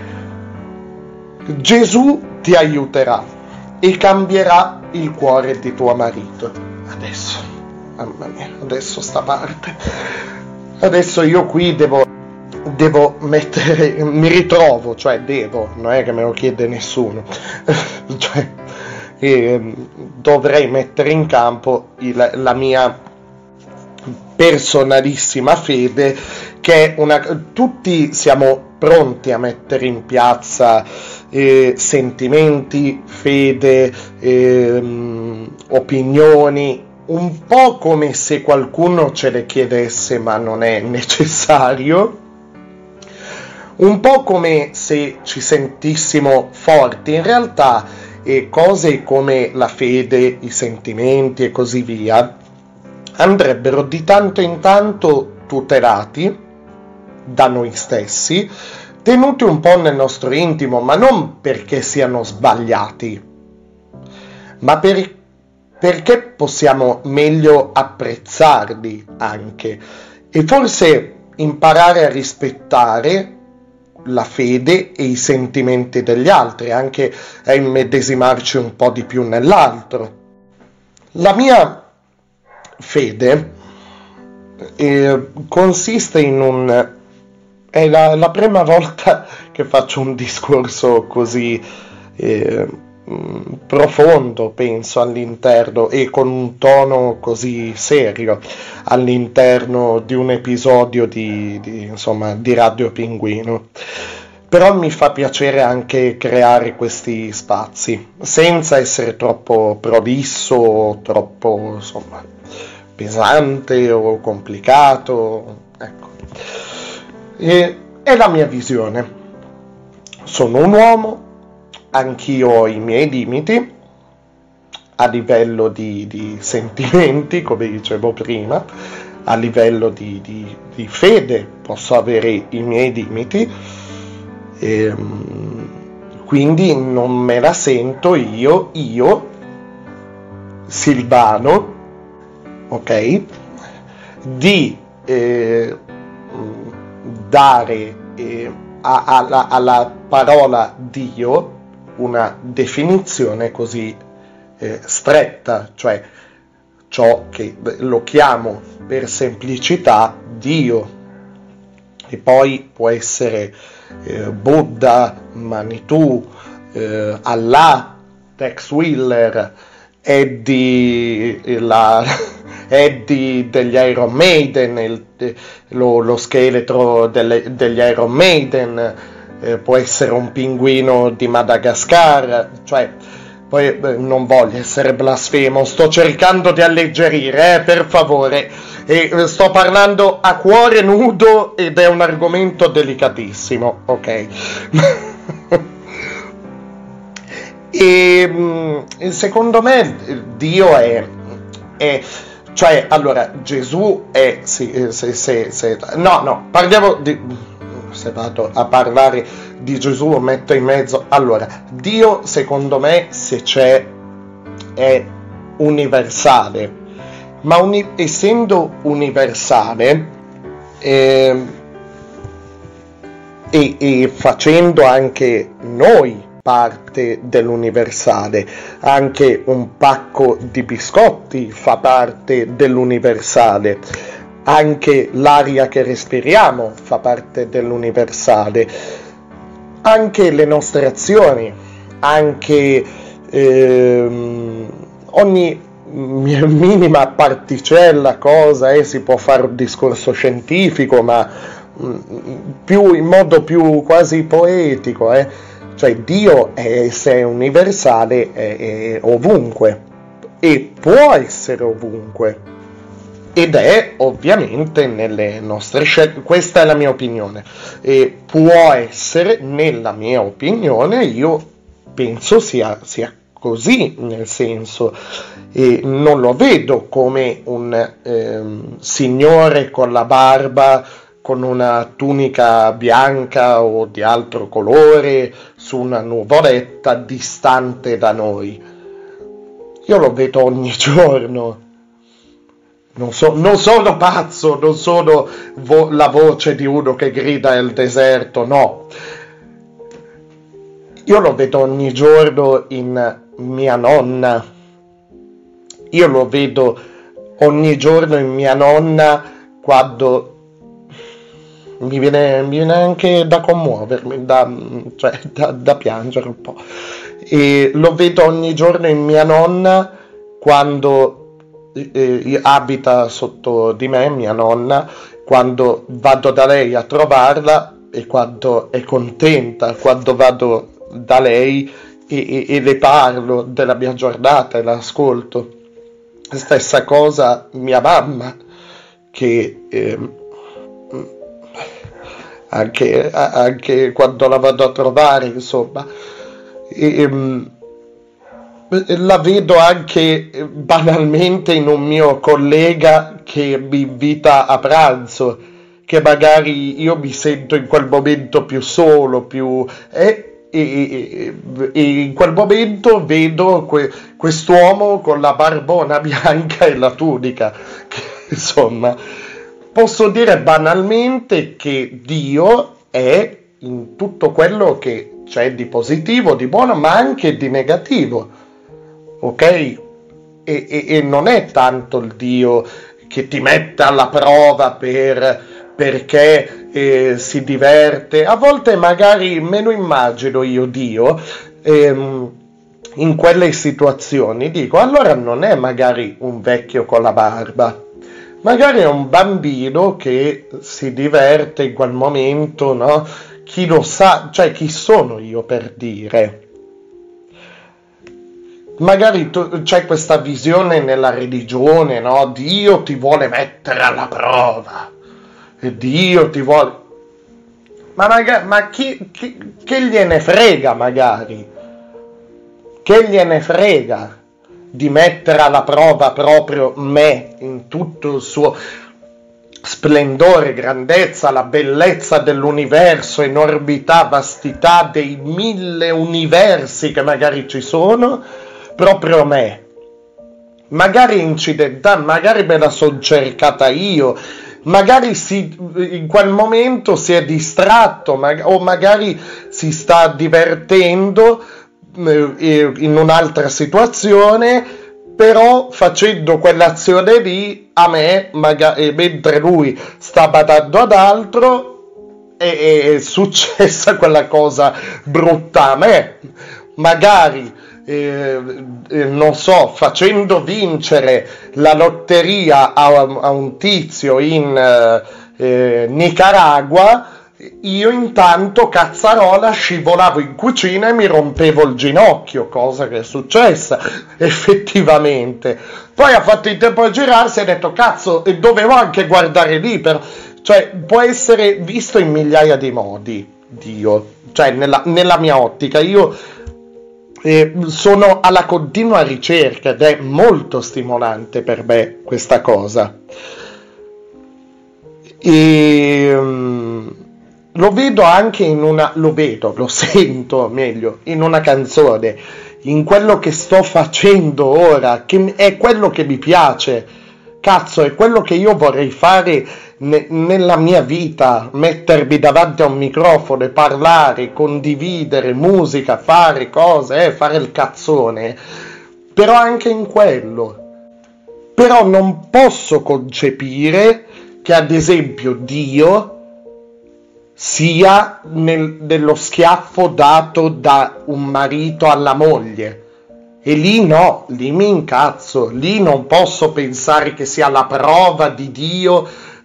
Gesù ti aiuterà e cambierà il cuore di tuo marito. Adesso, mamma mia, adesso sta parte. Adesso io qui devo mettere, mi ritrovo, cioè devo, non è che me lo chiede nessuno, cioè dovrei mettere in campo la mia personalissima fede, che è tutti siamo pronti a mettere in piazza sentimenti, fede, opinioni, un po' come se qualcuno ce le chiedesse, ma non è necessario, un po' come se ci sentissimo forti. In realtà cose come la fede, i sentimenti e così via andrebbero di tanto in tanto tutelati da noi stessi, tenuti un po' nel nostro intimo, ma non perché siano sbagliati, ma perché possiamo meglio apprezzarli anche, e forse imparare a rispettare la fede e i sentimenti degli altri, anche a immedesimarci un po' di più nell'altro. La mia fede consiste in è la prima volta che faccio un discorso così profondo, penso, all'interno, e con un tono così serio all'interno di un episodio di Radio Pinguino. Però mi fa piacere anche creare questi spazi senza essere troppo prolisso o troppo pesante o complicato, ecco. È la mia visione. Sono un uomo, anch'io ho i miei limiti a livello di sentimenti, come dicevo prima, a livello di fede posso avere i miei limiti, quindi non me la sento io Silvano, ok, di dare alla parola Dio una definizione così stretta, cioè ciò che lo chiamo per semplicità Dio, e poi può essere Buddha, Manitou, Allah, Tex Willer, Eddie degli Iron Maiden, lo scheletro degli Iron Maiden, può essere un pinguino di Madagascar, cioè poi non voglio essere blasfemo, sto cercando di alleggerire, per favore, e sto parlando a cuore nudo ed è un argomento delicatissimo, ok? E secondo me Dio è cioè, allora, Gesù è parliamo di, se vado a parlare di Gesù metto in mezzo, allora, Dio secondo me, se c'è, è universale, ma essendo universale e facendo anche noi parte dell'universale, anche un pacco di biscotti fa parte dell'universale, anche l'aria che respiriamo fa parte dell'universale, anche le nostre azioni, anche ogni minima particella, cosa, si può fare un discorso scientifico, ma in modo più quasi poetico, cioè Dio se è universale è ovunque e può essere ovunque ed è ovviamente nelle nostre scelte. Questa è la mia opinione e può essere, nella mia opinione, io penso sia così, nel senso, non lo vedo come un signore con la barba, con una tunica bianca o di altro colore, su una nuvoletta distante da noi. Io lo vedo ogni giorno. Non sono pazzo, non sono la voce di uno che grida nel deserto, no. Io lo vedo ogni giorno in mia nonna. Io lo vedo ogni giorno in mia nonna quando mi viene anche da commuovermi, da piangere un po'. E lo vedo ogni giorno in mia nonna quando abita sotto di me, mia nonna, quando vado da lei a trovarla e quando è contenta, quando vado da lei e le parlo della mia giornata e l'ascolto. Stessa cosa mia mamma, che anche quando la vado a trovare, insomma, la vedo anche banalmente in un mio collega che mi invita a pranzo, che magari io mi sento in quel momento più solo, e in quel momento vedo quest'uomo con la barbona bianca e la tunica, che, insomma, posso dire banalmente che Dio è in tutto quello che c'è di positivo, di buono, ma anche di negativo, ok? E non è tanto il Dio che ti mette alla prova perché si diverte. A volte magari me lo immagino io Dio in quelle situazioni, dico, allora non è magari un vecchio con la barba, magari è un bambino che si diverte in quel momento, no? Chi lo sa, cioè chi sono io per dire? Magari c'è questa visione nella religione, no? Dio ti vuole mettere alla prova, e Dio ti vuole... Ma che gliene frega magari? Che gliene frega di mettere alla prova proprio me in tutto il suo splendore, grandezza, la bellezza dell'universo, enormità, vastità dei 1000 universi che magari ci sono, proprio me. Magari incidentale, magari me la son cercata io, magari in quel momento si è distratto, o magari si sta divertendo in un'altra situazione, però facendo quell'azione lì a me, mentre lui sta badando ad altro, è successa quella cosa brutta a me. Magari non so, facendo vincere la lotteria a un tizio in Nicaragua, io intanto cazzarola scivolavo in cucina e mi rompevo il ginocchio, cosa che è successa effettivamente. Poi ha fatto in tempo a girarsi e ha detto cazzo, e dovevo anche guardare lì, cioè può essere visto in migliaia di modi Dio, cioè nella mia ottica io sono alla continua ricerca ed è molto stimolante per me questa cosa. Lo vedo anche lo sento meglio in una canzone, in quello che sto facendo ora, che è quello che mi piace, cazzo, è quello che io vorrei fare nella mia vita, mettermi davanti a un microfono e parlare, condividere musica, fare cose, fare il cazzone, però anche in quello. Però non posso concepire che ad esempio Dio sia nello schiaffo dato da un marito alla moglie, e lì no, lì mi incazzo, lì non posso pensare che sia la prova di Dio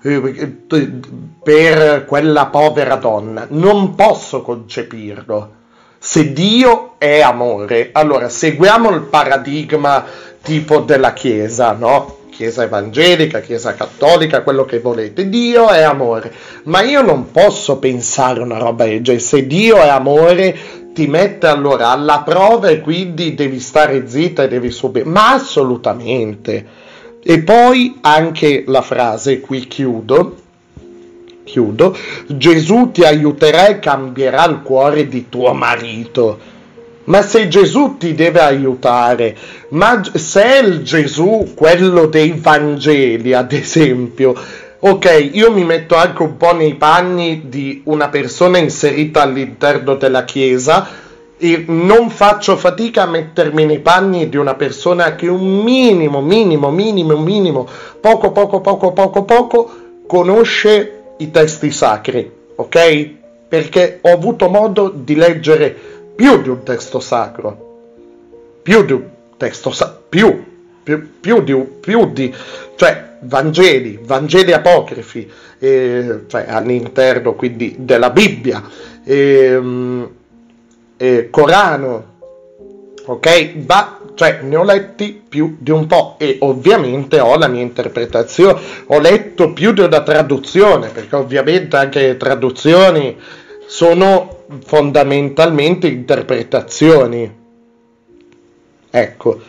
per quella povera donna, non posso concepirlo. Se Dio è amore, allora seguiamo il paradigma tipo della Chiesa, no? Chiesa evangelica, Chiesa cattolica, quello che volete, Dio è amore, ma io non posso pensare una roba del genere. Se Dio è amore ti mette allora alla prova e quindi devi stare zitta e devi subire, ma assolutamente. E poi anche la frase, qui chiudo, Gesù ti aiuterà e cambierà il cuore di tuo marito. Ma se Gesù ti deve aiutare, ma se è il Gesù quello dei Vangeli, ad esempio, ok, io mi metto anche un po' nei panni di una persona inserita all'interno della Chiesa e non faccio fatica a mettermi nei panni di una persona che un minimo, poco conosce i testi sacri, ok? Perché ho avuto modo di leggere più di un testo sacro, cioè Vangeli apocrifi, cioè all'interno quindi della Bibbia, Corano, ok? Cioè ne ho letti più di un po' e ovviamente ho la mia interpretazione, ho letto più di una traduzione, perché ovviamente anche le traduzioni sono fondamentalmente interpretazioni, ecco.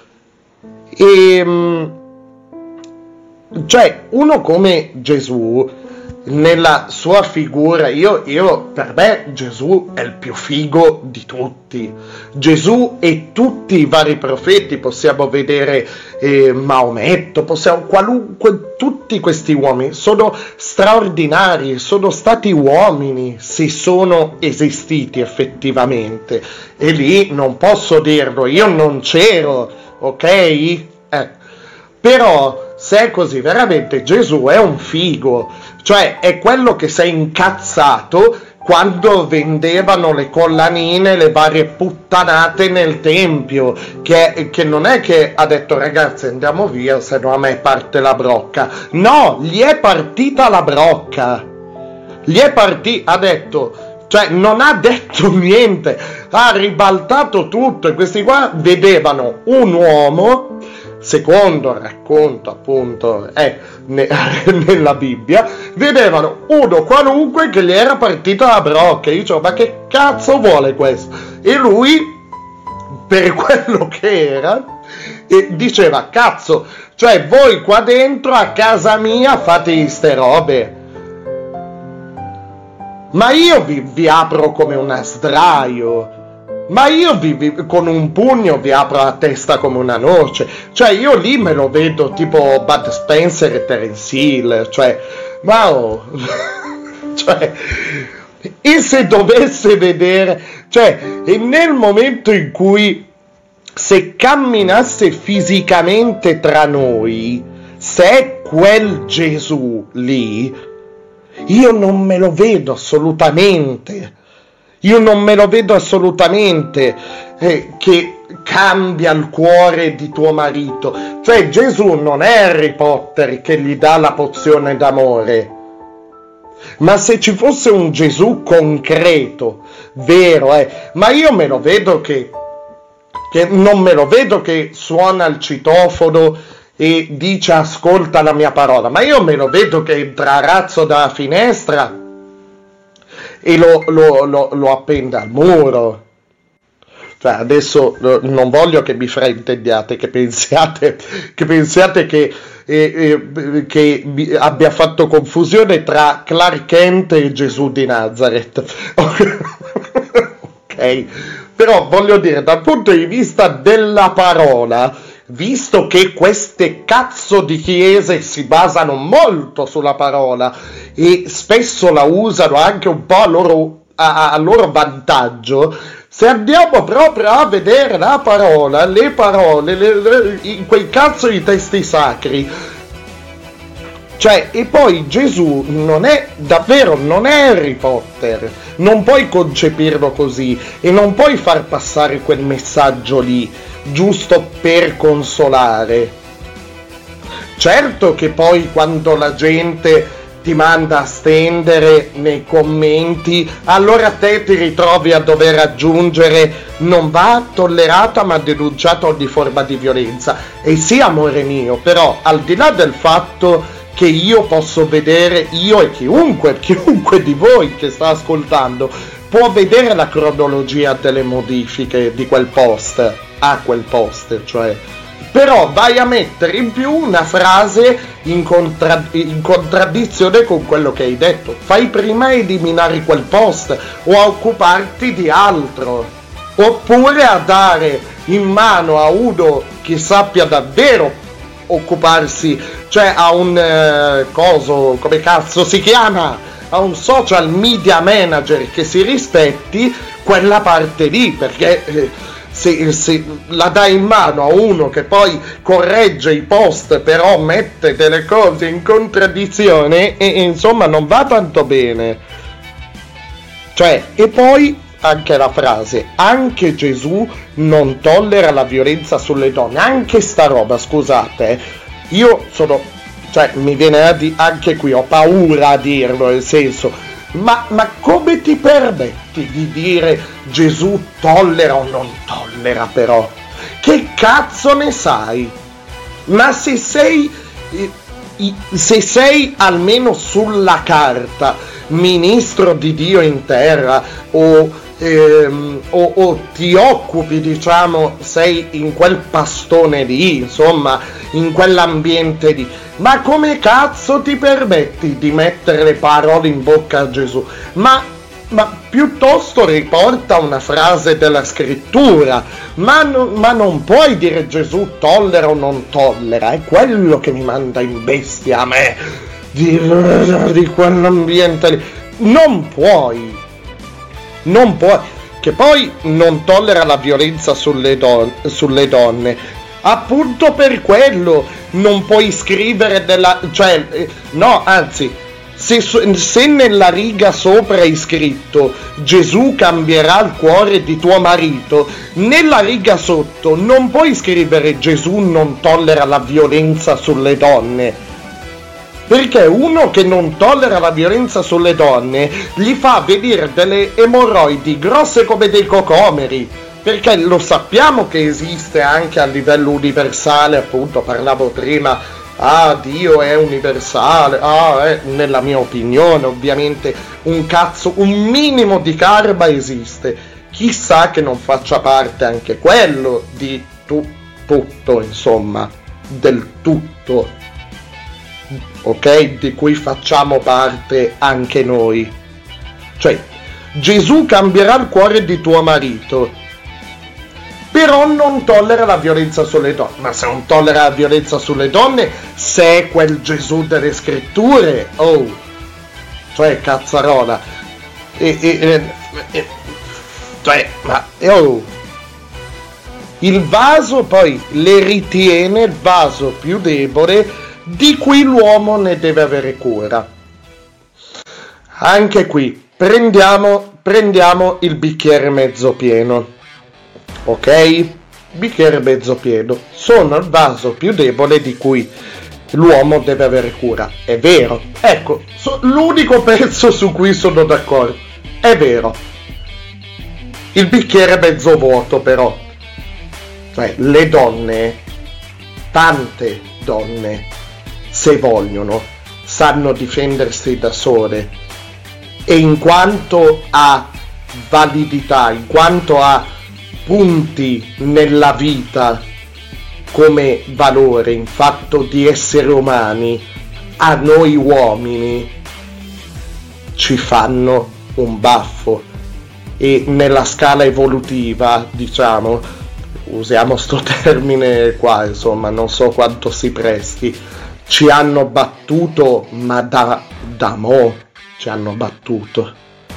Cioè uno come Gesù nella sua figura, per me Gesù è il più figo di tutti. Gesù e tutti i vari profeti, possiamo vedere Maometto, tutti questi uomini sono straordinari, sono stati uomini, se sono esistiti effettivamente, e lì non posso dirlo, io non c'ero, ok? Però se è così, veramente Gesù è un figo, cioè è quello che si è incazzato quando vendevano le collanine, le varie puttanate nel tempio, che non è che ha detto ragazzi andiamo via, se no a me parte la brocca. No, gli è partita la brocca, ha detto, cioè non ha detto niente, ha ribaltato tutto, e questi qua vedevano un uomo, secondo il racconto appunto nella Bibbia, vedevano uno qualunque che gli era partita la brocca. Io dicevo ma che cazzo vuole questo? E lui, per quello che era, diceva cazzo, cioè voi qua dentro a casa mia fate ste robe, ma io vi apro come una sdraio, ma io con un pugno vi apro la testa come una noce. Cioè io lì me lo vedo tipo Bud Spencer e Terence Hill, cioè wow. Cioè E se dovesse vedere, cioè, e nel momento in cui, se camminasse fisicamente tra noi, se è quel Gesù lì, io non me lo vedo assolutamente. Io non me lo vedo assolutamente che cambia il cuore di tuo marito. Cioè, Gesù non è Harry Potter che gli dà la pozione d'amore. Ma se ci fosse un Gesù concreto, vero, ma io me lo vedo che non me lo vedo che suona il citofono e dice ascolta la mia parola, ma io me lo vedo che entra a razzo dalla finestra e lo appenda al muro. Cioè, adesso non voglio che mi fraintendiate, che pensiate che abbia fatto confusione tra Clark Kent e Gesù di Nazareth. Ok, però voglio dire, dal punto di vista della parola, visto che queste cazzo di chiese si basano molto sulla parola e spesso la usano anche un po' a loro vantaggio, se andiamo proprio a vedere la parola, le parole, in quei cazzo di testi sacri, cioè, e poi Gesù non è Harry Potter, non puoi concepirlo così e non puoi far passare quel messaggio lì giusto per consolare. Certo che poi quando la gente ti manda a stendere nei commenti, allora te ti ritrovi a dover aggiungere non va tollerata ma denunciata ogni forma di violenza. E sì, amore mio, però al di là del fatto che io posso vedere, io e chiunque di voi che sta ascoltando può vedere la cronologia delle modifiche di quel post a quel post, cioè, però vai a mettere in più una frase in contraddizione con quello che hai detto. Fai prima a eliminare quel post o a occuparti di altro, oppure a dare in mano a uno che sappia davvero occuparsi, cioè a un coso, come cazzo si chiama, a un social media manager che si rispetti quella parte lì, perché se la dai in mano a uno che poi corregge i post però mette delle cose in contraddizione e insomma non va tanto bene. Cioè, e poi anche la frase, anche Gesù non tollera la violenza sulle donne, anche sta roba, scusate, io sono, cioè mi viene a dire, anche qui ho paura a dirlo, nel senso, ma come ti permetti di dire Gesù tollera o non tollera però? Che cazzo ne sai? Ma se sei almeno sulla carta ministro di Dio in terra o ti occupi, diciamo, sei in quel pastone lì, insomma, in quell'ambiente lì, ma come cazzo ti permetti di mettere le parole in bocca a Gesù? Ma piuttosto riporta una frase della scrittura, ma non puoi dire Gesù tollera o non tollera, è quello che mi manda in bestia a me di quell'ambiente lì. Non puoi, che poi non tollera la violenza sulle donne, appunto per quello non puoi scrivere se nella riga sopra hai scritto Gesù cambierà il cuore di tuo marito, nella riga sotto non puoi scrivere Gesù non tollera la violenza sulle donne, perché uno che non tollera la violenza sulle donne gli fa venire delle emorroidi grosse come dei cocomeri, perché lo sappiamo che esiste anche a livello universale, appunto parlavo prima, Dio è universale, nella mia opinione ovviamente un minimo di karma esiste, chissà che non faccia parte anche quello di tutto, insomma, del tutto, ok, di cui facciamo parte anche noi. Cioè, Gesù cambierà il cuore di tuo marito, però non tollera la violenza sulle donne. Ma se non tollera la violenza sulle donne, se è quel Gesù delle scritture, cioè cazzarola, il vaso poi le ritiene il vaso più debole di cui l'uomo ne deve avere cura. Anche qui prendiamo il bicchiere mezzo pieno, ok? Bicchiere mezzo pieno, sono il vaso più debole di cui l'uomo deve avere cura, è vero, ecco, l'unico pezzo su cui sono d'accordo, è vero. Il bicchiere mezzo vuoto però, cioè le donne, tante donne, se vogliono, sanno difendersi da sole, e in quanto a validità, in quanto a punti nella vita come valore, in fatto di essere umani, a noi uomini ci fanno un baffo. E nella scala evolutiva, diciamo, usiamo sto termine qua, insomma, non so quanto si presti, ci hanno battuto, ma da mo' ci hanno battuto.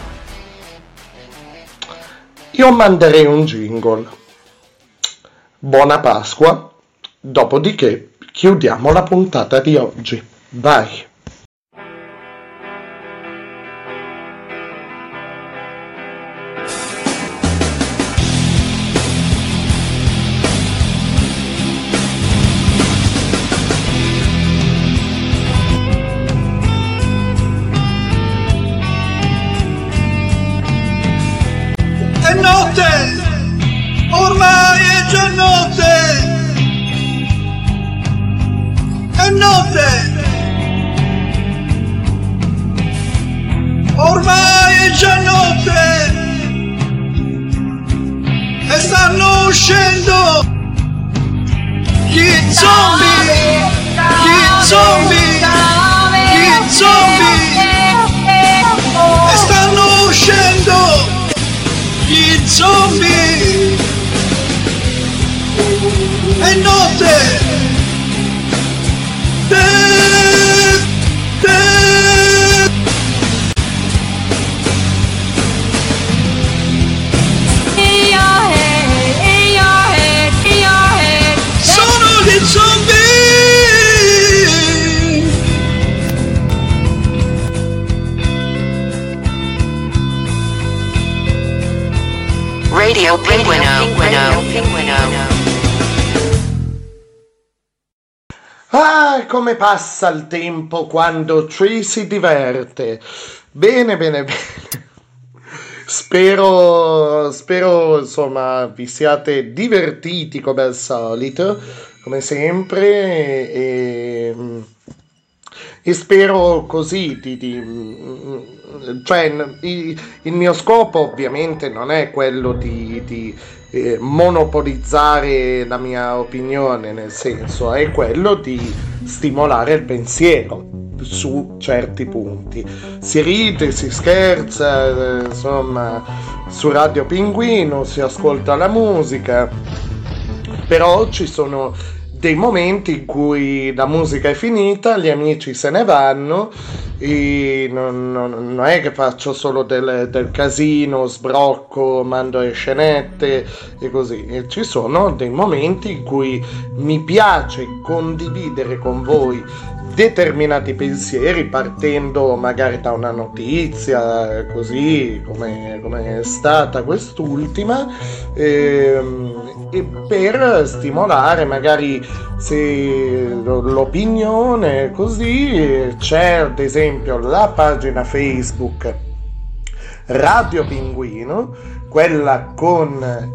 Io manderei un jingle. Buona Pasqua, dopodiché chiudiamo la puntata di oggi. Vai! È notte, ormai è già notte, è notte, ormai è già notte, e stanno uscendo gli zombie, gli zombie, gli zombie, e stanno uscendo gli zombie. È notte. Sono gli zombie. Radio Pinguino. Ah, come passa il tempo quando ci si diverte. Bene, bene, bene. Spero, insomma, vi siate divertiti come al solito, come sempre, e spero così cioè il mio scopo ovviamente non è quello di monopolizzare la mia opinione, nel senso è quello di stimolare il pensiero su certi punti. Si ride, si scherza, insomma, su Radio Pinguino si ascolta la musica, però ci sono dei momenti in cui la musica è finita, gli amici se ne vanno e non è che faccio solo del casino, sbrocco, mando le scenette e così. E ci sono dei momenti in cui mi piace condividere con voi determinati pensieri, partendo magari da una notizia, così come è stata quest'ultima, e per stimolare magari se l'opinione, così. C'è ad esempio la pagina Facebook Radio Pinguino, quella con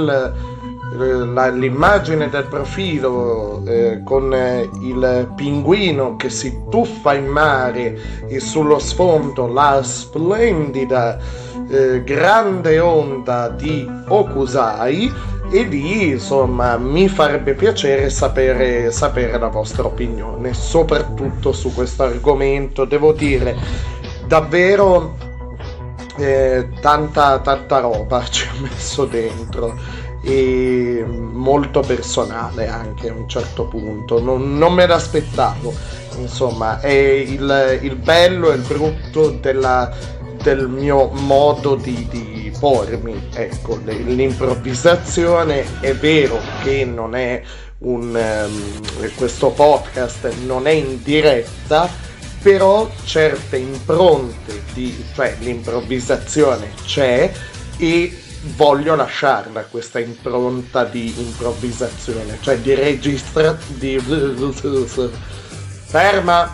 l'immagine del profilo con il pinguino che si tuffa in mare e sullo sfondo la splendida grande onda di Hokusai, e lì insomma mi farebbe piacere sapere la vostra opinione, soprattutto su questo argomento. Devo dire davvero tanta roba ci ho messo dentro, e molto personale anche a un certo punto, non me l'aspettavo. Insomma, è il bello e il brutto del mio modo di pormi. Ecco, l'improvvisazione è vero che non è questo podcast non è in diretta, però certe impronte cioè l'improvvisazione c'è e voglio lasciarla questa impronta di improvvisazione, cioè di ferma.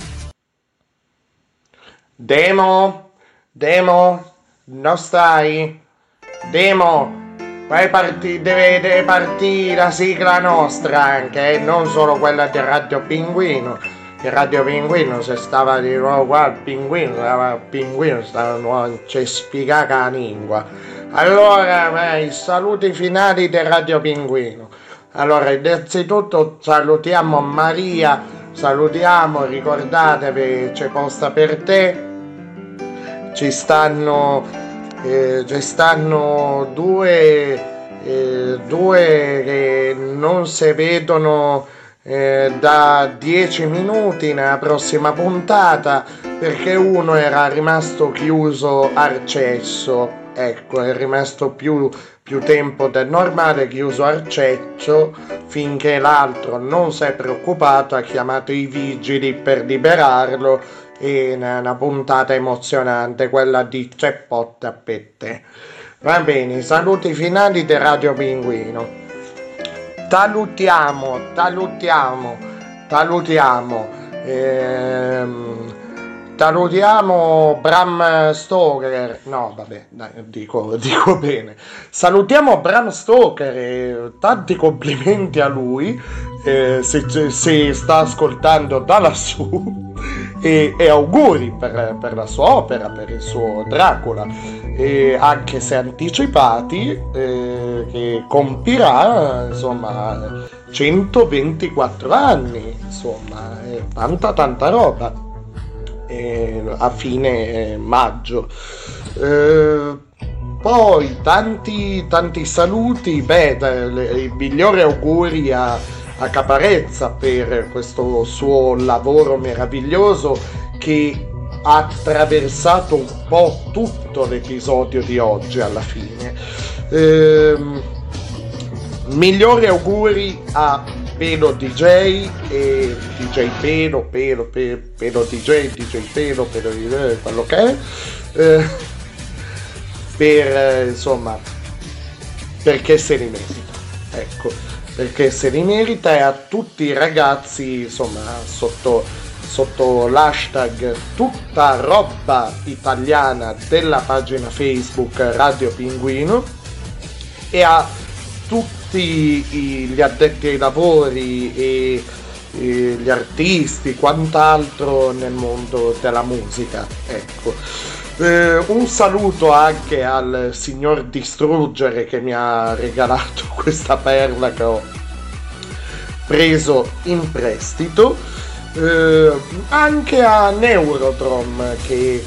Demo, non stai? Demo, deve partire la sigla nostra anche, non solo quella di Radio Pinguino. Che Radio Pinguino se stava di nuovo qua, il pinguino non c'è spiegata la lingua. Allora, i saluti finali di Radio Pinguino. Allora, innanzitutto salutiamo Maria, ricordatevi, c'è posta per te. Ci stanno due che non si vedono da 10 minuti nella prossima puntata, perché uno era rimasto chiuso al cesso, ecco, è rimasto più tempo del normale chiuso al cesso, finché l'altro non si è preoccupato, ha chiamato i vigili per liberarlo. E una puntata emozionante, quella di Ceppotte a Pette. Va bene, saluti finali di Radio Pinguino. Salutiamo Bram Stoker. No, vabbè, dai, dico bene. Salutiamo Bram Stoker e tanti complimenti a lui, se sta ascoltando da lassù. E auguri per la sua opera, per il suo Dracula, anche se anticipati, che compirà insomma 124 anni, insomma tanta roba, a fine maggio. Poi tanti saluti, i migliori auguri a Caparezza per questo suo lavoro meraviglioso che ha attraversato un po' tutto l'episodio di oggi alla fine. Migliori auguri a Pelo DJ e DJ Pelo DJ Pelo, quello che è, per insomma, perché se li merita, ecco. Perché se li merita, e a tutti i ragazzi, insomma, sotto l'hashtag tutta roba italiana della pagina Facebook Radio Pinguino, e a tutti gli addetti ai lavori e gli artisti, quant'altro nel mondo della musica, ecco. Un saluto anche al signor Distruggere che mi ha regalato questa perla che ho preso in prestito, anche a Neurodrom che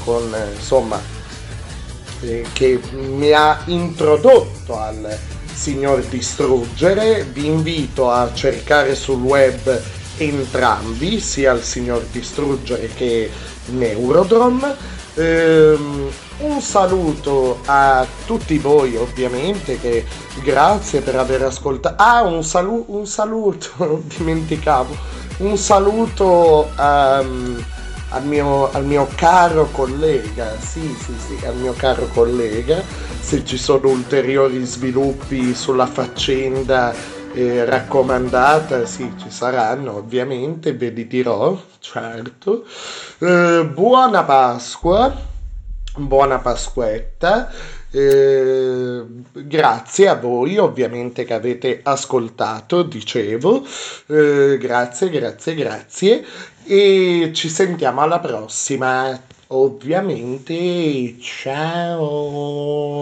che mi ha introdotto al signor Distruggere. Vi invito a cercare sul web entrambi, sia il signor Distruggere che Neurodrom. Un saluto a tutti voi, ovviamente, che grazie per aver ascoltato. Un saluto dimenticavo, un saluto al mio caro collega, sì, al mio caro collega. Se ci sono ulteriori sviluppi sulla faccenda raccomandata, sì, ci saranno, ovviamente, ve li dirò, certo. Buona Pasqua, buona Pasquetta, grazie a voi ovviamente che avete ascoltato, dicevo, grazie, e ci sentiamo alla prossima, ovviamente, ciao.